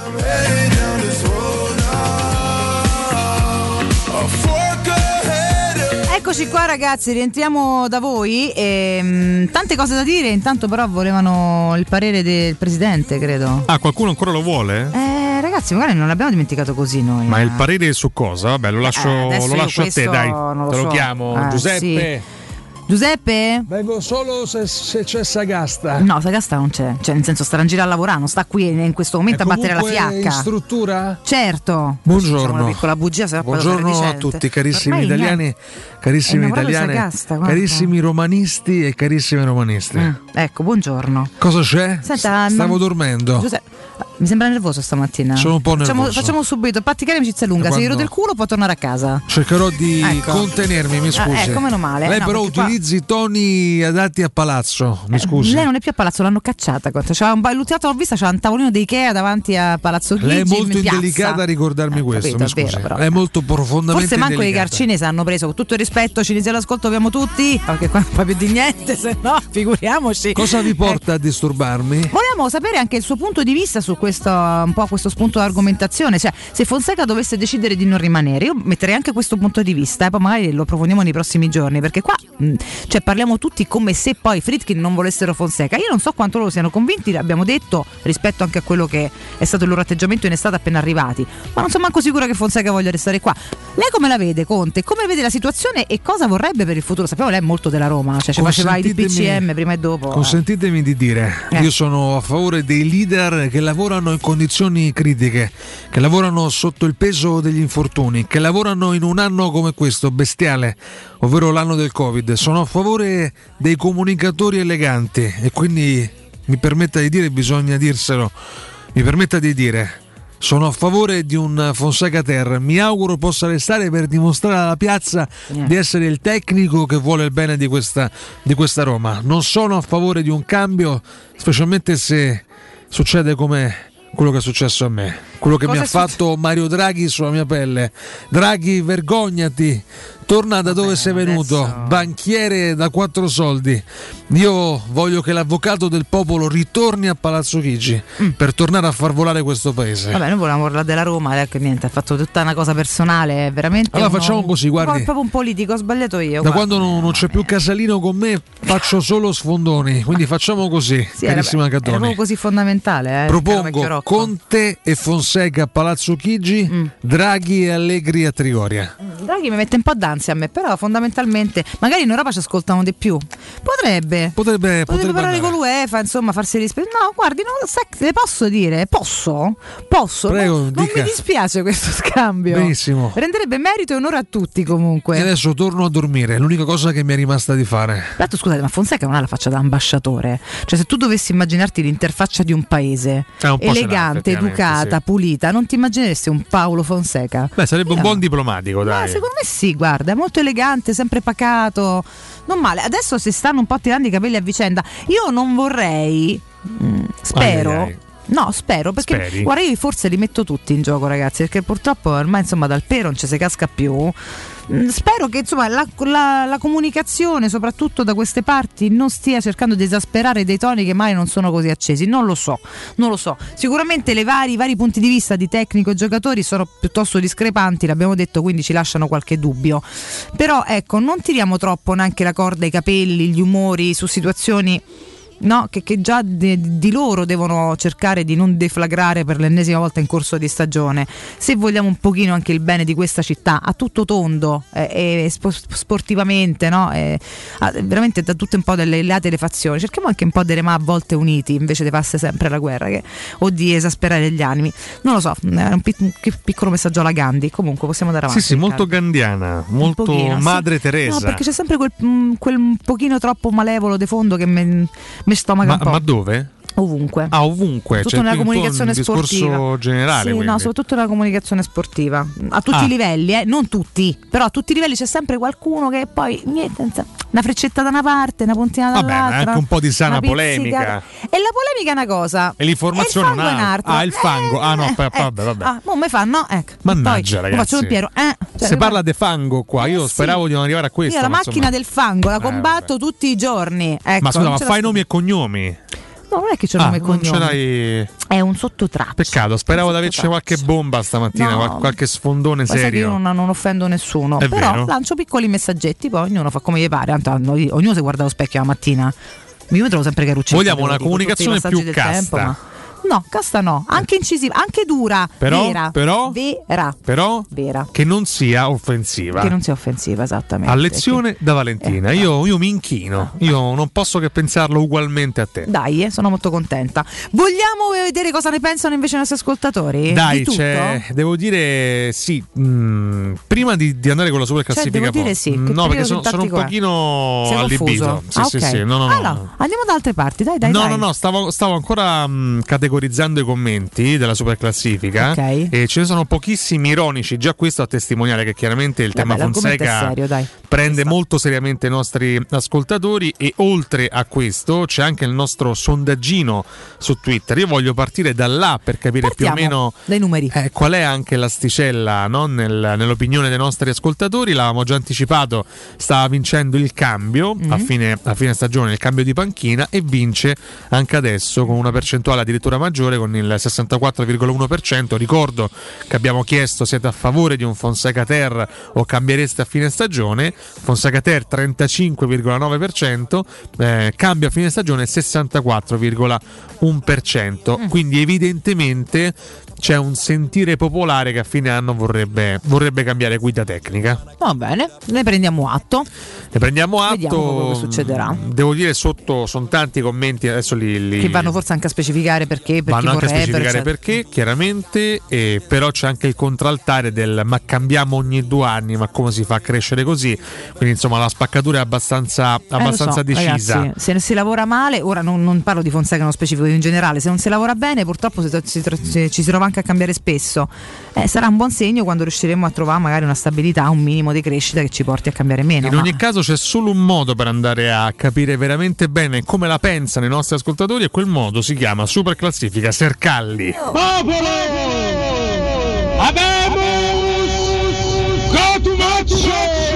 Eccoci qua ragazzi, rientriamo da voi. Tante cose da dire, intanto però volevano il parere del presidente, credo. Ah, qualcuno ancora lo vuole? Ragazzi, magari non l'abbiamo dimenticato così noi. Ma il parere su cosa? Vabbè, lo lascio a te, dai. Te lo chiamo, Giuseppe. Sì. Giuseppe? Vengo solo se c'è Sagasta. No, Sagasta non c'è. Cioè, nel senso, sta in giro a lavorare, non sta qui in questo momento a battere la fiacca. In struttura? Certo. Buongiorno. Una piccola bugia, se buongiorno a tutti, carissimi italiani, carissime italiane, Sagasta, carissimi romanisti e carissime romaniste. Ecco, buongiorno. Cosa c'è? Senta, stavo dormendo. Giuseppe, mi sembra nervoso stamattina. Sono un po' nervoso. Facciamo subito, praticare amicizia lunga. Se gli rode il culo può tornare a casa. Cercherò di contenermi, mi scusi. Ecco, meno male. Lei però utilizzi toni adatti a palazzo, mi scusi. Lei non è più a palazzo, l'hanno cacciata. L'ultima volta l'ho vista, c'era un tavolino di Ikea davanti a Palazzo Chigi. Lei è molto indelicata a ricordarmi questo, capito, mi scusi. Vero, però. Lei è molto profondamente forse manco indelicata. i carcini si hanno preso, con tutto il rispetto, cinesi all'ascolto abbiamo tutti, perché qua non fa più di niente, se no figuriamoci. Cosa vi porta a disturbarmi? Volevamo sapere anche il suo punto di vista su questo, un po' questo spunto di argomentazione, cioè se Fonseca dovesse decidere di non rimanere, io metterei anche questo punto di vista, poi magari lo approfondiamo nei prossimi giorni, perché qua cioè parliamo tutti come se poi Friedkin non volessero Fonseca. Io non so quanto loro siano convinti, l'abbiamo detto, rispetto anche a quello che è stato il loro atteggiamento in estate appena arrivati, ma non sono manco sicura che Fonseca voglia restare qua. Lei come la vede, Conte? Come vede la situazione e cosa vorrebbe per il futuro? Sappiamo lei è molto della Roma, cioè ci faceva i DPCM prima e dopo. Consentitemi di dire, io sono a favore dei leader che lavorano in condizioni critiche, che lavorano sotto il peso degli infortuni, che lavorano in un anno come questo, bestiale, ovvero l'anno del Covid. Sono a favore dei comunicatori eleganti e quindi mi permetta di dire, bisogna dirselo, mi permetta di dire, sono a favore di un Fonseca Ter. Mi auguro possa restare per dimostrare alla piazza di essere il tecnico che vuole il bene di questa Roma. Non sono a favore di un cambio, specialmente se succede come quello che è successo a me. quello che Cosa mi ha fatto Mario Draghi sulla mia pelle. Draghi, vergognati, torna da dove sei venuto, banchiere da 4 soldi. Io voglio che l'avvocato del popolo ritorni a Palazzo Chigi per tornare a far volare questo paese. Vabbè, noi volevamo parlare della Roma, ecco, niente, ha fatto tutta una cosa personale, veramente. Allora facciamo così, guardi. È proprio un politico, ho sbagliato io. Da quando non c'è più Casalino con me, faccio solo sfondoni, quindi facciamo così, Sì, carissima era Catoni. proprio così fondamentale. Propongo Conte e Fonseca a Palazzo Chigi, Draghi e Allegri a Trigoria. Draghi mi mette un po' d'ansia a me, però fondamentalmente magari in Europa ci ascoltano di più. Potrebbe parlare con l'UEFA, insomma, farsi rispettare. No, guardi, le posso dire? Posso? Prego, non mi dispiace questo scambio. Benissimo. Renderebbe merito e onore a tutti comunque. E adesso torno a dormire, è l'unica cosa che mi è rimasta di fare. Tra l'altro, scusate, ma Fonseca non ha la faccia da ambasciatore. Cioè, se tu dovessi immaginarti l'interfaccia di un paese un po' ce elegante, l'ha, educata, sì. pulita, non ti immagineresti un Paolo Fonseca? Beh, sarebbe un buon diplomatico, dai. Secondo me sì, guarda, è molto elegante, sempre pacato, non male. Adesso si stanno un po' tirando i capelli a vicenda. Io non vorrei, spero. No, spero, perché Speri? guarda, io forse li metto tutti in gioco, ragazzi, perché purtroppo ormai, insomma, dal pero non ci si casca più. Spero che, insomma, la comunicazione, soprattutto da queste parti, non stia cercando di esasperare dei toni che mai non sono così accesi. Non lo so. Sicuramente i vari punti di vista di tecnico e giocatori sono piuttosto discrepanti, l'abbiamo detto, quindi ci lasciano qualche dubbio. Però ecco, non tiriamo troppo neanche la corda ai capelli, gli umori su situazioni, no, che già di loro devono cercare di non deflagrare per l'ennesima volta in corso di stagione. Se vogliamo un pochino anche il bene di questa città a tutto tondo, sportivamente, no? Veramente da tutte un po' delle late le fazioni, cerchiamo anche un po' di remare a volte uniti invece di farsi sempre la guerra o di esasperare gli animi. Non lo so, è un piccolo messaggio alla Gandhi. Comunque possiamo andare avanti. Sì, molto gandiana, molto pochino, Madre sì. Teresa. No, perché c'è sempre quel pochino troppo malevolo di fondo che mi stomaca un po'. Ma dove? Ovunque. Ovunque. Soprattutto nella comunicazione un discorso sportiva generale. sì, quindi. no, soprattutto nella comunicazione sportiva a tutti i livelli, non tutti, però a tutti i livelli c'è sempre qualcuno che poi una freccetta da una parte, una puntina dall'altra. Vabbè, anche un po' di sana polemica. E la polemica è una cosa E l'informazione e il fango è un'altra. il fango. No, vabbè. Non mi fanno, ecco. Mannaggia, poi, ragazzi. faccio il Piero. Se parla di fango qua, io speravo di non arrivare a questo. Io la ma macchina insomma. del fango la combatto tutti i giorni. Ecco, Ma scusa, non ma ce la fai sto- nomi e cognomi? No, non è che c'è nome e non cognome. ce l'hai. È un sottotraccio. Peccato, speravo di averci qualche bomba stamattina, No. qualche sfondone Poi sai che serio. io non offendo nessuno, È però vero. Lancio piccoli messaggetti, poi ognuno fa come gli pare. Tanto ognuno si guarda allo specchio la mattina. Io mi trovo sempre Caruccetta. Vogliamo una comunicazione più casta. No, casta no, anche incisiva, anche dura, vera. Però vera. che non sia offensiva. Che non sia offensiva, esattamente. A lezione da Valentina. Io mi inchino. Io non posso che pensarlo ugualmente a te. Dai, sono molto contenta. Vogliamo vedere cosa ne pensano invece i nostri ascoltatori? Dai, Di tutto? devo dire sì. Prima di andare con la super classifica, devo dire sì. Che no, perché periodo sono un tattico è? pochino Sei allibito. confuso? Sì, Ok. sì. No. Andiamo da altre parti, dai. No, stavo ancora categorizzando i commenti della super classifica e ce ne sono pochissimi ironici, già questo a testimoniare che chiaramente il tema l'argomento è Fonseca serio, dai. prende molto seriamente i nostri ascoltatori, e oltre a questo c'è anche il nostro sondaggino su Twitter. Io voglio partire da là per capire più o meno dai numeri. Qual è anche l'asticella, no? Nell'opinione dei nostri ascoltatori. L'avevamo già anticipato, stava vincendo il cambio a fine stagione, il cambio di panchina, e vince anche adesso con una percentuale addirittura maggiore, con il 64,1%. Ricordo che abbiamo chiesto: siete a favore di un Fonseca Ter o cambiereste a fine stagione? Fonseca Ter 35,9%, cambio a fine stagione 64,1%. Quindi evidentemente c'è un sentire popolare che a fine anno vorrebbe cambiare guida tecnica. Va bene, ne prendiamo atto. Vediamo quello che succederà. Devo dire, sotto sono tanti commenti adesso li Che vanno forse anche a specificare perché vanno anche a specificare eccetera. perché, chiaramente, però c'è anche il contraltare del ma cambiamo ogni 2 anni, ma come si fa a crescere così? Quindi insomma la spaccatura è abbastanza Lo so, decisa. ragazzi, se si lavora male, ora non parlo di Fonseca nello specifico, in generale, se non si lavora bene purtroppo ci si trova anche a cambiare spesso. Sarà un buon segno quando riusciremo a trovare magari una stabilità, un minimo di crescita che ci porti a cambiare meno. In ogni caso c'è solo un modo per andare a capire veramente bene come la pensano i nostri ascoltatori, e quel modo si chiama Super Classifica Sercalli. Abemus Cotumaccio.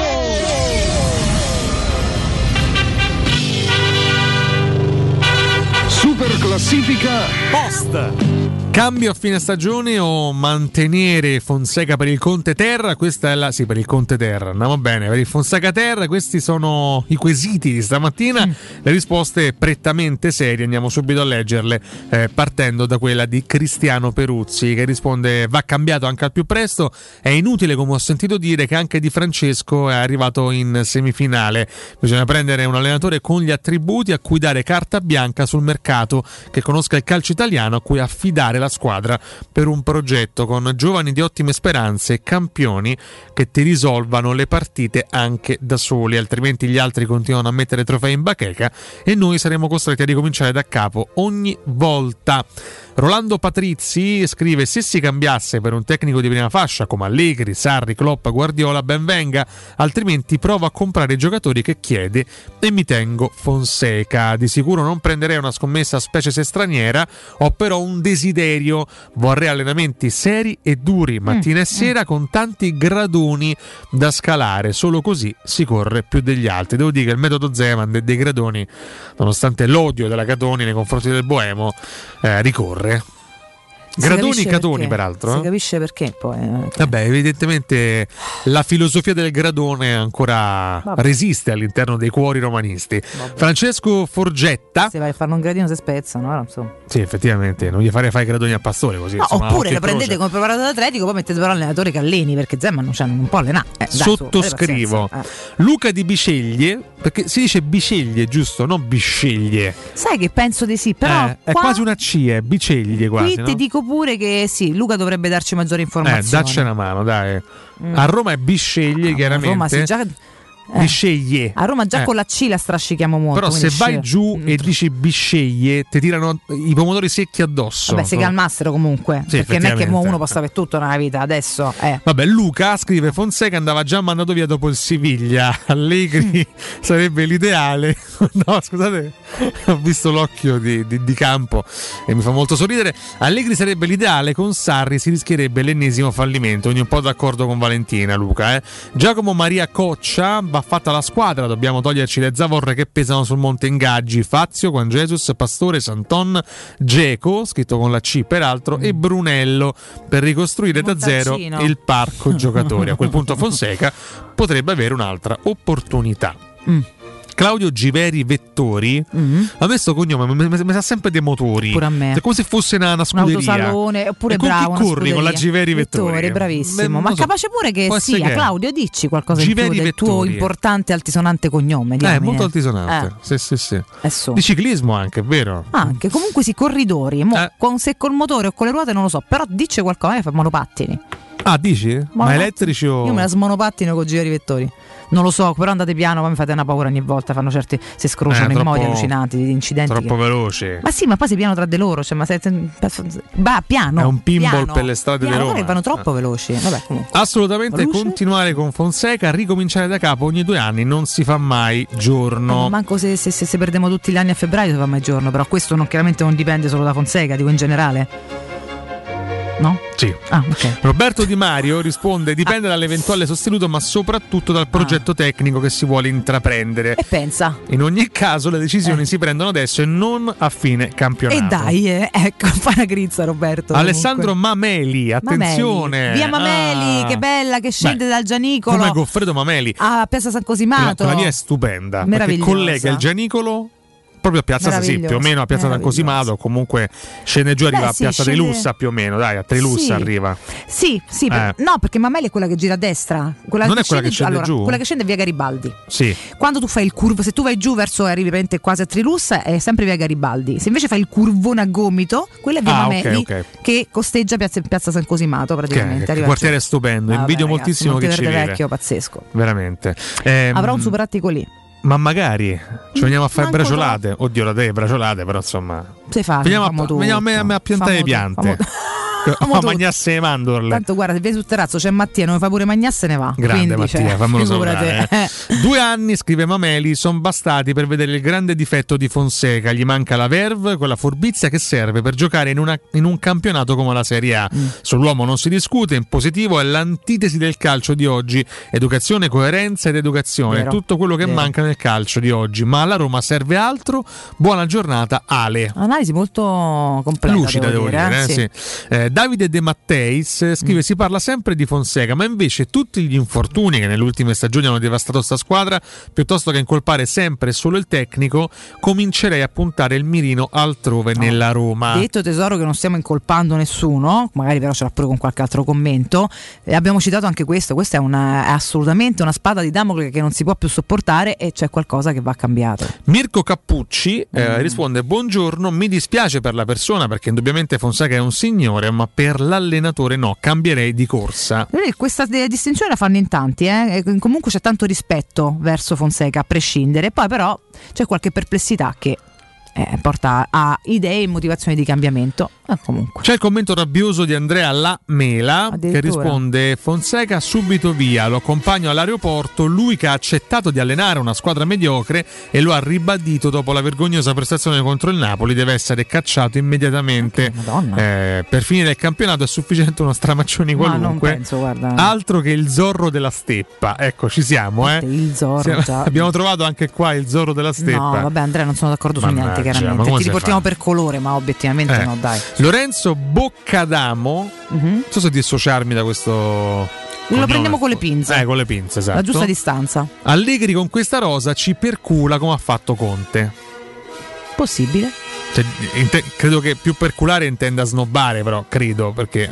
Super classifica post. Cambio a fine stagione o mantenere Fonseca per il Conte Terra? Questa è la... Sì, per il Conte Terra, andiamo bene. Per il Fonseca Terra questi sono i quesiti di stamattina. Le risposte prettamente serie, andiamo subito a leggerle, partendo da quella di Cristiano Peruzzi, che risponde: va cambiato anche al più presto. È inutile, come ho sentito dire, che anche Di Francesco è arrivato in semifinale. Bisogna prendere un allenatore con gli attributi a cui dare carta bianca sul mercato, che conosca il calcio italiano, a cui affidare la squadra per un progetto con giovani di ottime speranze e campioni che ti risolvano le partite anche da soli, altrimenti gli altri continuano a mettere trofei in bacheca e noi saremo costretti a ricominciare da capo ogni volta. Rolando Patrizzi scrive: se si cambiasse per un tecnico di prima fascia come Allegri, Sarri, Klopp, Guardiola, ben venga, altrimenti provo a comprare i giocatori che chiede e mi tengo Fonseca. Di sicuro non prenderei una scommessa specie se straniera, ho però un desiderio: vorrei allenamenti seri e duri mattina e sera con tanti gradoni da scalare, solo così si corre più degli altri. Devo dire che il metodo Zeman dei gradoni, nonostante l'odio della Catoni nei confronti del Boemo, ricorre. Gradoni Catoni perché. Peraltro Si capisce perché poi. Vabbè, evidentemente la filosofia del gradone ancora resiste all'interno dei cuori romanisti. Francesco Forgetta. Se vai a fare un gradino si spezzano, insomma. Sì, effettivamente, non gli fare i gradoni a Pastore così. No, insomma, oppure lo prendete come preparatore atletico, poi mettete però allenatore che alleni, perché Zeman non può allenare. Sottoscrivo. Luca di Biceglie, perché si dice Biceglie, giusto? Non Bisceglie. Sai che penso di sì, però è quasi una C, è Biceglie quasi. Qui ti dico pure che sì, Luca dovrebbe darci maggiori informazioni. Dacci una mano, dai. A Roma è Bisceglie, chiaramente. Roma si già... Bisceglie. A Roma già con la C la strascichiamo molto. Però se vai giù e dici Bisceglie ti tirano i pomodori secchi addosso. Vabbè, si calmassero comunque, sì, perché non è che uno possa avere tutto nella vita adesso. Vabbè, Luca scrive: Fonseca andava già mandato via dopo il Siviglia, Allegri sarebbe l'ideale. No, scusate, ho visto l'occhio di Campo e mi fa molto sorridere. Allegri sarebbe l'ideale, con Sarri si rischierebbe l'ennesimo fallimento. Quindi un po' d'accordo con Valentina, Luca. Giacomo Maria Coccia: va fatta la squadra, dobbiamo toglierci le zavorre che pesano sul monte ingaggi. Fazio, Juan Jesus, Pastore, Santon, Geco, scritto con la C peraltro, e Brunello, per ricostruire da zero il parco giocatori. A quel punto Fonseca potrebbe avere un'altra opportunità. Claudio Giveri Vettori, a me sto cognome mi sa sempre dei motori. Pure a me. È come se fosse una scuderia. Un autosalone, oppure e con bravo. Chi corri con la Giveri Vettori? Bravissimo. Ma capace pure che sia. Che Claudio, dici qualcosa Giveri in più del tuo importante altisonante cognome. Molto altisonante. Sì. Di ciclismo anche, è vero? Anche, comunque sì, corridori. Se col motore o con le ruote non lo so, però dice qualcosa, a me fa monopattini. Ah, dici? Ma elettrici o... Io me la smonopattino con Giveri Vettori. Non lo so, però andate piano, poi mi fate una paura ogni volta, fanno certi, si scrociano in modi allucinanti, di incidenti. Troppo veloce. Ma sì, ma poi si piano tra di loro, cioè, ma piano. È un pinball piano, per le strade di Roma. Vanno troppo veloci. Vabbè, assolutamente continuare con Fonseca, ricominciare da capo ogni 2 anni, non si fa mai giorno. Manco se perdiamo tutti gli anni a febbraio si fa mai giorno, però questo chiaramente non dipende solo da Fonseca, dico in generale. No? Sì. Okay. Roberto Di Mario risponde: dipende dall'eventuale sostenuto, ma soprattutto dal progetto tecnico che si vuole intraprendere. E pensa. In ogni caso le decisioni si prendono adesso e non a fine campionato. E dai, ecco, fa una grizza Roberto. Alessandro Mameli, attenzione. Via Mameli, che bella, che scende dal Gianicolo. Come Goffredo Mameli. A Piazza San Cosimato. La via è stupenda, perché collega il Gianicolo proprio a Piazza Sassi, più o meno a Piazza San Cosimato, comunque scende giù, arriva a Piazza De Lussa più o meno, dai, a Trilussa arriva. Sì, no, perché Mameli è quella che gira a destra, non è quella che scende giù? Quella che scende è via Garibaldi. Sì. Quando tu fai il curvo, se tu vai giù verso arrivi quasi a Trilussa, è sempre via Garibaldi. Se invece fai il curvone a gomito, quella è via Mameli, che costeggia Piazza San Cosimato praticamente. Il quartiere è stupendo, invidio moltissimo che ci vive. Vecchio, pazzesco. Veramente. Avrà un super articoli. Ma magari ci veniamo a fare braciolate. Oddio, la te braciolate, però insomma. Si fa. Veniamo a piantare le piante. Ma magnasse le mandorle. Tanto guarda, se vieni sul terrazzo c'è Mattia, non mi fa pure magnasse, ne va. Grande quindi, Mattia, fammelo sapere. 2 anni, scrive Mameli, sono bastati per vedere il grande difetto di Fonseca. Gli manca la verve, quella furbizia che serve per giocare in un campionato come la Serie A. Sull'uomo non si discute, in positivo è l'antitesi del calcio di oggi. Educazione, coerenza ed educazione. Vero. Tutto quello che manca nel calcio di oggi. Ma alla Roma serve altro. Buona giornata, Ale. Analisi molto completa, Lucida, devo dire. Sì. Davide De Matteis scrive: si parla sempre di Fonseca, ma invece tutti gli infortuni che nelle ultime stagioni hanno devastato sta squadra, piuttosto che incolpare sempre solo il tecnico, comincerei a puntare il mirino altrove nella Roma. Detto tesoro che non stiamo incolpando nessuno, magari però ce l'ha pure con qualche altro commento, abbiamo citato anche questo, questa è assolutamente una spada di Damocle che non si può più sopportare e c'è qualcosa che va cambiato. Mirko Cappucci risponde: buongiorno, mi dispiace per la persona perché indubbiamente Fonseca è un signore, ma per l'allenatore no, cambierei di corsa. Questa distinzione la fanno in tanti, comunque c'è tanto rispetto verso Fonseca a prescindere, poi però c'è qualche perplessità che porta a idee e motivazioni di cambiamento. Comunque c'è il commento rabbioso di Andrea La Mela che risponde: Fonseca subito via, lo accompagno all'aeroporto, lui che ha accettato di allenare una squadra mediocre e lo ha ribadito dopo la vergognosa prestazione contro il Napoli, deve essere cacciato immediatamente. Per finire il campionato è sufficiente uno stramaccioni qualunque. Non penso, guarda. Altro che il Zorro della Steppa. Ecco, ci siamo, il Zorro, già. Abbiamo trovato anche qua il Zorro della Steppa. No, vabbè, Andrea, non sono d'accordo su niente, chiaramente. Ti riportiamo per colore, ma obiettivamente no, dai. Lorenzo Boccadamo, non so se dissociarmi da questo. Lo prendiamo con le pinze. Con le pinze, esatto. La giusta distanza. Allegri con questa rosa ci percula come ha fatto Conte. Possibile. Cioè, credo che più perculare intenda snobbare, però credo, perché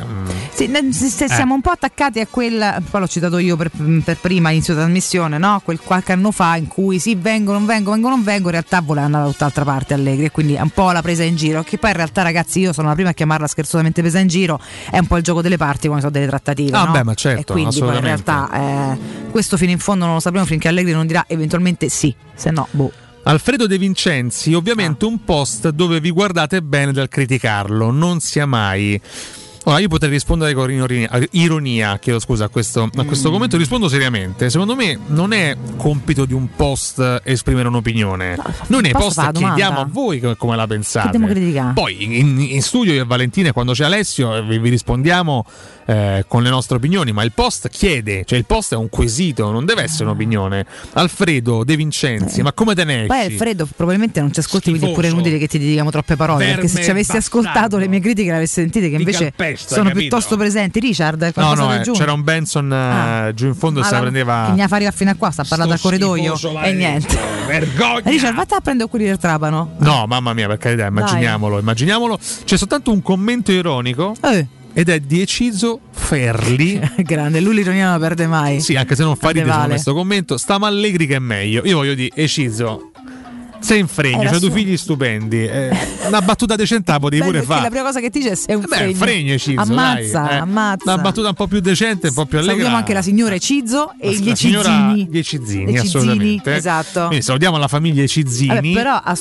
siamo un po' attaccati a quel, poi l'ho citato io per prima inizio trasmissione, no? Quel qualche anno fa in cui vengo, in realtà voleva andare da tutt'altra parte Allegri, e quindi è un po' la presa in giro, che poi in realtà, ragazzi, io sono la prima a chiamarla scherzosamente presa in giro, è un po' il gioco delle parti quando sono delle trattative, no? Beh, ma certo, e quindi poi in realtà questo fino in fondo non lo sapremo finché Allegri non dirà eventualmente sì, se no boh. Alfredo De Vincenzi, ovviamente un post dove vi guardate bene dal criticarlo, non sia mai. Ora io potrei rispondere con ironia, chiedo scusa a questo commento, rispondo seriamente. Secondo me non è compito di un post esprimere un'opinione. Noi nei post chiediamo a voi come la pensate. Poi in studio io e Valentina, quando c'è Alessio, vi rispondiamo con le nostre opinioni, ma il post chiede, cioè il post è un quesito, non deve essere un'opinione. Alfredo De Vincenzi, ma come te ne esci? Poi Alfredo probabilmente non ci ascolti, quindi è pure inutile che ti diciamo troppe parole, perché se ci avessi ascoltato le mie critiche, le avessi sentite che invece sono piuttosto presenti. Richard, c'era un Benson giù in fondo e se la prendeva. Che ne fa fino a qua, sta parlando al corridoio e niente. Vergogna. Richard, vatti a prendere quelli del Trapano. No, mamma mia, per carità, immaginiamolo. C'è soltanto un commento ironico. Ed è di Eciso Ferli. Grande, lui l'ironia non la perde mai. Sì, anche se non fa ridere questo commento. Stiamo allegri che è meglio. Io voglio dire, Eciso, sei in fregno, c'hai due figli stupendi. Una battuta decente potevi pure fare. La prima cosa che ti dice è sei un fregno. Fregno Eciso, ammazza. Una battuta un po' più decente, un po' più allegra. Salutiamo anche la signora Ecizo e gli Ecizzini. Gli Ecizzini, assolutamente. Esatto. Quindi salutiamo la famiglia Ecizzini. Però a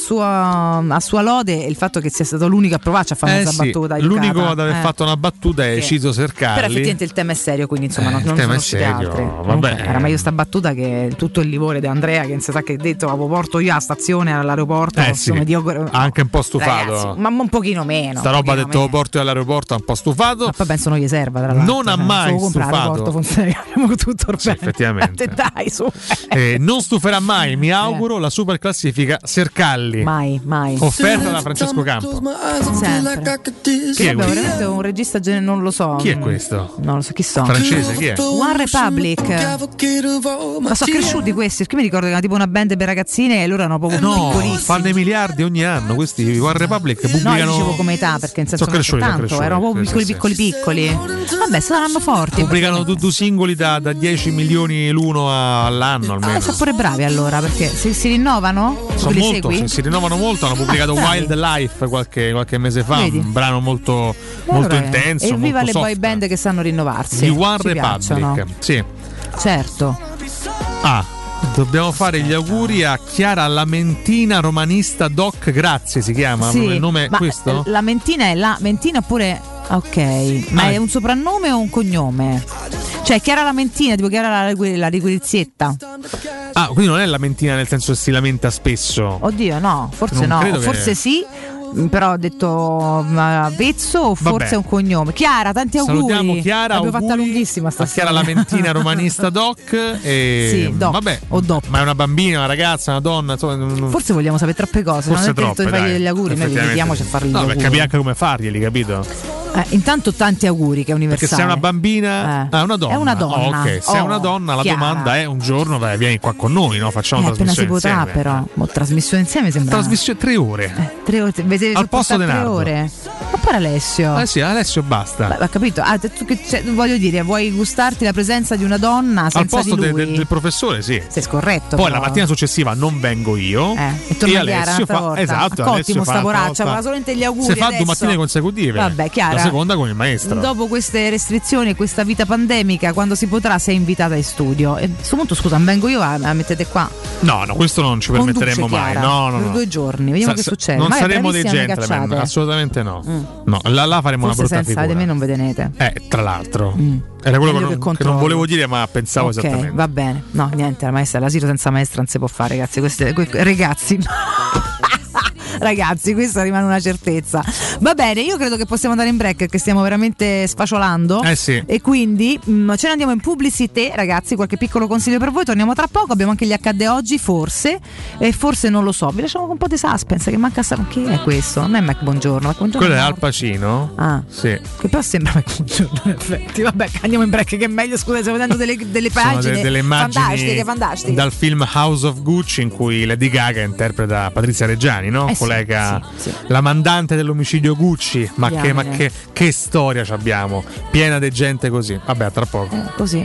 sua lode il fatto che sia stato l'unico a provarci a fare una battuta. L'unico ad aver fatto una battuta è Eciso Sercalli. Però effettivamente il tema è serio, quindi insomma non sono uscite altre. Vabbè. Era meglio sta battuta che tutto il livore di Andrea, che non si sa che ha detto avevo porto io alla stazione, all'aeroporto. Anche un po' stufato. Ragazzi, ma un pochino meno. Sta roba ha detto porto all'aeroporto, un po' stufato. Ma poi penso non gli serva, tra l'altro. Non ha mai stufato. Abbiamo tutto bene. Effettivamente. Dai, su. Non stuferà mai, mi auguro, la super classifica Sercalli. Mai. Offerta da Francesco Campo. Sempre. Chi è questo? Veramente un regista, non lo so. Chi è questo? Non lo so chi sono. Francese, chi è? One Republic. Ma sono cresciuti questi, perché mi ricordo che era tipo una band per ragazzine e loro erano proprio piccolissimi. Fanno i miliardi ogni anno questi One Republic pubblicano. No, dicevo come età, perché in senso sono cresciuti, tanto erano proprio piccoli. Vabbè, saranno forti. Pubblicano due singoli da 10 milioni l'uno all'anno almeno. Sono pure bravi allora, perché si rinnovano? Si rinnovano molto. Hanno pubblicato Wildlife qualche mese fa. Vedi? Un brano molto intenso. E viva le soft. boy band che sanno rinnovarsi. Di One Republic. Sì. Certo. Dobbiamo fare gli auguri a Chiara Lamentina, romanista Doc, grazie si chiama. Sì, il nome è ma questo? Lamentina è Lamentina oppure Ok, ma è un soprannome o un cognome? Cioè Chiara Lamentina, tipo Chiara la liquizietta. Ah, quindi non è Lamentina nel senso che si lamenta spesso. Oddio, no, forse Non no, credo forse che- sì. Però ho detto Vezzo o forse Vabbè. è un cognome. Chiara, tanti auguri. Salutiamo Chiara, l'abbiamo fatta auguri lunghissima a stasera. Chiara Lamentina, romanista doc. E Sì, doc, vabbè, o doc. ma è una bambina, una ragazza, una donna. Insomma, Forse vogliamo sapere troppe cose. forse Non è detto troppe, di fargli dai. degli auguri, noi Effettivamente. vediamoci a fargli No, gli per auguri. capire anche come farglieli, capito? Intanto tanti auguri, che è universale. Perché se è una bambina, è una donna. È una donna. Oh, ok, se è Oh, una donna, la Chiara. domanda è un giorno vieni qua con noi, no? Facciamo Appena si trasmissione potrà, insieme. però. Trasmissione insieme sembra. Trasmissione 3 ore. 3 ore. Al posto di 3 Nardo. ore. Ma poi Alessio. Sì, Alessio basta. Ho capito. Voglio dire, vuoi gustarti la presenza di una donna senza Al posto di lui? del professore, sì. Sei scorretto. Poi però. la mattina successiva non vengo io. E torna Chiara Alessio un'altra fa. volta. Esatto, Ottimo Alessio sta fa poraccia, ma solamente gli auguri. Se fa adesso. 2 mattine consecutive. Vabbè, Chiara. La seconda con il maestro. Dopo queste restrizioni e questa vita pandemica, quando si potrà, sei invitata in studio. E a questo punto, scusa, vengo io a mettete qua. No, questo non ci permetteremo Conduce mai. Chiara, No. per 2 giorni, vediamo che succede. Non Ma è saremo dei bravissima alle gentleman, cacciate. assolutamente no. No, là faremo Forse una brutta senza figura. di me non ve tenete. Tra l'altro. Era quello Meglio che che non controllo. volevo dire, ma pensavo Ok, esattamente. va bene. No, niente, la maestra, l'asilo senza maestra non si può fare, ragazzi. Ragazzi. Ragazzi, questa rimane una certezza. Va bene, io credo che possiamo andare in break perché stiamo veramente sfaciolando. Sì. E quindi ce ne andiamo in pubblicité, ragazzi. Qualche piccolo consiglio per voi. Torniamo tra poco. Abbiamo anche gli HD oggi, forse. E forse non lo so. Vi lasciamo con un po' di suspense. Che manca. Chi è questo? Non è Mac Buongiorno. Mac Buongiorno Quello è no. Al Pacino? Ah. Sì. Che però sembra Mac Buongiorno, in effetti. Vabbè, andiamo in break. Che è meglio. Scusate, stiamo vedendo delle Sono pagine delle immagini fantastiche. dal film House of Gucci in cui Lady Gaga interpreta Patrizia Reggiani, no? Sì, Collega sì. la mandante dell'omicidio Gucci. Ma Diamine. che storia ci abbiamo, piena di gente così. Vabbè, a tra poco. Così.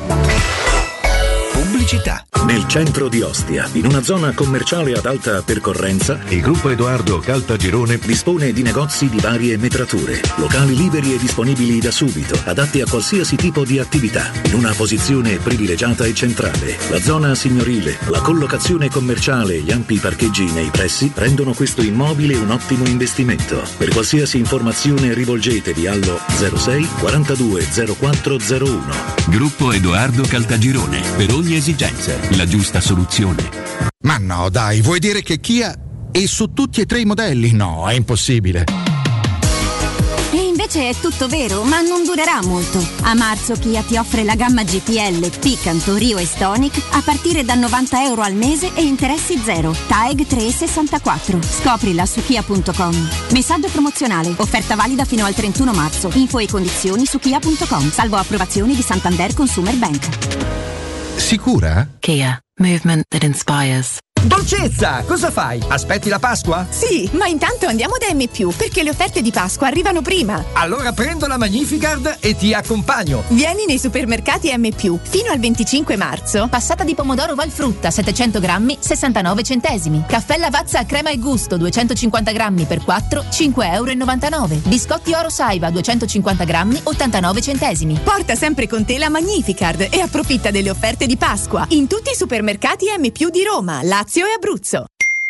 Pubblicità. Nel centro di Ostia, in una zona commerciale ad alta percorrenza, il gruppo Edoardo Caltagirone dispone di negozi di varie metrature, locali liberi e disponibili da subito, adatti a qualsiasi tipo di attività, in una posizione privilegiata e centrale. La zona signorile, la collocazione commerciale e gli ampi parcheggi nei pressi rendono questo immobile un ottimo investimento. Per qualsiasi informazione rivolgetevi allo 06 42 0401. Gruppo Edoardo Caltagirone. Per ogni esigenza, la giusta soluzione. Ma no, dai, vuoi dire che Kia è su tutti e 3 i modelli? No, è impossibile. E invece è tutto vero, ma non durerà molto. A marzo Kia ti offre la gamma GPL, Picanto, Rio e Stonic a partire da €90 al mese e interessi zero. TAEG 3,64. Scoprila su kia.com. Messaggio promozionale. Offerta valida fino al 31 marzo. Info e condizioni su kia.com. Salvo approvazioni di Santander Consumer Bank. Sicura? Kia. Movement that inspires. Dolcezza, cosa fai? Aspetti la Pasqua? Sì, ma intanto andiamo da M+, perché le offerte di Pasqua arrivano prima. Allora prendo la Magnificard e ti accompagno. Vieni nei supermercati M+, fino al 25 marzo. Passata di pomodoro Valfrutta, 700 grammi, 69 centesimi. Caffè Lavazza a crema e gusto, 250 grammi per 4, €5,99. Biscotti Oro Saiva, 250 grammi, 89 centesimi. Porta sempre con te la Magnificard e approfitta delle offerte di Pasqua. In tutti i supermercati M+ di Roma, Lazio e Abruzzo.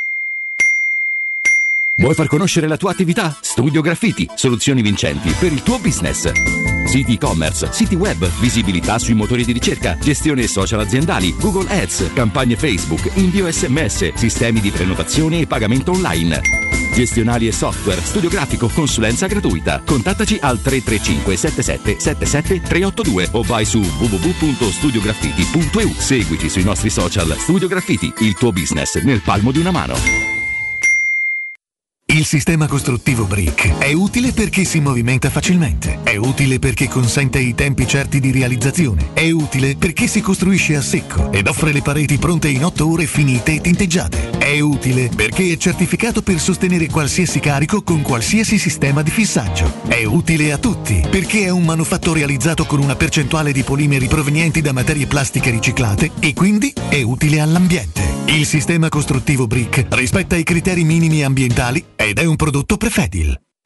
Vuoi far conoscere la tua attività? Studio Graffiti, soluzioni vincenti per il tuo business. Siti e-commerce, siti web, visibilità sui motori di ricerca, gestione social aziendali, Google Ads, campagne Facebook, invio SMS, sistemi di prenotazione e pagamento online. Gestionali e software, studio grafico, consulenza gratuita. Contattaci al 335 77 77 382 o vai su www.studiograffiti.eu. Seguici sui nostri social. Studio Graffiti, il tuo business nel palmo di una mano. Il sistema costruttivo Brick è utile perché si movimenta facilmente, è utile perché consente i tempi certi di realizzazione, è utile perché si costruisce a secco ed offre le pareti pronte in 8 ore finite e tinteggiate, è utile perché è certificato per sostenere qualsiasi carico con qualsiasi sistema di fissaggio, è utile a tutti perché è un manufatto realizzato con una percentuale di polimeri provenienti da materie plastiche riciclate e quindi è utile all'ambiente. Il sistema costruttivo Brick rispetta i criteri minimi ambientali ed è un prodotto Prefedil.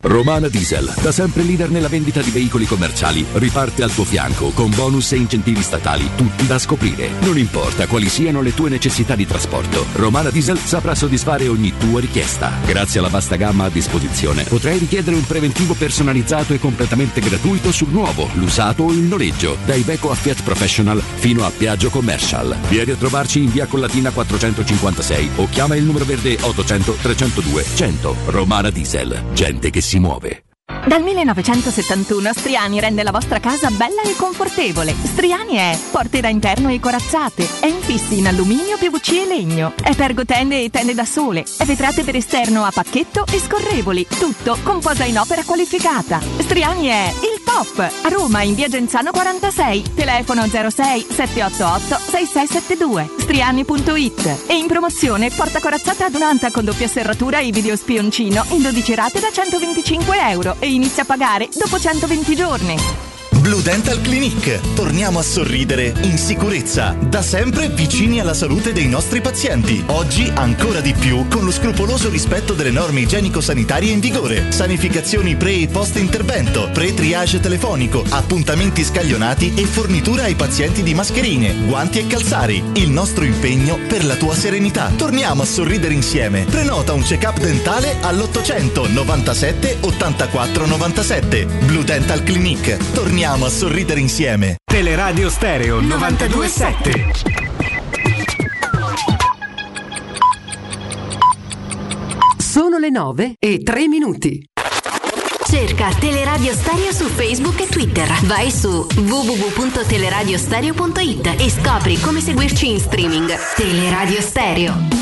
Romana Diesel, da sempre leader nella vendita di veicoli commerciali, riparte al tuo fianco con bonus e incentivi statali, tutti da scoprire. Non importa quali siano le tue necessità di trasporto, Romana Diesel saprà soddisfare ogni tua richiesta. Grazie alla vasta gamma a disposizione, potrai richiedere un preventivo personalizzato e completamente gratuito sul nuovo, l'usato o il noleggio, da Iveco a Fiat Professional fino a Piaggio Commercial. Vieni a trovarci in via Collatina 456 o chiama il numero verde 800 302 100. Romana Diesel, gente che si muove. Dal 1971 Striani rende la vostra casa bella e confortevole. Striani è porte da interno e corazzate, è infissi in alluminio, PVC e legno, è pergotende e tende da sole, è vetrate per esterno a pacchetto e scorrevoli, tutto con posa in opera qualificata. Striani è il top! A Roma in via Genzano 46, telefono 06 788 6672, striani.it. E in promozione porta corazzata adunata con doppia serratura e video spioncino in 12 rate da €125 e inizia a pagare dopo 120 giorni. Blue Dental Clinic. Torniamo a sorridere in sicurezza, da sempre vicini alla salute dei nostri pazienti. Oggi ancora di più con lo scrupoloso rispetto delle norme igienico-sanitarie in vigore. Sanificazioni pre e post intervento, pre-triage telefonico, appuntamenti scaglionati e fornitura ai pazienti di mascherine, guanti e calzari. Il nostro impegno per la tua serenità. Torniamo a sorridere insieme. Prenota un check-up dentale all'800 97 84 97. Blue Dental Clinic. Torniamo a sorridere insieme. Teleradio Stereo 92.7. Sono le 9:03. Cerca Teleradio Stereo su Facebook e Twitter. Vai su www.teleradiostereo.it e scopri come seguirci in streaming. Teleradio Stereo.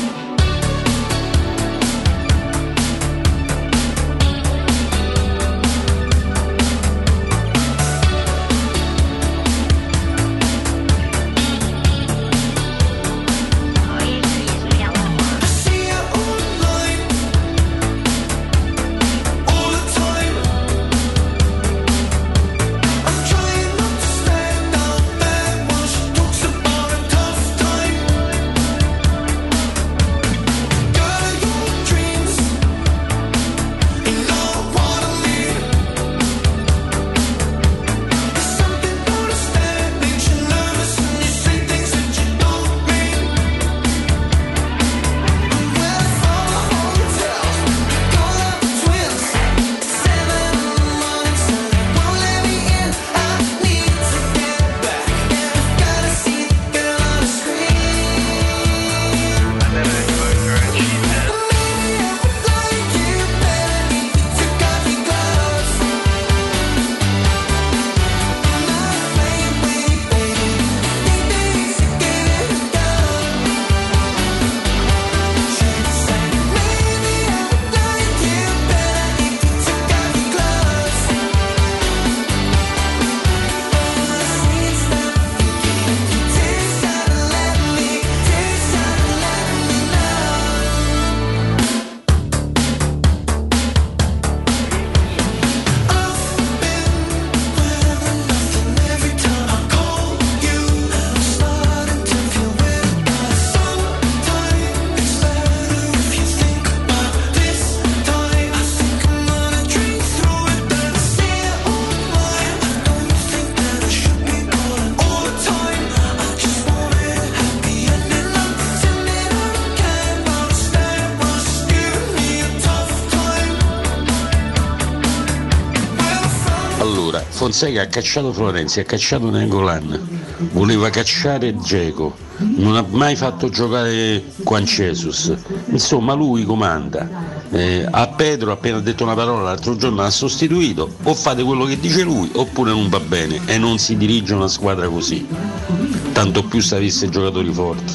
Fonseca ha cacciato Florenzi, ha cacciato Nainggolan, voleva cacciare Dzeko, non ha mai fatto giocare Juan Jesus, insomma lui comanda. A Pedro appena detto una parola l'altro giorno l'ha sostituito, o fate quello che dice lui oppure non va bene e non si dirige una squadra così, tanto più se avesse giocatori forti.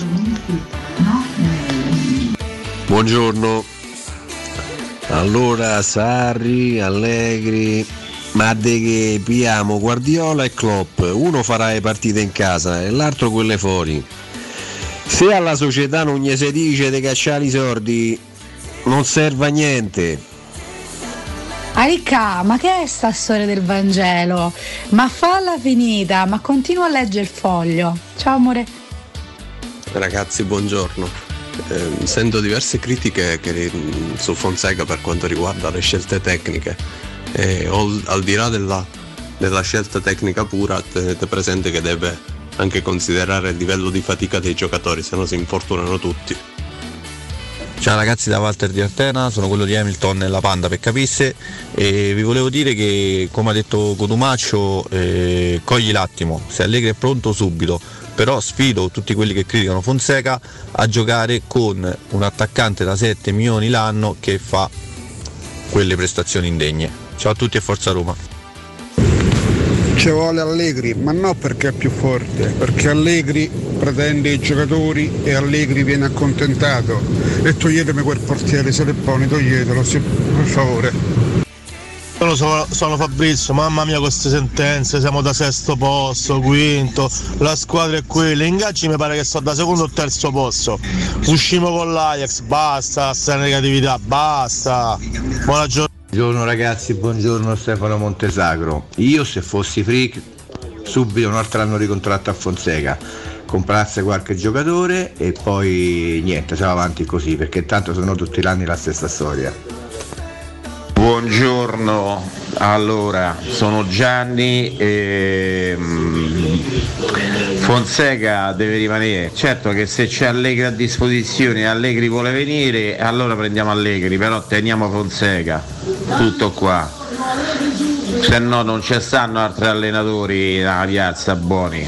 Buongiorno. Allora Sarri, Allegri, ma de che piamo Guardiola e Klopp, uno farà le partite in casa e l'altro quelle fuori. Se alla società non gli si dice di cacciare i sordi non serve a niente. Aricà, ma che è sta storia del Vangelo? Ma falla finita, ma continua a leggere il foglio. Ciao amore. Ragazzi, buongiorno. Sento diverse critiche su Fonseca per quanto riguarda le scelte tecniche. Al di là della scelta tecnica pura, tenete presente che deve anche considerare il livello di fatica dei giocatori, se no si infortunano tutti. Ciao ragazzi, da Walter di Artena, sono quello di Hamilton e la Panda per capisse, e vi volevo dire che, come ha detto Cotumaccio, cogli l'attimo, se Allegri è pronto subito, però sfido tutti quelli che criticano Fonseca a giocare con un attaccante da 7 milioni l'anno che fa quelle prestazioni indegne. Ciao a tutti e forza Roma. Ci vuole Allegri, ma non perché è più forte, perché Allegri pretende i giocatori e Allegri viene accontentato. E toglietemi quel portiere, se le pone, toglietelo, per favore. Sono Fabrizio, mamma mia queste sentenze, siamo da sesto posto, quinto, la squadra è quella, ingaggi mi pare che sto da secondo o terzo posto, uscimo con l'Ajax, basta, sta negatività, basta, buona giornata. Buongiorno ragazzi, buongiorno Stefano Montesagro. Io se fossi Frick subito un altro anno di contratto a Fonseca, comprasse qualche giocatore e poi niente, si va avanti così, perché tanto sono tutti gli anni la stessa storia. Buongiorno, allora sono Gianni e Fonseca deve rimanere. Certo che se c'è Allegri a disposizione e Allegri vuole venire, allora prendiamo Allegri, però teniamo Fonseca, tutto qua, se no non ci stanno altri allenatori nella piazza buoni.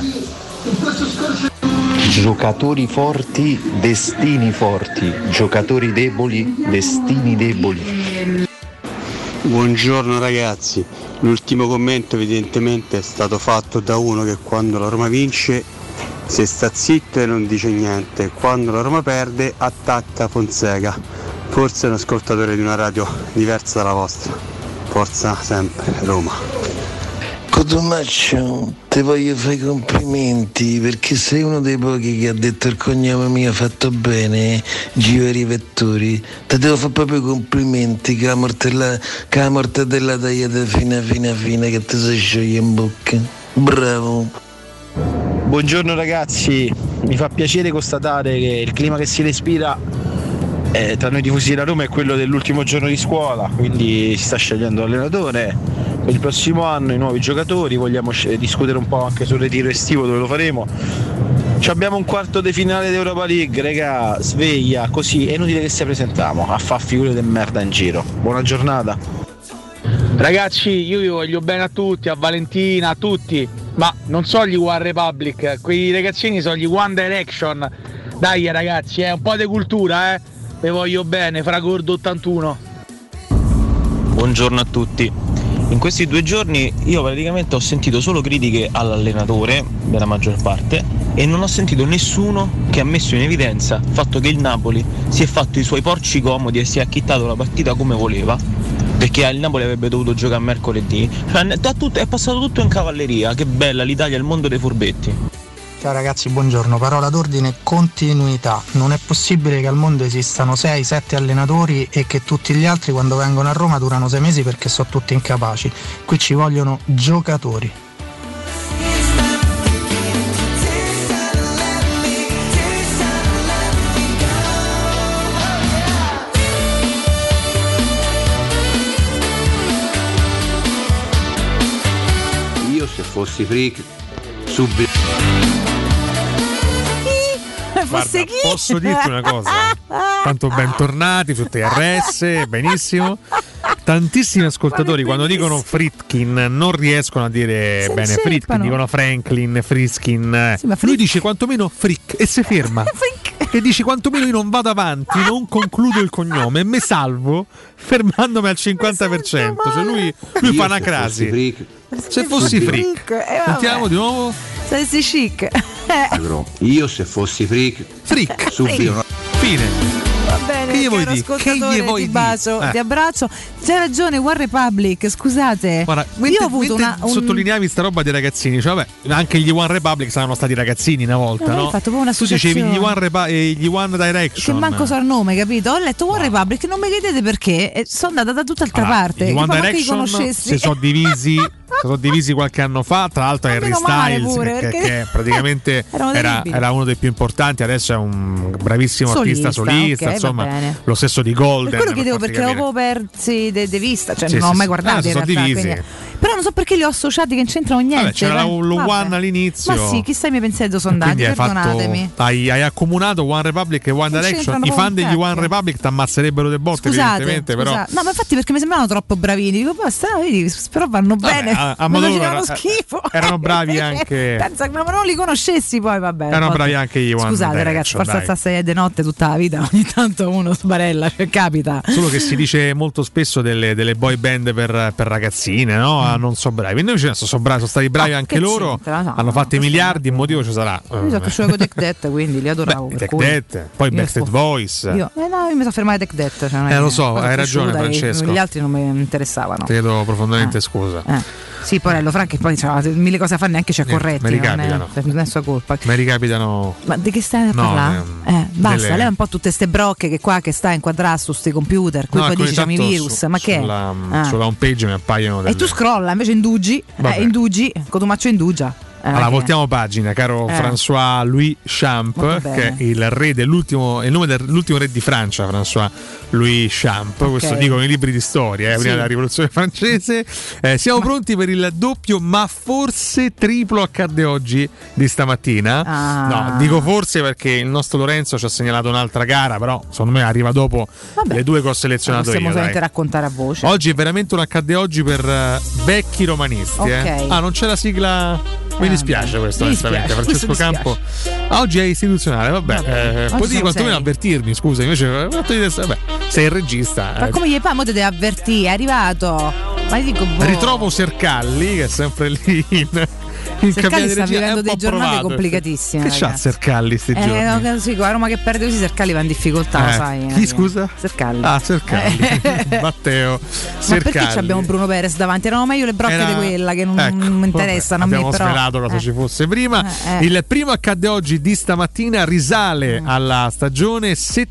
Giocatori forti, destini forti, giocatori deboli, destini deboli. Buongiorno ragazzi, l'ultimo commento evidentemente è stato fatto da uno che quando la Roma vince se sta zitto e non dice niente, quando la Roma perde attacca Fonseca, forse è un ascoltatore di una radio diversa dalla vostra, forza sempre Roma. Cotumaccio, ti voglio fare i complimenti perché sei uno dei pochi che ha detto il cognome mio fatto bene, Gio Rivettori. Ti devo fare proprio i complimenti, che la morte della tagliata fina che ti si scioglie in bocca. Bravo. Buongiorno ragazzi, mi fa piacere constatare che il clima che si respira tra noi tifosi della Roma è quello dell'ultimo giorno di scuola, quindi si sta scegliendo l'allenatore per il prossimo anno, i nuovi giocatori, vogliamo discutere un po' anche sul ritiro estivo dove lo faremo. Abbiamo un quarto di finale d'Europa League, raga, sveglia, così è inutile che si presentiamo a far figure di merda in giro. Buona giornata. Ragazzi, io vi voglio bene a tutti, a Valentina, a tutti, ma non so gli One Republic, quei ragazzini sono gli One Direction. Dai ragazzi, un po' di cultura, vi voglio bene, Fragordo 81. Buongiorno a tutti. In questi 2 giorni io praticamente ho sentito solo critiche all'allenatore, della maggior parte, e non ho sentito nessuno che ha messo in evidenza il fatto che il Napoli si è fatto i suoi porci comodi e si è acchittato la partita come voleva, perché il Napoli avrebbe dovuto giocare mercoledì. È passato tutto in cavalleria, che bella l'Italia, il mondo dei furbetti. Ciao ragazzi, buongiorno. Parola d'ordine: continuità. Non è possibile che al mondo esistano 6-7 allenatori e che tutti gli altri quando vengono a Roma durano 6 mesi perché sono tutti incapaci. Qui ci vogliono giocatori. Io se fossi Frick subito. Guarda, posso dirti una cosa? Tanto bentornati su TRS, benissimo. Tantissimi ascoltatori quando dicono Fritkin non riescono a dire bene Fritkin, dicono Franklin, Friskin. Sì, lui dice quantomeno Frick e si ferma. Che dici quantomeno io non vado avanti, non concludo il cognome e me salvo fermandomi al 50%. Cioè lui fa una crasi. Se fossi Frick. Sentiamo di nuovo. Se fossi chic. Io se fossi Frick subito. Fine. Va bene, che gli vuoi caro dire? ascoltatore, Che gli vuoi ti bacio, dire? ti abbraccio. C'è ragione, One Republic, scusate. Guarda, io ho avuto sottolineavi sta roba dei ragazzini, cioè vabbè, anche gli One Republic saranno stati ragazzini una volta, no? no? Hai fatto proprio una tu dicevi associazione. gli One Direction. Che manco so il nome, capito? Ho letto One Republic, non mi chiedete perché, e sono andata da tutt'altra parte. Gli Che One proprio che li Direction conoscessi. si sono divisi qualche anno fa, tra l'altro Harry Styles pure, che praticamente era uno dei più importanti, adesso è un bravissimo artista solista, okay, insomma lo stesso di Golden. Per quello chiedevo, perché l'avevo persi de vista, cioè sì, non ho mai sì, guardato in sono realtà, divisi. quindi, però non so perché li ho associati che non c'entrano niente. Vabbè, c'era lo One all'inizio. Ma sì, chissà i miei pensieri dove sono andati, perdonatemi. Hai accumulato One Republic e One Direction. I fan degli One Republic ti ammazzerebbero del botto, evidentemente, però. No, ma infatti perché mi sembravano troppo bravini. Dico, basta, vedi, però vanno bene. A modo loro schifo. Erano bravi anche. Pensa che non li conoscessi poi, vabbè. Erano bravi anche gli One. Scusate ragazzi, forse alzarsi di notte tutta la vita, ogni tanto uno sbarella, cioè capita. Solo che si dice molto spesso delle boy band per ragazzine, no? Non so bravi. Invece sono stati bravi anche loro. Hanno fatto i miliardi, il motivo ci sarà. Io sono cresciuto con Tech Death, quindi li adoravo. Tech Death, poi Backstreet Boys. Io mi sono fermato a Tech Death. Cioè lo so, hai ragione Francesco. Gli altri non mi interessavano. Ti chiedo profondamente scusa. Sì, Porello, Franchi poi mille cose a fare, neanche ci ha corretti. Mi ricapitano. Non è sua colpa. Mi ricapitano. Ma di che stai a parlare? Basta, lei è un po' tutte ste brocche che qua che sta inquadrato su sti computer, qui poi dice c'è i virus, ma che sulla home page mi appaiono e tu scrolla, invece indugi, Cotumaccio indugia. Allora, voltiamo pagina, caro François Louis Champ, che è il re dell'ultimo, il nome dell'ultimo re di Francia, François Louis Champ. Questo dicono i libri di storia, prima della rivoluzione francese. Siamo pronti per il doppio, ma forse triplo accadde oggi di stamattina. No, dico forse perché il nostro Lorenzo ci ha segnalato un'altra gara, però secondo me arriva dopo le due che ho selezionato possiamo io. Possiamo solamente raccontare a voce. Oggi è veramente un accadde oggi per vecchi romanisti. Non c'è la sigla. Mi dispiace questo, onestamente. Francesco Campo oggi è istituzionale, vabbè. Potevi quantomeno avvertirmi, scusa, invece sei il regista. Ma come gli fa? Mo te devi avvertire, è arrivato. Ma dico, ritrovo Sercalli, che è sempre lì Sercalli sta vivendo dei giornate complicatissime. Che c'ha Sercalli sti giorni? Sì, a Roma che perde così Sercalli va in difficoltà, lo sai. Chi scusa? Sercalli. Sercalli. Matteo Sercalli. Ma perché abbiamo Bruno Perez davanti? Erano meglio le brocche di quella che non mi interessano. Abbiamo svelato cosa ci fosse prima. Il primo accadde oggi di stamattina risale alla stagione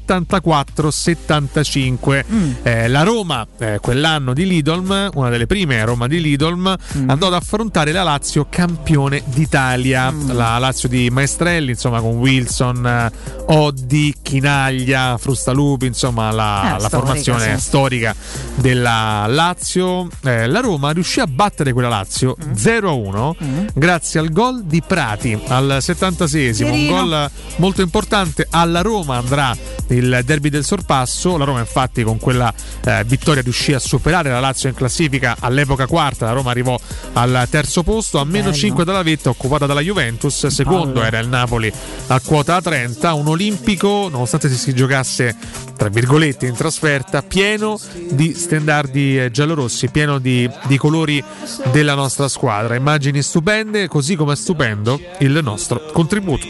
74-75. La Roma, quell'anno di Lidolm, una delle prime Roma di Lidolm, andò ad affrontare la Lazio campione d'Italia, la Lazio di Maestrelli, insomma, con Wilson, Oddi, Chinaglia, Frustalupi, insomma la formazione storica della Lazio. La Roma riuscì a battere quella Lazio 0-1 grazie al gol di Prati al 76esimo, un gol molto importante. Alla Roma andrà il derby del sorpasso. La Roma infatti con quella vittoria riuscì a superare la Lazio in classifica, all'epoca quarta, la Roma arrivò al terzo posto, a meno 5 dalla vetta, occupata dalla Juventus. Secondo era il Napoli a quota 30, un olimpico, nonostante si giocasse tra virgolette in trasferta, pieno di stendardi giallorossi, pieno di colori della nostra squadra, immagini stupende, così come è stupendo il nostro contributo.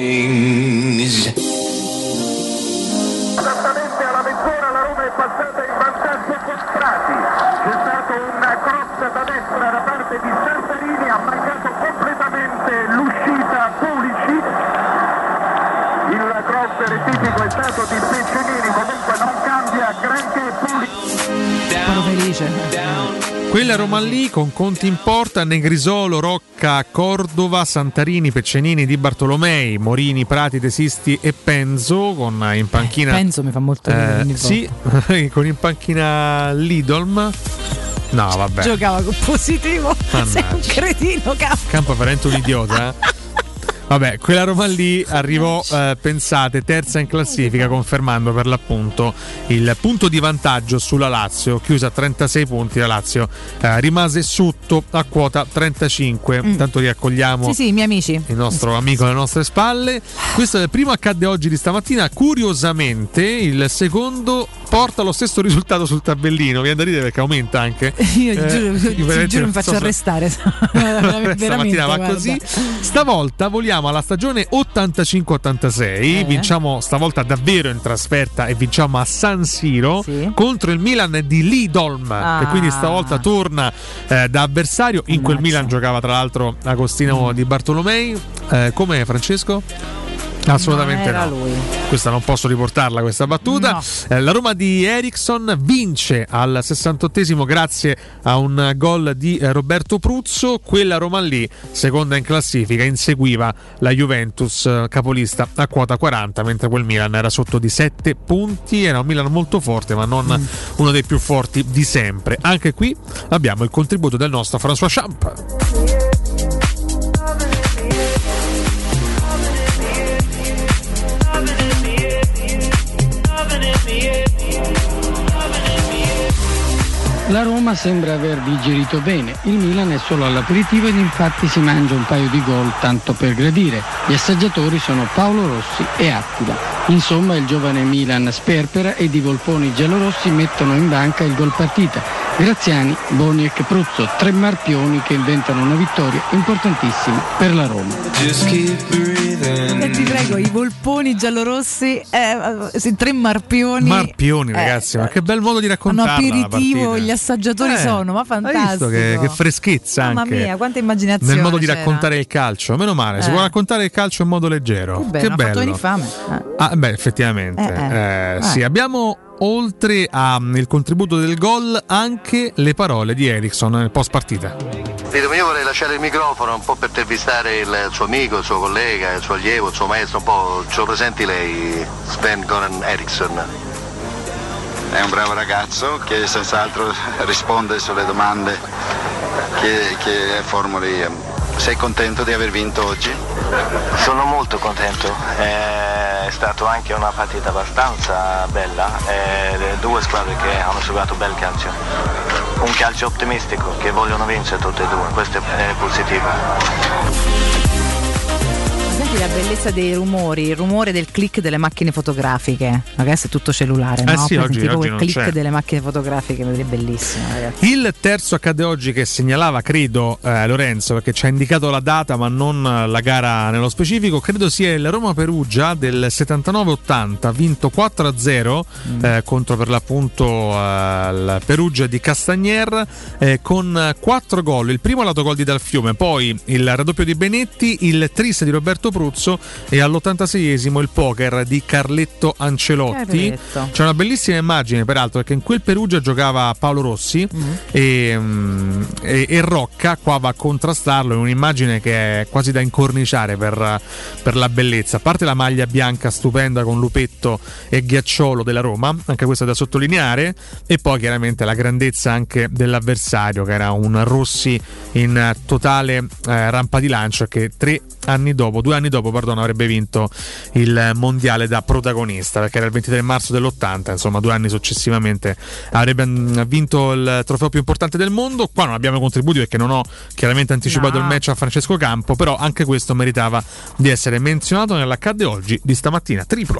Esattamente alla mezz'ora la Roma è passata in vantaggio con Prati. C'è stato un cross da destra da parte di Santarini, ha mancato completamente l'uscita Pulisic. Il cross rettifico è stato di Peccenini, comunque non cambia granché Pulisic. Sono felice. Quella Roma lì con Conti in porta, Negrisolo, Rocca, Cordova, Santarini, Peccenini, Di Bartolomei, Morini, Prati, Tesisti e Penzo, con in panchina Penzo mi fa molto sì, con in panchina Lidolm. No, vabbè. Giocava con positivo. Sei un cretino, Campo è veramente un idiota. Vabbè, quella Roma lì arrivò, pensate, terza in classifica, confermando per l'appunto il punto di vantaggio sulla Lazio, chiusa a 36 punti. La Lazio rimase sotto a quota 35. Intanto riaccogliamo i miei amici, il nostro amico alle nostre spalle. Questo è il primo accadde oggi di stamattina. Curiosamente il secondo porta lo stesso risultato sul tabellino. Viene da ridere perché aumenta anche. Io giuro mi faccio arrestare. Stamattina va così. Stavolta vogliamo arriviamo alla stagione 85-86, vinciamo stavolta davvero in trasferta e vinciamo a San Siro contro il Milan di Lidolm, che quindi stavolta torna da avversario. In quel Milan giocava tra l'altro Agostino Di Bartolomei. Come Francesco? Assolutamente no. Lui. Questa non posso riportarla, questa battuta. No. La Roma di Eriksson vince al 68esimo grazie a un gol di Roberto Pruzzo. Quella Roma lì, seconda in classifica, inseguiva la Juventus capolista a quota 40, mentre quel Milan era sotto di 7 punti. Era un Milan molto forte, ma non uno dei più forti di sempre. Anche qui abbiamo il contributo del nostro François Champ. La Roma sembra aver digerito bene, il Milan è solo all'aperitivo ed infatti si mangia un paio di gol tanto per gradire. Gli assaggiatori sono Paolo Rossi e Attila. Insomma, il giovane Milan sperpera ed i volponi giallorossi mettono in banca il gol partita. Graziani, Boni e Pruzzo, 3 marpioni che inventano una vittoria importantissima per la Roma. E ti prego, i volponi giallorossi, 3 marpioni. Marpioni, ragazzi, ma che bel modo di raccontarla. Un aperitivo, gli assaggiatori sono, ma fantastico. Hai visto che freschezza anche. Mamma mia, quanta immaginazione nel modo di c'era. Raccontare il calcio. Meno male, si può raccontare il calcio in modo leggero. Che bello. Fame. Beh, effettivamente. Sì, abbiamo oltre al contributo del gol anche le parole di Eriksson nel post partita. Io vorrei lasciare il microfono un po' per intervistare il suo amico, il suo collega, il suo allievo, il suo maestro, un po'. Ce lo presenti lei, Sven-Göran Eriksson? È un bravo ragazzo che senz'altro risponde sulle domande che formuli. Sei contento di aver vinto oggi? Sono molto contento, è stata anche una partita abbastanza bella, le due squadre che hanno giocato bel calcio, un calcio ottimistico, che vogliono vincere tutte e due, questo è positivo. Senti la bellezza dei rumori, il rumore del click delle macchine fotografiche, adesso è tutto cellulare, no? Sì, oggi il non click c'è. delle macchine fotografiche è bellissimo, ragazzi. Il terzo accade oggi che segnalava, credo, Lorenzo, perché ci ha indicato la data ma non la gara nello specifico, credo sia il Roma-Perugia del 79-80, vinto 4-0 contro per l'appunto il Perugia di Castagner, con 4 gol, il primo l'autogol di Dal Fiume, poi il raddoppio di Benetti, il tris di Roberto Pruzzo e all'86esimo il poker di Carletto Ancelotti. C'è una bellissima immagine peraltro, perché in quel Perugia giocava Paolo Rossi e Rocca qua va a contrastarlo, è un'immagine che è quasi da incorniciare per la bellezza, a parte la maglia bianca stupenda con lupetto e ghiacciolo della Roma, anche questa da sottolineare, e poi chiaramente la grandezza anche dell'avversario, che era un Rossi in totale rampa di lancio, che 2 anni dopo avrebbe vinto il mondiale da protagonista, perché era il 23 marzo dell'80, insomma 2 anni successivamente avrebbe vinto il trofeo più importante del mondo. Qua non abbiamo contributi perché non ho chiaramente anticipato il match a Francesco Campo, però anche questo meritava di essere menzionato nell'accadde oggi di stamattina triplo.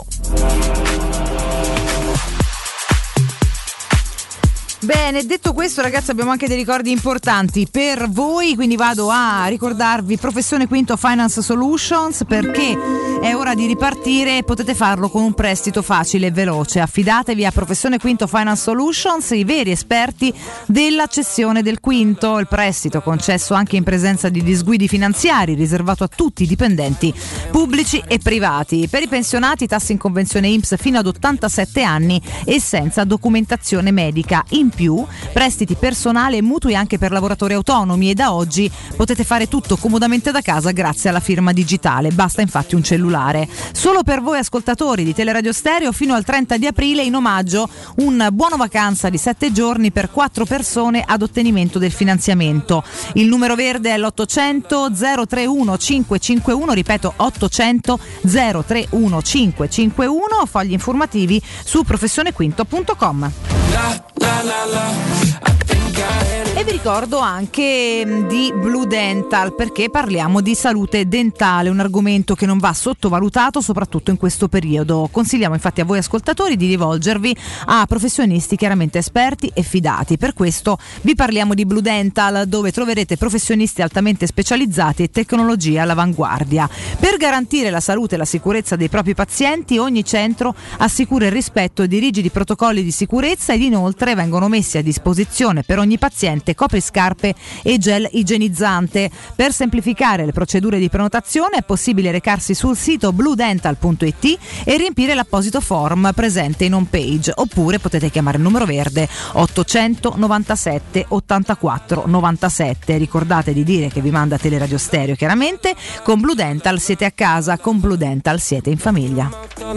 Bene, detto questo, ragazzi, abbiamo anche dei ricordi importanti per voi, quindi vado a ricordarvi Professione Quinto Finance Solutions, perché è ora di ripartire e potete farlo con un prestito facile e veloce. Affidatevi a Professione Quinto Finance Solutions, i veri esperti della cessione del quinto, il prestito concesso anche in presenza di disguidi finanziari, riservato a tutti i dipendenti pubblici e privati. Per i pensionati, tassi in convenzione INPS fino ad 87 anni e senza documentazione medica. In più, prestiti personali e mutui anche per lavoratori autonomi, e da oggi potete fare tutto comodamente da casa grazie alla firma digitale. Basta infatti un cellulare. Solo per voi ascoltatori di Teleradio Stereo fino al 30 di aprile in omaggio un buono vacanza di 7 giorni per 4 persone ad ottenimento del finanziamento. Il numero verde è l'800 031 551, ripeto 800 031 551, fogli informativi su professionequinto.com. I think I E vi ricordo anche di Blue Dental, perché parliamo di salute dentale, un argomento che non va sottovalutato soprattutto in questo periodo. Consigliamo infatti a voi ascoltatori di rivolgervi a professionisti chiaramente esperti e fidati. Per questo vi parliamo di Blue Dental, dove troverete professionisti altamente specializzati e tecnologie all'avanguardia. Per garantire la salute e la sicurezza dei propri pazienti, ogni centro assicura il rispetto di rigidi protocolli di sicurezza ed inoltre vengono messi a disposizione per ogni paziente copriscarpe e gel igienizzante. Per semplificare le procedure di prenotazione è possibile recarsi sul sito bluedental.it e riempire l'apposito form presente in home page, oppure potete chiamare il numero verde 897 84 97. Ricordate di dire che vi manda Teleradio Stereo, chiaramente. Con Blue Dental siete a casa, con Blue Dental siete in famiglia.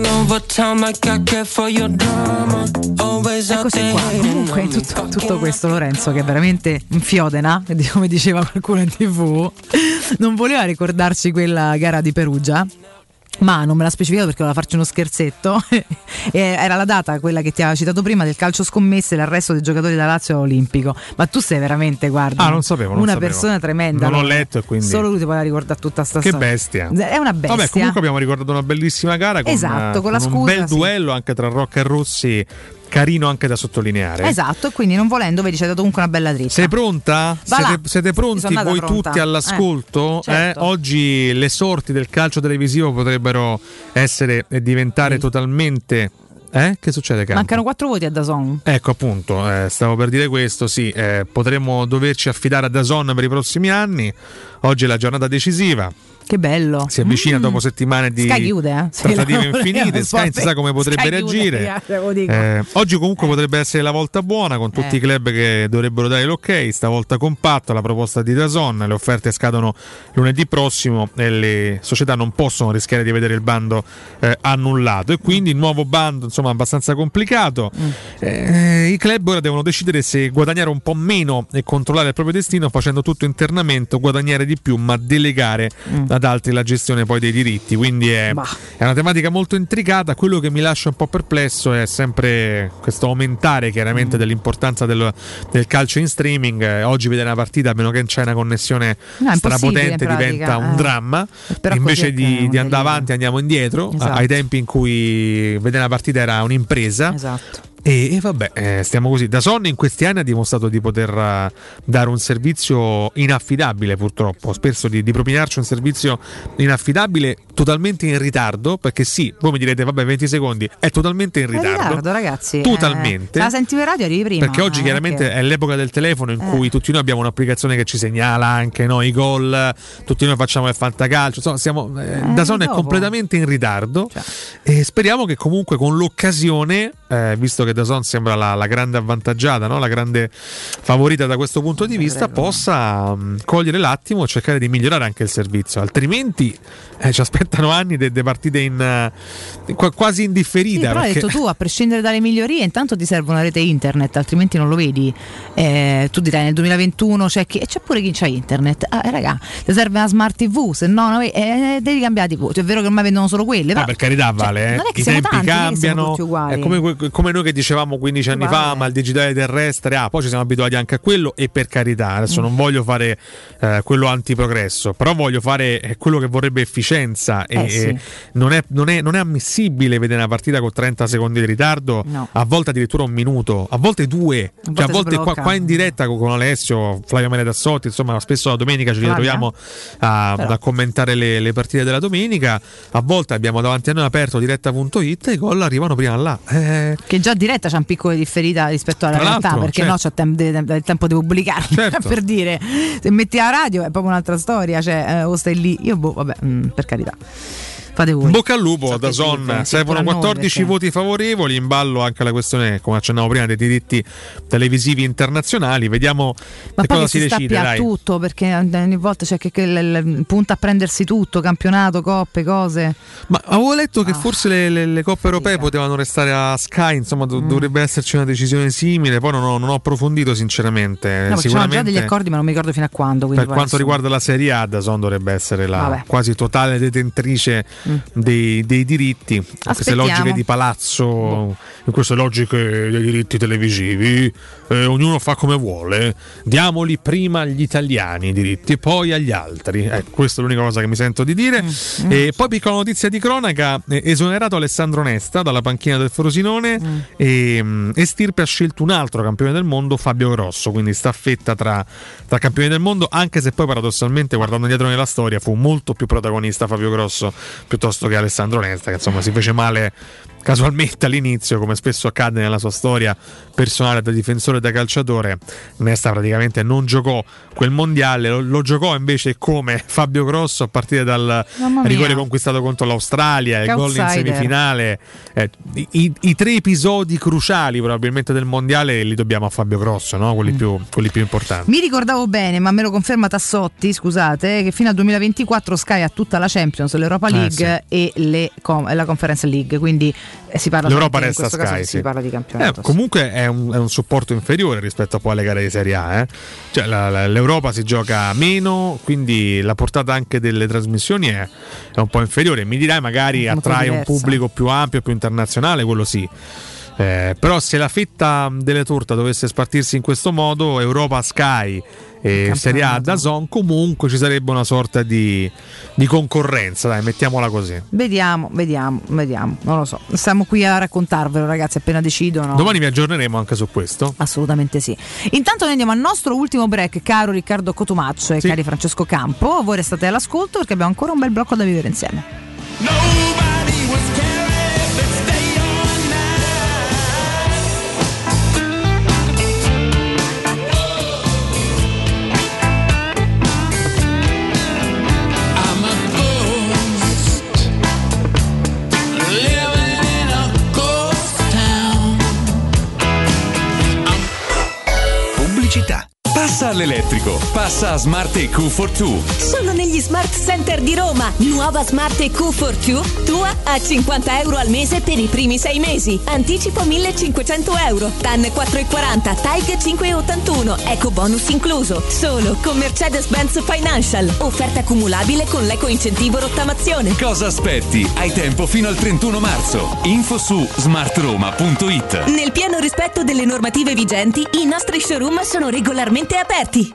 Eccoci qua. Comunque tutto questo, Lorenzo, che è veramente un fiodena, come diceva qualcuno in TV, non voleva ricordarci quella gara di Perugia, ma non me l'ha specificato perché voleva farci uno scherzetto. Era la data, quella che ti aveva citato prima, del calcio scommesse, l'arresto dei giocatori da Lazio all'Olimpico. Ma tu sei veramente, guarda, non sapevo, persona tremenda. Non ho letto e quindi solo lui ti poteva ricordare tutta sta che storia. bestia. È una bestia. Vabbè, comunque abbiamo ricordato una bellissima gara con, con la scusa, un bel duello anche tra Rocca e Rossi, carino anche da sottolineare. Esatto, e quindi non volendo, vedi, ci hai dato comunque una bella dritta. Sei pronta? Siete pronti voi pronta. tutti all'ascolto? Certo. Oggi le sorti del calcio televisivo potrebbero essere e diventare totalmente... Che succede, Campo? Mancano 4 voti a DAZN. Ecco, appunto, stavo per dire questo, sì, potremmo doverci affidare a DAZN per i prossimi anni. Oggi è la giornata decisiva. Che bello. Si avvicina dopo settimane di trattative infinite. Sky non si sa come potrebbe reagire. Oggi comunque potrebbe essere la volta buona, con tutti i club che dovrebbero dare l'ok. Stavolta compatto la proposta di DAZN. Le offerte scadono lunedì prossimo e le società non possono rischiare di vedere il bando annullato, e quindi il nuovo bando, insomma, abbastanza complicato. I club ora devono decidere se guadagnare un po' meno e controllare il proprio destino facendo tutto internamente, o guadagnare di più ma delegare ad altri la gestione poi dei diritti. Quindi è una tematica molto intricata. Quello che mi lascia un po' perplesso è sempre questo aumentare chiaramente dell'importanza del calcio in streaming. Oggi vedere una partita, a meno che c'è una connessione strapotente, diventa un dramma. Invece di andare avanti andiamo indietro. Esatto. Ai tempi in cui vedere una partita era un'impresa. Esatto. E vabbè, stiamo così. DAZN in questi anni ha dimostrato di poter dare un servizio inaffidabile, purtroppo. Spesso di propinarci un servizio inaffidabile, totalmente in ritardo, perché sì, voi mi direte vabbè, 20 secondi, è totalmente in ritardo, ragazzi. Totalmente. La sentivo radio, arrivi prima. Perché oggi chiaramente è l'epoca del telefono in cui tutti noi abbiamo un'applicazione che ci segnala anche i gol, tutti noi facciamo il fantacalcio, insomma, DAZN è completamente in ritardo, e speriamo che comunque con l'occasione, visto che DAZN sembra la grande avvantaggiata, no? La grande favorita da questo punto di vista, possa cogliere l'attimo e cercare di migliorare anche il servizio, altrimenti ci aspettano anni di partite quasi indifferita. Però hai detto tu, a prescindere dalle migliorie, intanto ti serve una rete internet, altrimenti non lo vedi. Tu dirai nel 2021 c'è pure chi c'ha internet. Raga, ti serve una smart TV, se no devi cambiare TV. Cioè, è vero che ormai vendono solo quelle, però, per carità, vale, non è che i siamo tempi tanti, cambiano, è come noi che dicevamo 15 anni fa, ma il digitale terrestre, poi ci siamo abituati anche a quello, e per carità, adesso non voglio fare quello antiprogresso, però voglio fare quello che vorrebbe efficienza, e non è ammissibile vedere una partita con 30 secondi di ritardo, a volte addirittura un minuto, a volte due, a volte qua in diretta con Alessio, Flavio Mele Tassotti, insomma spesso la domenica ci ritroviamo a commentare le partite della domenica, a volte abbiamo davanti a noi aperto diretta.it e i gol arrivano prima là. Che già diretta c'è un piccolo differita rispetto alla realtà, perché no, c'è tempo di pubblicarli, per dire, se metti la radio è proprio un'altra storia, cioè o stai lì, per carità. Fate voi. Bocca al lupo, DAZN. Servono 14 voti favorevoli. In ballo anche la questione, come accennavo prima, dei diritti televisivi internazionali. Vediamo che cosa si decide. Ma tutto, perché ogni volta c'è che punta a prendersi tutto, campionato, coppe, cose. Ma avevo letto che forse le coppe europee potevano restare a Sky, insomma dovrebbe esserci una decisione simile. Poi non ho approfondito sinceramente. Sicuramente c'erano già degli accordi, ma non mi ricordo fino a quando. Per quanto riguarda la Serie A, DAZN dovrebbe essere la quasi totale detentrice dei diritti, queste logiche di palazzo, in queste logiche dei diritti televisivi, ognuno fa come vuole, diamoli prima agli italiani i diritti e poi agli altri. Questa è l'unica cosa che mi sento di dire. E poi piccola notizia di cronaca: esonerato Alessandro Nesta dalla panchina del Frosinone, e Stirpe ha scelto un altro campione del mondo, Fabio Grosso, quindi staffetta tra campioni del mondo, anche se poi paradossalmente, guardando dietro nella storia, fu molto più protagonista Fabio Grosso piuttosto che Alessandro Nesta, che insomma si fece male casualmente all'inizio, come spesso accade nella sua storia personale da difensore e da calciatore. Nesta praticamente non giocò quel mondiale, lo giocò invece come Fabio Grosso a partire dal rigore conquistato contro l'Australia, il gol in semifinale. I 3 episodi cruciali probabilmente del mondiale li dobbiamo a Fabio Grosso, no? quelli più importanti. Mi ricordavo bene, ma me lo conferma Tassotti, scusate, che fino al 2024 Sky ha tutta la Champions, l'Europa League e la Conference League, quindi si parla l'Europa resta a Sky, si parla di campionato. Comunque è un supporto inferiore rispetto a poi alle gare di Serie A. Cioè, l'Europa si gioca meno, quindi la portata anche delle trasmissioni è un po' inferiore. Mi dirai, magari attrae un pubblico più ampio, più internazionale, quello sì. Però se la fetta delle torta dovesse spartirsi in questo modo, Europa Sky e Serie A DAZN, comunque ci sarebbe una sorta di concorrenza, dai, mettiamola così. Vediamo, non lo so, stiamo qui a raccontarvelo, ragazzi, appena decidono. Domani vi aggiorneremo anche su questo. Assolutamente sì. Intanto noi andiamo al nostro ultimo break, caro Riccardo Cotumaccio e cari Francesco Campo. Voi restate all'ascolto perché abbiamo ancora un bel blocco da vivere insieme. Passa all'elettrico, passa a Smart EQ For2. Solo negli Smart Center di Roma. Nuova Smart EQ For2, tua a €50 al mese per i primi 6 mesi. Anticipo €1.500. TAN 4,40, TAIG 5,81, eco bonus incluso. Solo con Mercedes-Benz Financial. Offerta cumulabile con l'eco incentivo rottamazione. Cosa aspetti? Hai tempo fino al 31 marzo. Info su smartroma.it. Nel pieno rispetto delle normative vigenti, i nostri showroom sono regolarmente aperti.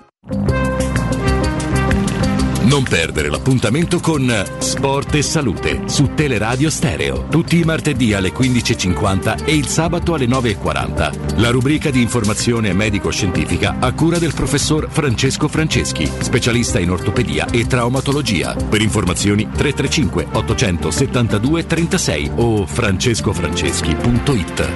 Non perdere l'appuntamento con Sport e Salute su Teleradio Stereo, tutti i martedì alle 15.50 e il sabato alle 9.40. La rubrica di informazione medico-scientifica a cura del professor Francesco Franceschi, specialista in ortopedia e traumatologia. Per informazioni 335 872 36 o francescofranceschi.it.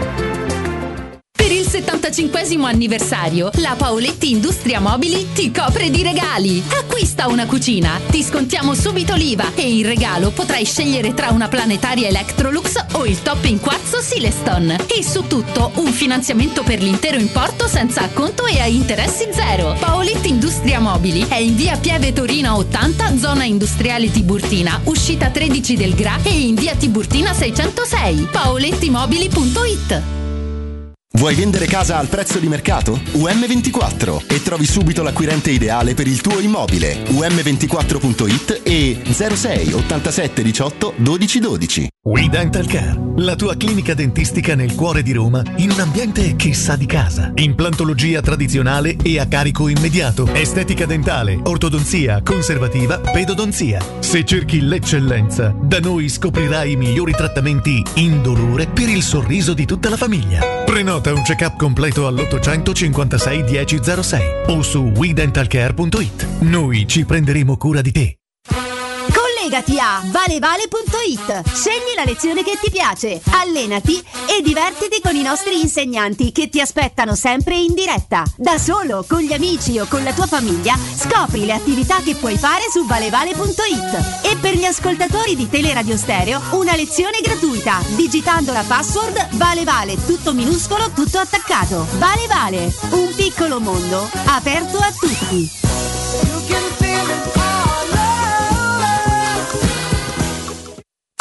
Per il 75° anniversario, la Paoletti Industria Mobili ti copre di regali. Acquista una cucina, ti scontiamo subito l'IVA e in regalo potrai scegliere tra una planetaria Electrolux o il top in quarzo Sileston. E su tutto un finanziamento per l'intero importo senza acconto e a interessi zero. Paoletti Industria Mobili è in via Pieve Torino 80, zona industriale Tiburtina, uscita 13 del Gra, e in via Tiburtina 606. paolettimobili.it. Vuoi vendere casa al prezzo di mercato? UM24 e trovi subito l'acquirente ideale per il tuo immobile. UM24.it e 06 87 18 12 12. We Dental Care, la tua clinica dentistica nel cuore di Roma in un ambiente che sa di casa. Implantologia tradizionale e a carico immediato. Estetica dentale, ortodonzia, conservativa, pedodonzia. Se cerchi l'eccellenza, da noi scoprirai i migliori trattamenti indolore per il sorriso di tutta la famiglia. Prenota un check-up completo all'856 1006 o su WeDentalCare.it. Noi ci prenderemo cura di te. Collegati a valevale.it. Scegli la lezione che ti piace, allenati e divertiti con i nostri insegnanti che ti aspettano sempre in diretta. Da solo, con gli amici o con la tua famiglia, scopri le attività che puoi fare su valevale.it. E per gli ascoltatori di Teleradio Stereo, una lezione gratuita, digitando la password Valevale, tutto minuscolo, tutto attaccato. Valevale, un piccolo mondo aperto a tutti.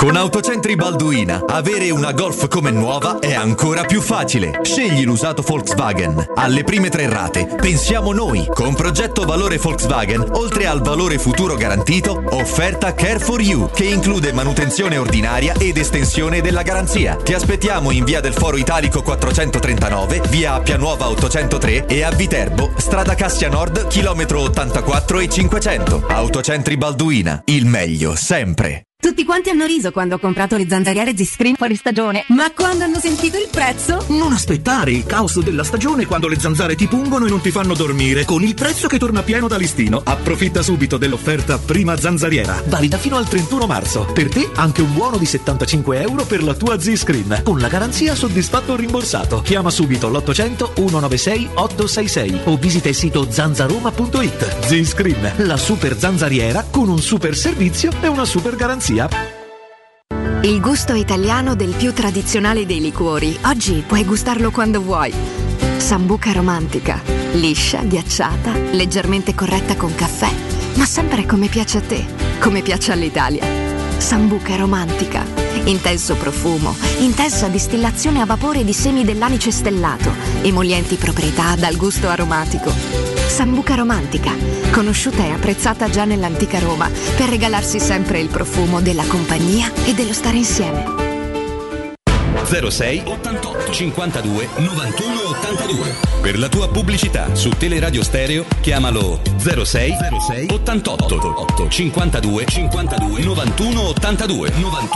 Con Autocentri Balduina, avere una Golf come nuova è ancora più facile. Scegli l'usato Volkswagen. Alle prime 3 rate, pensiamo noi. Con progetto Valore Volkswagen, oltre al valore futuro garantito, offerta Care for You, che include manutenzione ordinaria ed estensione della garanzia. Ti aspettiamo in via del Foro Italico 439, via Appia Nuova 803 e a Viterbo, strada Cassia Nord, chilometro 84 e 500. Autocentri Balduina, il meglio sempre. Tutti quanti hanno riso quando ho comprato le zanzariere Z-Screen fuori stagione, ma quando hanno sentito il prezzo? Non aspettare il caos della stagione quando le zanzare ti pungono e non ti fanno dormire, con il prezzo che torna pieno da listino. Approfitta subito dell'offerta prima zanzariera, valida fino al 31 marzo. Per te anche un buono di €75 per la tua Z-Screen, con la garanzia soddisfatto o rimborsato. Chiama subito l'800 196 866 o visita il sito zanzaroma.it. Z-Screen, la super zanzariera con un super servizio e una super garanzia. Il gusto italiano del più tradizionale dei liquori. Oggi puoi gustarlo quando vuoi. Sambuca romantica. Liscia, ghiacciata, leggermente corretta con caffè, ma sempre come piace a te, come piace all'Italia. Sambuca romantica. Intenso profumo, intensa distillazione a vapore di semi dell'anice stellato, emolienti proprietà dal gusto aromatico. Sambuca romantica, conosciuta e apprezzata già nell'antica Roma per regalarsi sempre il profumo della compagnia e dello stare insieme. 06 88 52 91 82. Per la tua pubblicità su Teleradio Stereo chiamalo 06 88 52 91 82.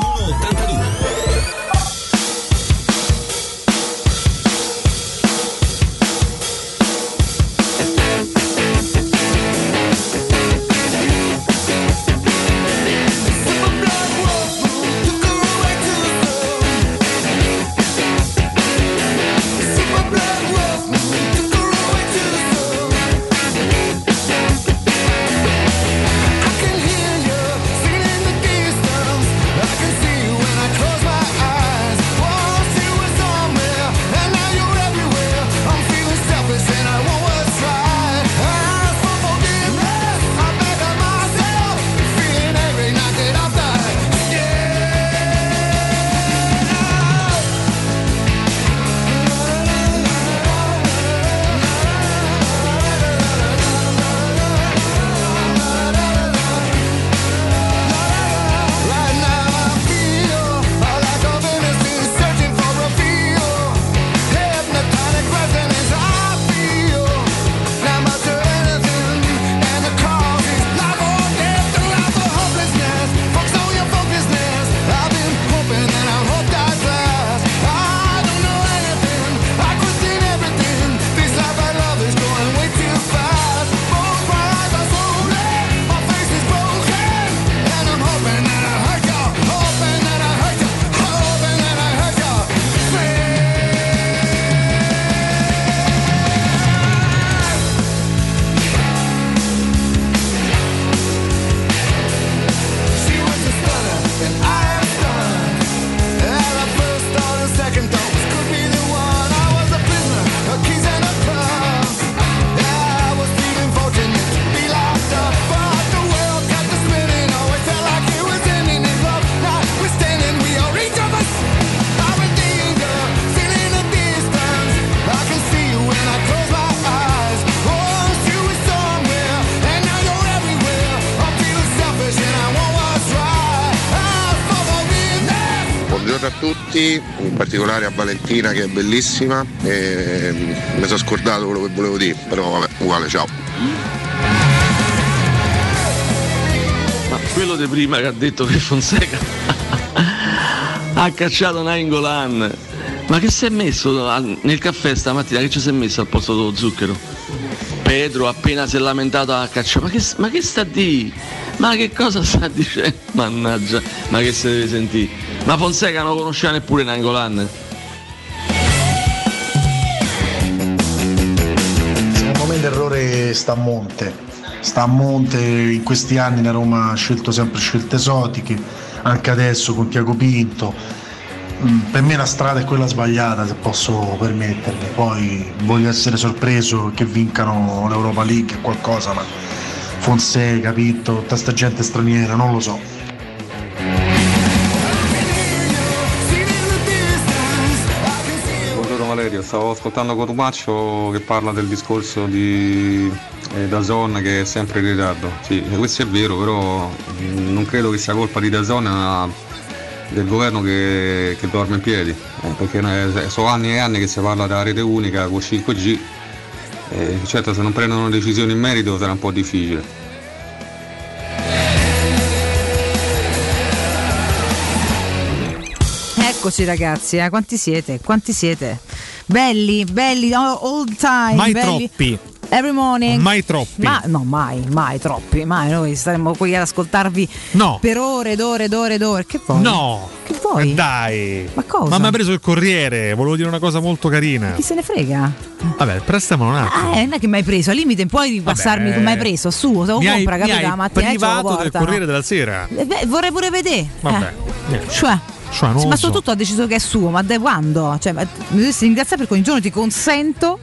In particolare a Valentina che è bellissima e mi sono scordato quello che volevo dire, però vabbè, uguale, ciao. Ma quello di prima che ha detto che Fonseca ha cacciato Nainggolan, ma che si è messo nel caffè stamattina, che ci si è messo al posto dello zucchero? Pedro appena si è lamentato a cacciare, ma che sta di? Ma che cosa sta dicendo? Mannaggia, ma che si deve sentire? Ma Fonseca non conosceva neppure Nainggolan. Secondo me l'errore sta a monte, in questi anni la Roma ha scelto sempre scelte esotiche, anche adesso con Tiago Pinto. Per me la strada è quella sbagliata, se posso permettermi, poi voglio essere sorpreso che vincano l'Europa League o qualcosa, ma Fonseca, Pinto, tutta sta gente straniera, non lo so. stavo ascoltando Cotumaccio che parla del discorso di DAZN che è sempre in ritardo. Sì, questo è vero, però non credo che sia colpa di DAZN, ma del governo che dorme in piedi, perché sono anni e anni che si parla della rete unica con 5G, certo se non prendono decisioni in merito sarà un po' difficile. Eccoci ragazzi, quanti siete? Belli, all time. Mai belli. Troppi. Every morning. Mai troppi. Mai troppi. Mai noi staremo qui ad ascoltarvi per ore ed ore ed ore ed ore. Che vuoi? No. Che vuoi? Dai. Ma cosa? Ma mi ha preso il Corriere, volevo dire una cosa molto carina. Chi se ne frega? Vabbè, prestamelo un attimo. Non è che mi hai preso, al limite puoi ripassarmi come hai preso, su, te lo compra, capito? La mattina privato del Corriere della Sera. Vorrei pure vedere. Vabbè. Ma soprattutto ha deciso che è suo, ma da quando? Cioè, mi dovresti ringraziare perché ogni giorno ti consento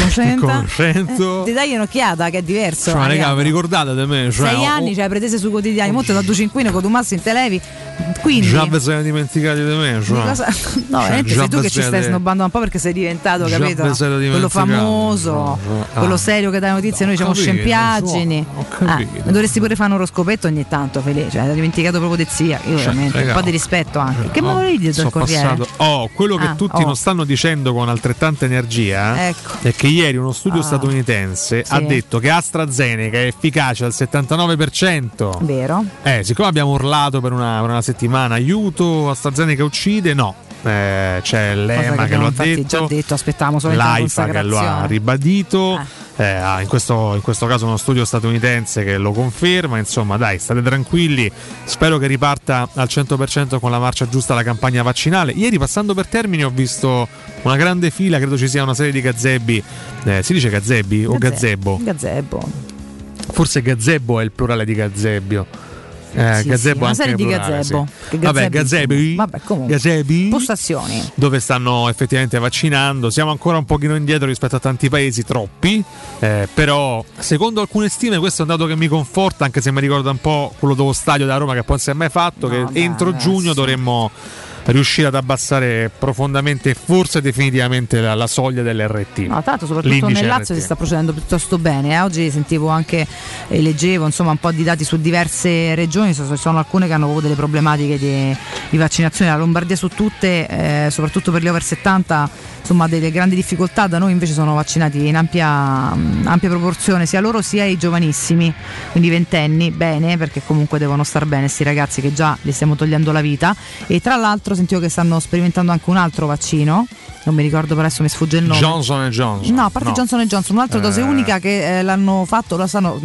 di dargli un'occhiata che è diverso. Cioè, raga, vi ricordate di me? 6 anni, cioè pretese sui quotidiani, molto da 2 cinquine con Tommaso in televi. Quindi già vi siete dimenticati di me? No, veramente sei tu che ci stai snobbando un po' perché sei diventato, capito? Quello famoso, quello serio che dà notizie, noi diciamo scempiaggini. Dovresti pure fare un oroscopetto ogni tanto, Felice. Cioè, hai dimenticato proprio di zia. Io veramente un po' di rispetto anche. Che me lo volevi dire del Corriere? Quello che tutti non stanno dicendo con altrettanta energia è che ieri uno studio statunitense ha detto che AstraZeneca è efficace al 79%. Vero? Siccome abbiamo urlato per una settimana aiuto, AstraZeneca uccide, no. C'è l'EMA che lo ha detto, già detto, aspettavamo solo l'AIFA che lo ha ribadito, in questo caso uno studio statunitense che lo conferma. Insomma, dai, state tranquilli, spero che riparta al 100% con la marcia giusta la campagna vaccinale. Ieri, passando per Termini, ho visto una grande fila, credo ci sia una serie di gazebi, si dice gazebi o gazebo? Forse gazebo è il plurale di gazebbio. Gazebo, una serie di gazebo. Vabbè, gazebi. Gazebi. Postazioni. Dove stanno effettivamente vaccinando. Siamo ancora un pochino indietro rispetto a tanti paesi, troppi. Però, secondo alcune stime, questo è un dato che mi conforta, anche se mi ricorda un po' quello dello stadio della Roma che poi non si è mai fatto. Che entro giugno dovremmo riuscire ad abbassare profondamente e forse definitivamente la soglia dell'RT. No, tanto soprattutto nel Lazio si sta procedendo piuttosto bene. Oggi sentivo anche e leggevo insomma un po' di dati su diverse regioni, sono alcune che hanno avuto delle problematiche di vaccinazione, la Lombardia su tutte, soprattutto per gli over 70, insomma delle grandi difficoltà. Da noi invece sono vaccinati in ampia proporzione sia loro sia i giovanissimi, quindi ventenni, bene, perché comunque devono star bene sti ragazzi che già li stiamo togliendo la vita. E tra l'altro sentivo che stanno sperimentando anche un altro vaccino, non mi ricordo, per adesso mi sfugge il nome. Johnson & Johnson. No, a parte Johnson & Johnson, un'altra dose unica che l'hanno fatto, lo stanno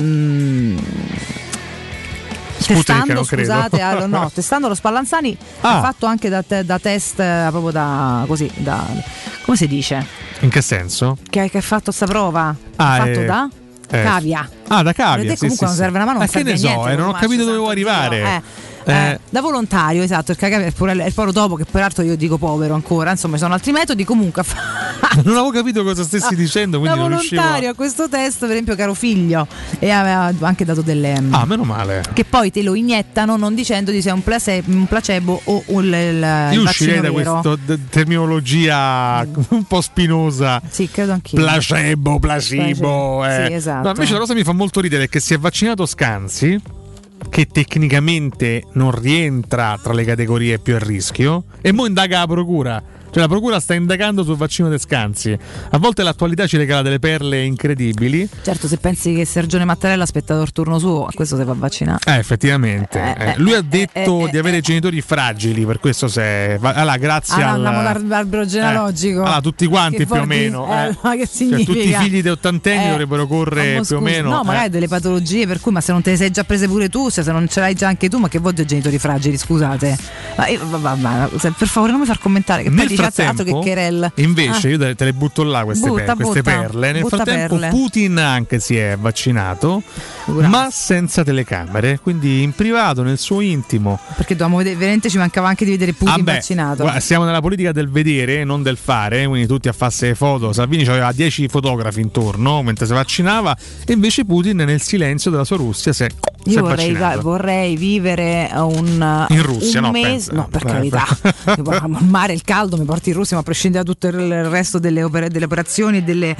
testando, scusate, testando lo Spallanzani, ha fatto anche da test proprio da come si dice? In che senso? Che ha fatto sta prova? Ha fatto da cavia. Da cavia. Comunque non serve una mano, non serve niente. Che ne so, non ho capito dove vuoi arrivare. Da volontario, esatto, il povero topo, che peraltro io dico povero ancora, insomma ci sono altri metodi comunque. Non avevo capito cosa stessi dicendo, quindi da volontario a questo test, per esempio caro figlio, e aveva anche dato delle meno male, che poi te lo iniettano non dicendoti se è un placebo o il io uscirei da questa terminologia un po' spinosa. Sì, credo anch'io. Placebo. Sì, esatto. No, invece la cosa mi fa molto ridere è che si è vaccinato Scanzi, che tecnicamente non rientra tra le categorie più a rischio, e mo indaga la procura. Cioè la procura sta indagando sul vaccino di Scanzi. A volte l'attualità ci regala delle perle incredibili. Certo, se pensi che Sergione Mattarella aspetta il turno suo, a questo si va a vaccinare. Effettivamente. Lui ha detto di avere genitori fragili, per questo grazie all'albero genealogico. Tutti quanti più o meno. Ma che significa? Tutti i figli di ottantenni dovrebbero correre più o meno. No, magari delle patologie, per cui, ma se non te ne sei già prese pure tu, se non ce l'hai già anche tu, ma che vuoi dei genitori fragili, scusate. Per favore non mi far commentare, che poi altro che Cherel. Invece io te le butto là queste perle. Nel frattempo Putin anche si è vaccinato, ma senza telecamere, quindi in privato, nel suo intimo. Perché dovevamo vedere, veramente ci mancava anche di vedere Putin vaccinato. Guarda, siamo nella politica del vedere, non del fare, quindi tutti a farsi le foto. Salvini aveva 10 fotografi intorno mentre si vaccinava, e invece Putin nel silenzio della sua Russia si è io vorrei vorrei vivere in Russia, un mese, penso. no, per carità, il mare, il caldo mi porti in Russia, ma a prescindere da tutto il resto delle operazioni e delle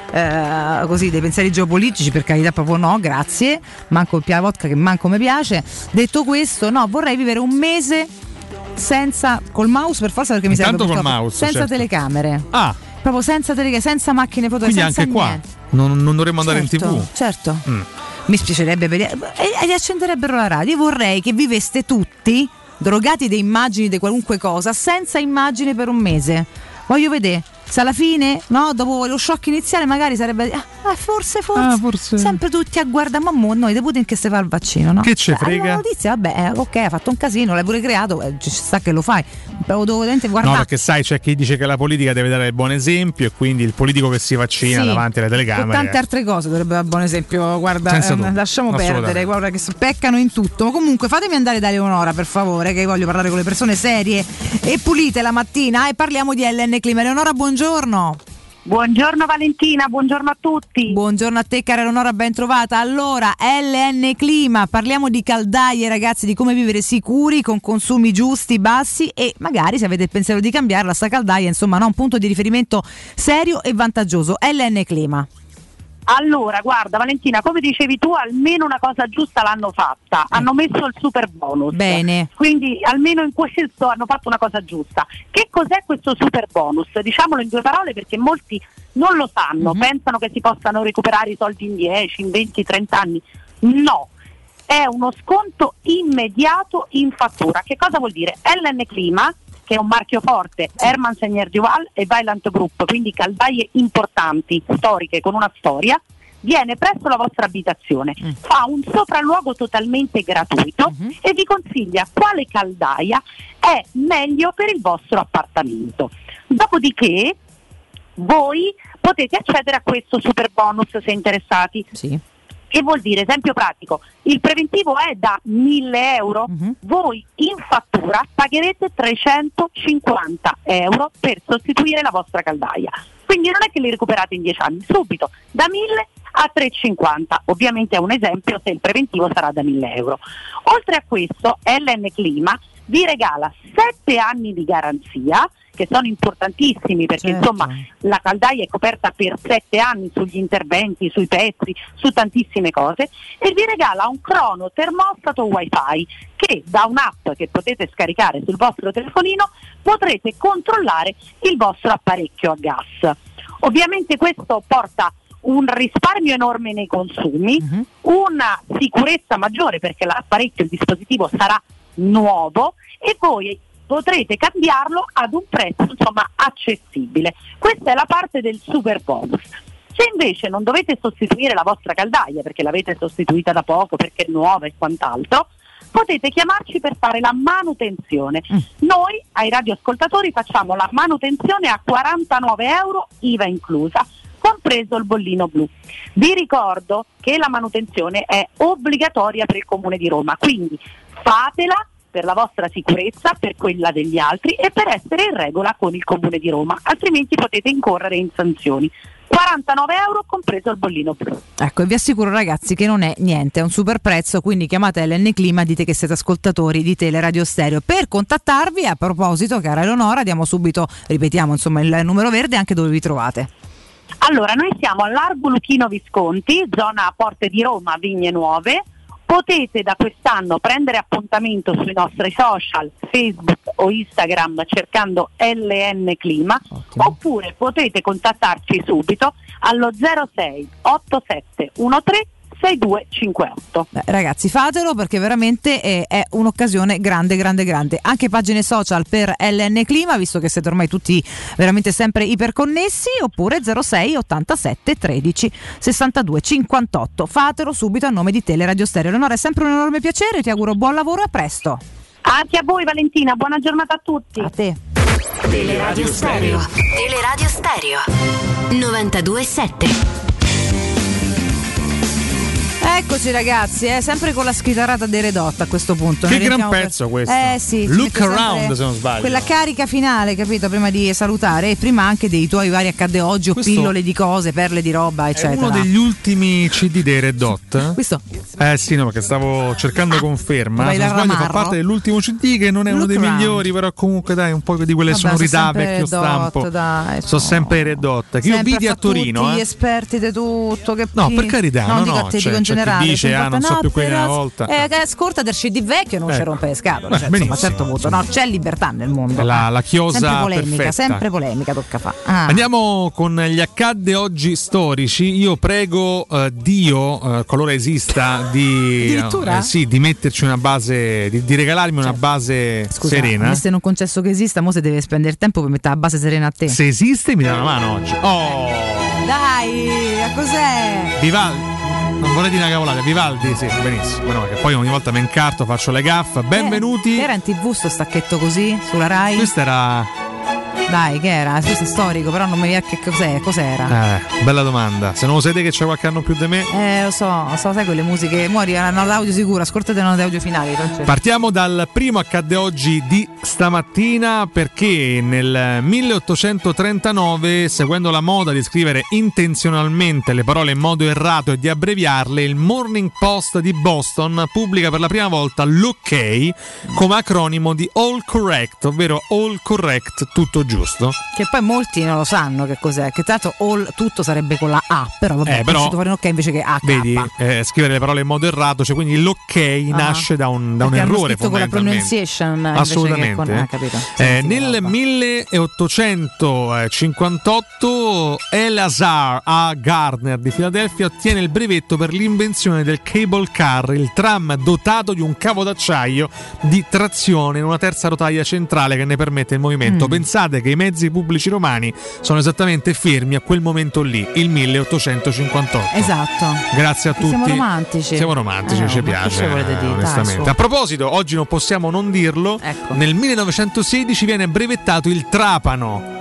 così dei pensieri geopolitici, per carità, proprio no, grazie, manco il vodka che manco mi piace. Detto questo, no, vorrei vivere un mese senza col mouse per forza, perché mi serve col mouse, senza certo. telecamere. Proprio senza telecamere, senza macchine foto, quindi senza anche niente. qua non dovremmo andare in TV. Certo. Mi spiacerebbe vedere e riaccenderebbero la radio. Io vorrei che viveste tutti drogati di immagini di qualunque cosa, senza immagini per un mese. Voglio vedere se alla fine, no, dopo lo shock iniziale magari sarebbe forse sempre tutti a guardare, ma noi De Putin che si fa il vaccino, no? Che ce frega? La notizia, vabbè, ok, ha fatto un casino, l'hai pure creato, ci sta che lo fai, però devo guardare. No, perché sai, c'è chi dice che la politica deve dare il buon esempio, e quindi il politico che si vaccina davanti alle telecamere, e tante altre cose dovrebbe dare buon esempio. Guarda, lasciamo perdere, guarda che peccano in tutto. Ma comunque fatemi andare da Eleonora, per favore, che voglio parlare con le persone serie e pulite la mattina, e parliamo di LN Clima. Eleonora, buongiorno. Buongiorno Valentina, buongiorno a tutti. Buongiorno a te, cara Eleonora, ben trovata. Allora, LN Clima, parliamo di caldaie, ragazzi, di come vivere sicuri con consumi giusti, bassi, e magari se avete il pensiero di cambiarla sta caldaia, insomma, un punto di riferimento serio e vantaggioso. LN Clima. Allora, guarda Valentina, come dicevi tu, almeno una cosa giusta l'hanno fatta, hanno messo il super bonus. Bene. Quindi almeno in questo hanno fatto una cosa giusta. Che cos'è questo super bonus? Diciamolo in due parole, perché molti non lo sanno, pensano che si possano recuperare i soldi in 10, in 20, 30 anni. No, è uno sconto immediato in fattura. Che cosa vuol dire? LN Clima, che è un marchio forte, Herman Senior Duval e Vaillant Group, quindi caldaie importanti, storiche, con una storia, viene presso la vostra abitazione, fa un sopralluogo totalmente gratuito e vi consiglia quale caldaia è meglio per il vostro appartamento. Dopodiché voi potete accedere a questo super bonus se interessati. Sì. Che vuol dire, esempio pratico, il preventivo è da 1.000 euro, voi in fattura pagherete 350 euro per sostituire la vostra caldaia. Quindi non è che li recuperate in 10 anni, subito, da 1.000 a 350, ovviamente è un esempio se il preventivo sarà da 1.000 euro. Oltre a questo, LN Clima vi regala 7 anni di garanzia, che sono importantissimi perché insomma la caldaia è coperta per 7 anni sugli interventi, sui pezzi, su tantissime cose, e vi regala un crono termostato wifi che da un'app che potete scaricare sul vostro telefonino potrete controllare il vostro apparecchio a gas. Ovviamente questo porta un risparmio enorme nei consumi, una sicurezza maggiore perché l'apparecchio, il dispositivo sarà nuovo e voi potrete cambiarlo ad un prezzo insomma accessibile. Questa è la parte del super bonus. Se invece non dovete sostituire la vostra caldaia perché l'avete sostituita da poco, perché è nuova e quant'altro, potete chiamarci per fare la manutenzione. Noi ai radioascoltatori facciamo la manutenzione a 49 euro IVA inclusa, compreso il bollino blu. Vi ricordo che la manutenzione è obbligatoria per il Comune di Roma, quindi fatela per la vostra sicurezza, per quella degli altri e per essere in regola con il Comune di Roma, altrimenti potete incorrere in sanzioni. 49 euro compreso il bollino blu. Ecco, e vi assicuro ragazzi che non è niente, è un super prezzo, quindi chiamate LN Clima, dite che siete ascoltatori di Teleradio Stereo. Per contattarvi, a proposito, cara Eleonora, diamo subito, ripetiamo insomma il numero verde, anche dove vi trovate. Allora, noi siamo a Largo Luchino Visconti, zona Porte di Roma, Vigne Nuove. Potete da quest'anno prendere appuntamento sui nostri social, Facebook o Instagram cercando LN Clima, oppure potete contattarci subito allo 06 87 13 6258. Ragazzi, fatelo perché veramente è un'occasione grande. Anche pagine social per LN Clima, visto che siete ormai tutti veramente sempre iperconnessi, oppure 06 87 13 62 58. Fatelo subito a nome di Teleradio Stereo. Eleonora, è sempre un enorme piacere, ti auguro buon lavoro e a presto. Anche a voi Valentina, buona giornata a tutti. A te. Teleradio Stereo 92.7. Eccoci ragazzi, sempre con la schitarrata dei Red Hot a questo punto. Che gran pezzo questo. Sì, Look Around, se non sbaglio. Quella carica finale, capito? Prima di salutare e prima anche dei tuoi vari accadde oggi o pillole di cose, perle di roba, eccetera. È uno degli ultimi CD dei Red Hot. Questo? Sì, no, perché stavo cercando conferma. Vai Se non da sbaglio Ramarro. fa parte dell'ultimo CD che non è uno dei migliori, però comunque dai, un po' di quelle sonorità vecchio stampo. Sono sempre i Red Hot. Che io vidi a Torino. Tutti esperti di tutto. Che No, per carità, no, no, dico a te, dico in generale. Dice, non so più quelli una volta. Ascolta del CD vecchio e non ci rompe le scatole. Cioè, insomma, a un certo punto, no, c'è libertà nel mondo. La chiosa sempre polemica, perfetta. sempre polemica, tocca fa. Andiamo con gli accadde oggi storici. Io prego Dio, qualora esista, di metterci una base, di regalarmi una base serena. Se non concesso che esista, mo se deve spendere tempo per mettere la base serena a te. Se esiste, mi dà una mano oggi. Oh! Dai, a cos'è? Vivaldi. Non vorrei dire una cavolata, Vivaldi, sì, benissimo. Bueno, perché poi ogni volta mi incarto, faccio le gaffe. Benvenuti. Era in TV sto stacchetto così sulla Rai? Questo era. Dai, che era? Questo è storico, però non mi viene che cos'era. Bella domanda. Se non lo sapete che c'è qualche anno più di me. Lo so, sai quelle musiche. Mo arrivano ad audio sicuro, ascoltate una audio finali. Partiamo dal primo accadde oggi di stamattina, perché nel 1839, seguendo la moda di scrivere intenzionalmente le parole in modo errato e di abbreviarle, il Morning Post di Boston pubblica per la prima volta l'OK come acronimo di All Correct, ovvero All Correct, tutto giusto. Che poi molti non lo sanno che cos'è, che tra l'altro all tutto sarebbe con la A, però vabbè, è uscito fuori un ok invece che H. Vedi, scrivere le parole in modo errato, cioè quindi l'ok nasce da un errore con la pronunciation. Assolutamente. Capito. Nel 1858 Eleazar A. Gardner di Filadelfia ottiene il brevetto per l'invenzione del cable car, il tram dotato di un cavo d'acciaio di trazione in una terza rotaia centrale che ne permette il movimento. Pensate che i mezzi pubblici romani sono esattamente fermi a quel momento lì, il 1858. Esatto. Grazie a tutti. Siamo romantici. Ci piace, onestamente. A proposito, oggi non possiamo non dirlo, ecco. Nel 1916 viene brevettato il trapano.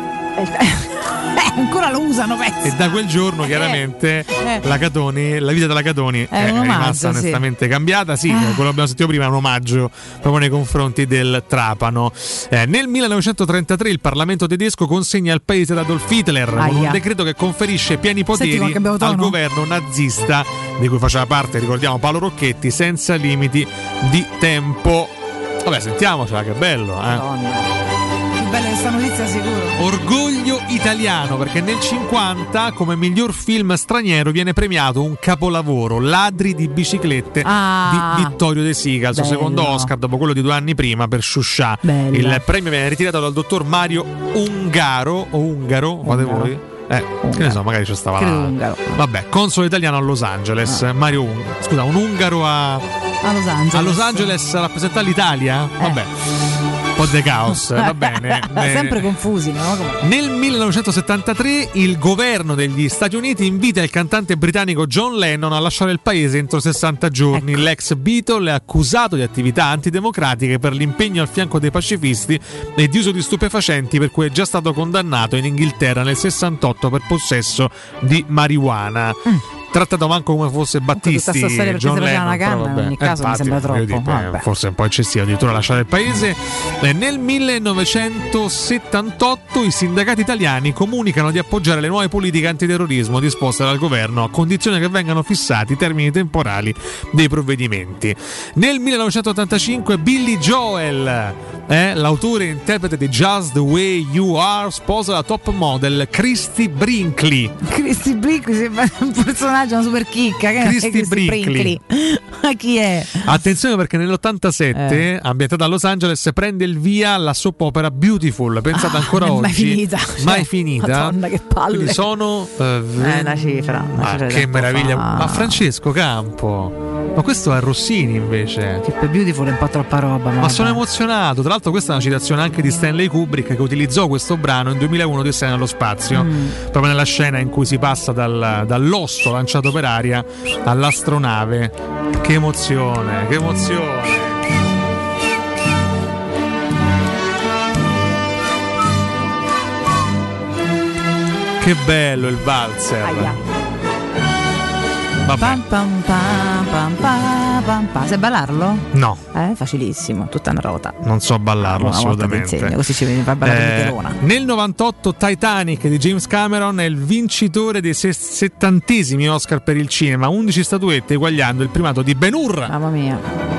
Ancora lo usano, penso. E da quel giorno chiaramente la vita della Catoni è rimasta onestamente cambiata. Sì, quello che abbiamo sentito prima è un omaggio proprio nei confronti del trapano. Nel 1933 il Parlamento tedesco consegna al paese ad Adolf Hitler con un decreto che conferisce pieni poteri al governo nazista di cui faceva parte, ricordiamo, Paolo Rocchetti, senza limiti di tempo. Vabbè, sentiamocela, che bello, Bella questa notizia, sicuro. Orgoglio italiano, perché nel 50 come miglior film straniero viene premiato un capolavoro, Ladri di biciclette di Vittorio De Sica, il suo secondo Oscar dopo quello di 2 anni prima per Sciuscià. Il premio viene ritirato dal dottor Mario Ungaro o Ungaro, fate voi? Che ne so, magari c'è stava vabbè, console italiano a Los Angeles. Mario scusa, un ungaro a Los Angeles a rappresentare l'Italia? Vabbè, un po' de caos, va bene. Sempre confusi, no? Nel 1973 il governo degli Stati Uniti invita il cantante britannico John Lennon a lasciare il paese entro 60 giorni. L'ex Beatle è accusato di attività antidemocratiche per l'impegno al fianco dei pacifisti e di uso di stupefacenti, per cui è già stato condannato in Inghilterra nel 68 per possesso di marijuana. Trattato manco come fosse Battisti, John Lennon, in ogni caso mi sembra troppo. Forse un po' eccessivo addirittura lasciare il paese. Nel 1978 i sindacati italiani comunicano di appoggiare le nuove politiche antiterrorismo disposte dal governo a condizione che vengano fissati i termini temporali dei provvedimenti. Nel 1985 Billy Joel, l'autore e interprete di Just the Way You Are, sposa la top model Christy Brinkley. Christy Brinkley sembra un personaggio, una super chicca. Christy Brinkley. Ma chi è? Attenzione, perché nell'87 ambientata a Los Angeles prende il via la soap opera Beautiful, pensate ancora oggi mai finita. Madonna, che palle. Quindi sono una cifra che meraviglia. Ma Francesco Campo, ma questo è Rossini invece. Che per Beautiful è un po' troppa roba. Ma sono emozionato. Tra l'altro questa è una citazione anche di Stanley Kubrick, che utilizzò questo brano in 2001 di Odissea nello spazio, proprio nella scena in cui si passa dall'osso lanciato per aria all'astronave. Che emozione, che emozione. Che bello il valzer. Vabbè. Pam, pam, pam, pam, pam, pam, pam. Sai ballarlo? No. Facilissimo, tutta una rota. Non so ballarlo assolutamente. Insegno, così ci viene a ballare Verona. Nel 98 Titanic di James Cameron è il vincitore dei 70esimi Oscar per il cinema, 11 statuette eguagliando il primato di Ben-Hur. Mamma mia.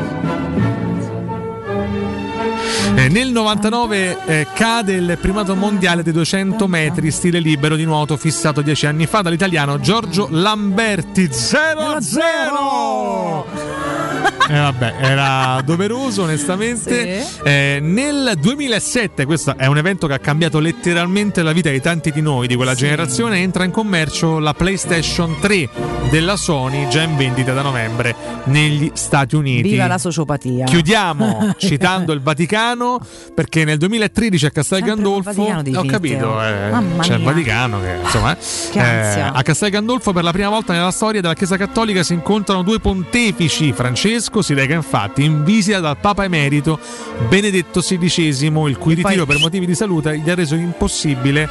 Nel 99 cade il primato mondiale dei 200 metri stile libero di nuoto fissato 10 anni fa dall'italiano Giorgio Lamberti. 0-0! Vabbè, era doveroso onestamente. Sì. Nel 2007, questo è un evento che ha cambiato letteralmente la vita di tanti di noi di quella generazione, entra in commercio la PlayStation 3 della Sony, già in vendita da novembre negli Stati Uniti. Viva la sociopatia. Chiudiamo citando il Vaticano, perché nel 2013 a Castel Gandolfo ho capito, c'è il Vaticano che insomma a Castel Gandolfo per la prima volta nella storia della Chiesa Cattolica si incontrano due pontefici. Francesco si reca infatti in visita dal Papa Emerito Benedetto XVI, il cui ritiro per motivi di salute gli ha reso possibile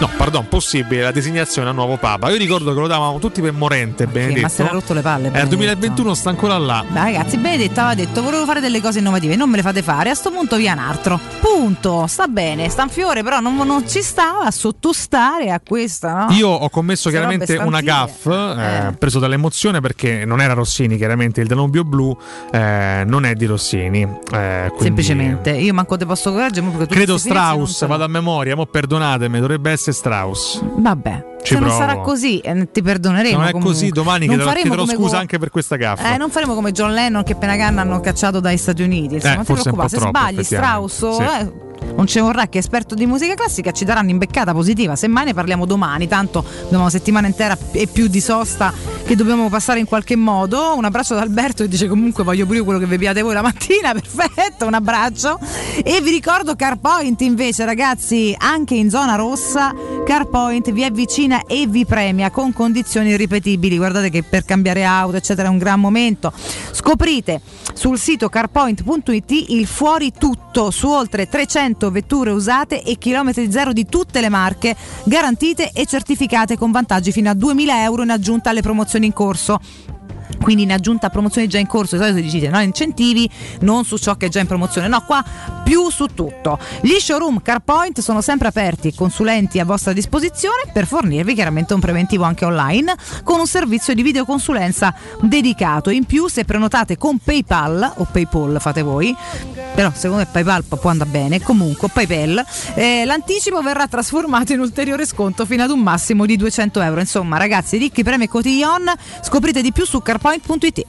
la designazione a nuovo Papa. Io ricordo che lo davamo tutti per morente Benedetto. Ma si era rotto le palle. Nel 2021 sta ancora là. Ma ragazzi, Benedetto aveva detto volevo fare delle cose innovative, non me le fate fare, a sto punto via un altro. Punto. Sta bene, sta un fiore, però non ci stava a sottostare a questa, no? Io ho commesso chiaramente una gaffe preso dall'emozione, perché non era Rossini, chiaramente il Danubio Blu non è di Rossini, semplicemente io manco te posso correggere credo Strauss, vado a memoria, mo perdonatemi, dovrebbe essere Strauss. Vabbè, se non sarà così ti perdoneremo. Non è così, domani chiederò scusa anche per questa gaffa. Non faremo come John Lennon che Penaganna hanno cacciato dagli Stati Uniti, insomma, non ti preoccupare, se sbagli Strauss sì. Non c'è un che è esperto di musica classica, ci daranno in beccata positiva, semmai ne parliamo domani, tanto abbiamo una settimana intera e più di sosta che dobbiamo passare in qualche modo. Un abbraccio ad Alberto che dice comunque voglio pure quello che vi piate voi la mattina, perfetto, un abbraccio. E vi ricordo CarPoint invece, ragazzi, anche in zona rossa CarPoint vi avvicina e vi premia con condizioni irripetibili. Guardate che per cambiare auto eccetera è un gran momento. Scoprite sul sito carpoint.it il fuori tutto su oltre 300 vetture usate e chilometri zero di tutte le marche, garantite e certificate, con vantaggi fino a 2.000 euro in aggiunta alle promozioni in corso. Quindi in aggiunta a promozioni già in corso, di solito dicete no, incentivi non su ciò che è già in promozione, no, qua più su tutto. Gli showroom CarPoint sono sempre aperti e consulenti a vostra disposizione per fornirvi chiaramente un preventivo anche online con un servizio di videoconsulenza dedicato. In più, se prenotate con PayPal o PayPal fate voi, però secondo me PayPal può andare bene, comunque PayPal, l'anticipo verrà trasformato in ulteriore sconto fino ad un massimo di 200 euro. Insomma ragazzi, ricchi premi cotillon, scoprite di più su carpoint.it.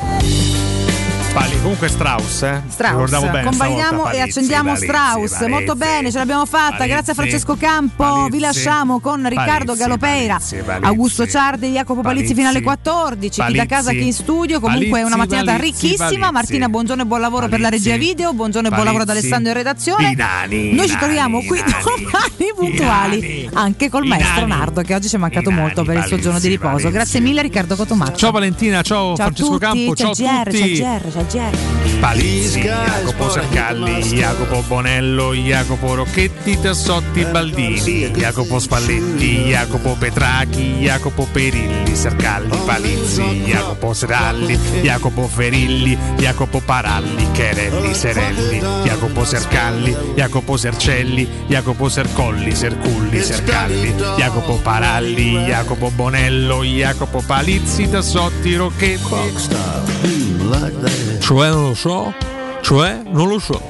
Comunque Strauss, ricordavo bene, combiniamo e accendiamo Strauss. Molto bene, ce l'abbiamo fatta. Grazie a Francesco Campo. Vi lasciamo con Riccardo Galopeira, Augusto Ciardi, Jacopo Palizzi fino alle 14. Chi da casa, chi in studio. Comunque è una mattinata ricchissima. Martina, buongiorno e buon lavoro per la regia video. Buongiorno e buon lavoro ad Alessandro in redazione. Noi ci troviamo qui domani puntuali anche col maestro Nardo, che oggi ci è mancato molto per il suo giorno di riposo. Grazie mille Riccardo Cotomaccio. Ciao Valentina, ciao Francesco Campo, ciao a tutti. Palizzi, Jacopo Sercalli, Jacopo Bonello, Jacopo Rocchetti, Tassotti Baldini, Jacopo Spalletti, Jacopo Petrachi, Jacopo Perilli, Sercalli, Palizzi, Jacopo Seralli, Jacopo Ferilli, Jacopo Paralli, Cherelli, Serelli, Jacopo Sercalli, Jacopo Sercelli, Jacopo Sercolli, Serculli, Sercalli, Jacopo Paralli, Jacopo Bonello, Jacopo Palizzi, Tassotti, Rocchetti. Cioè non lo so.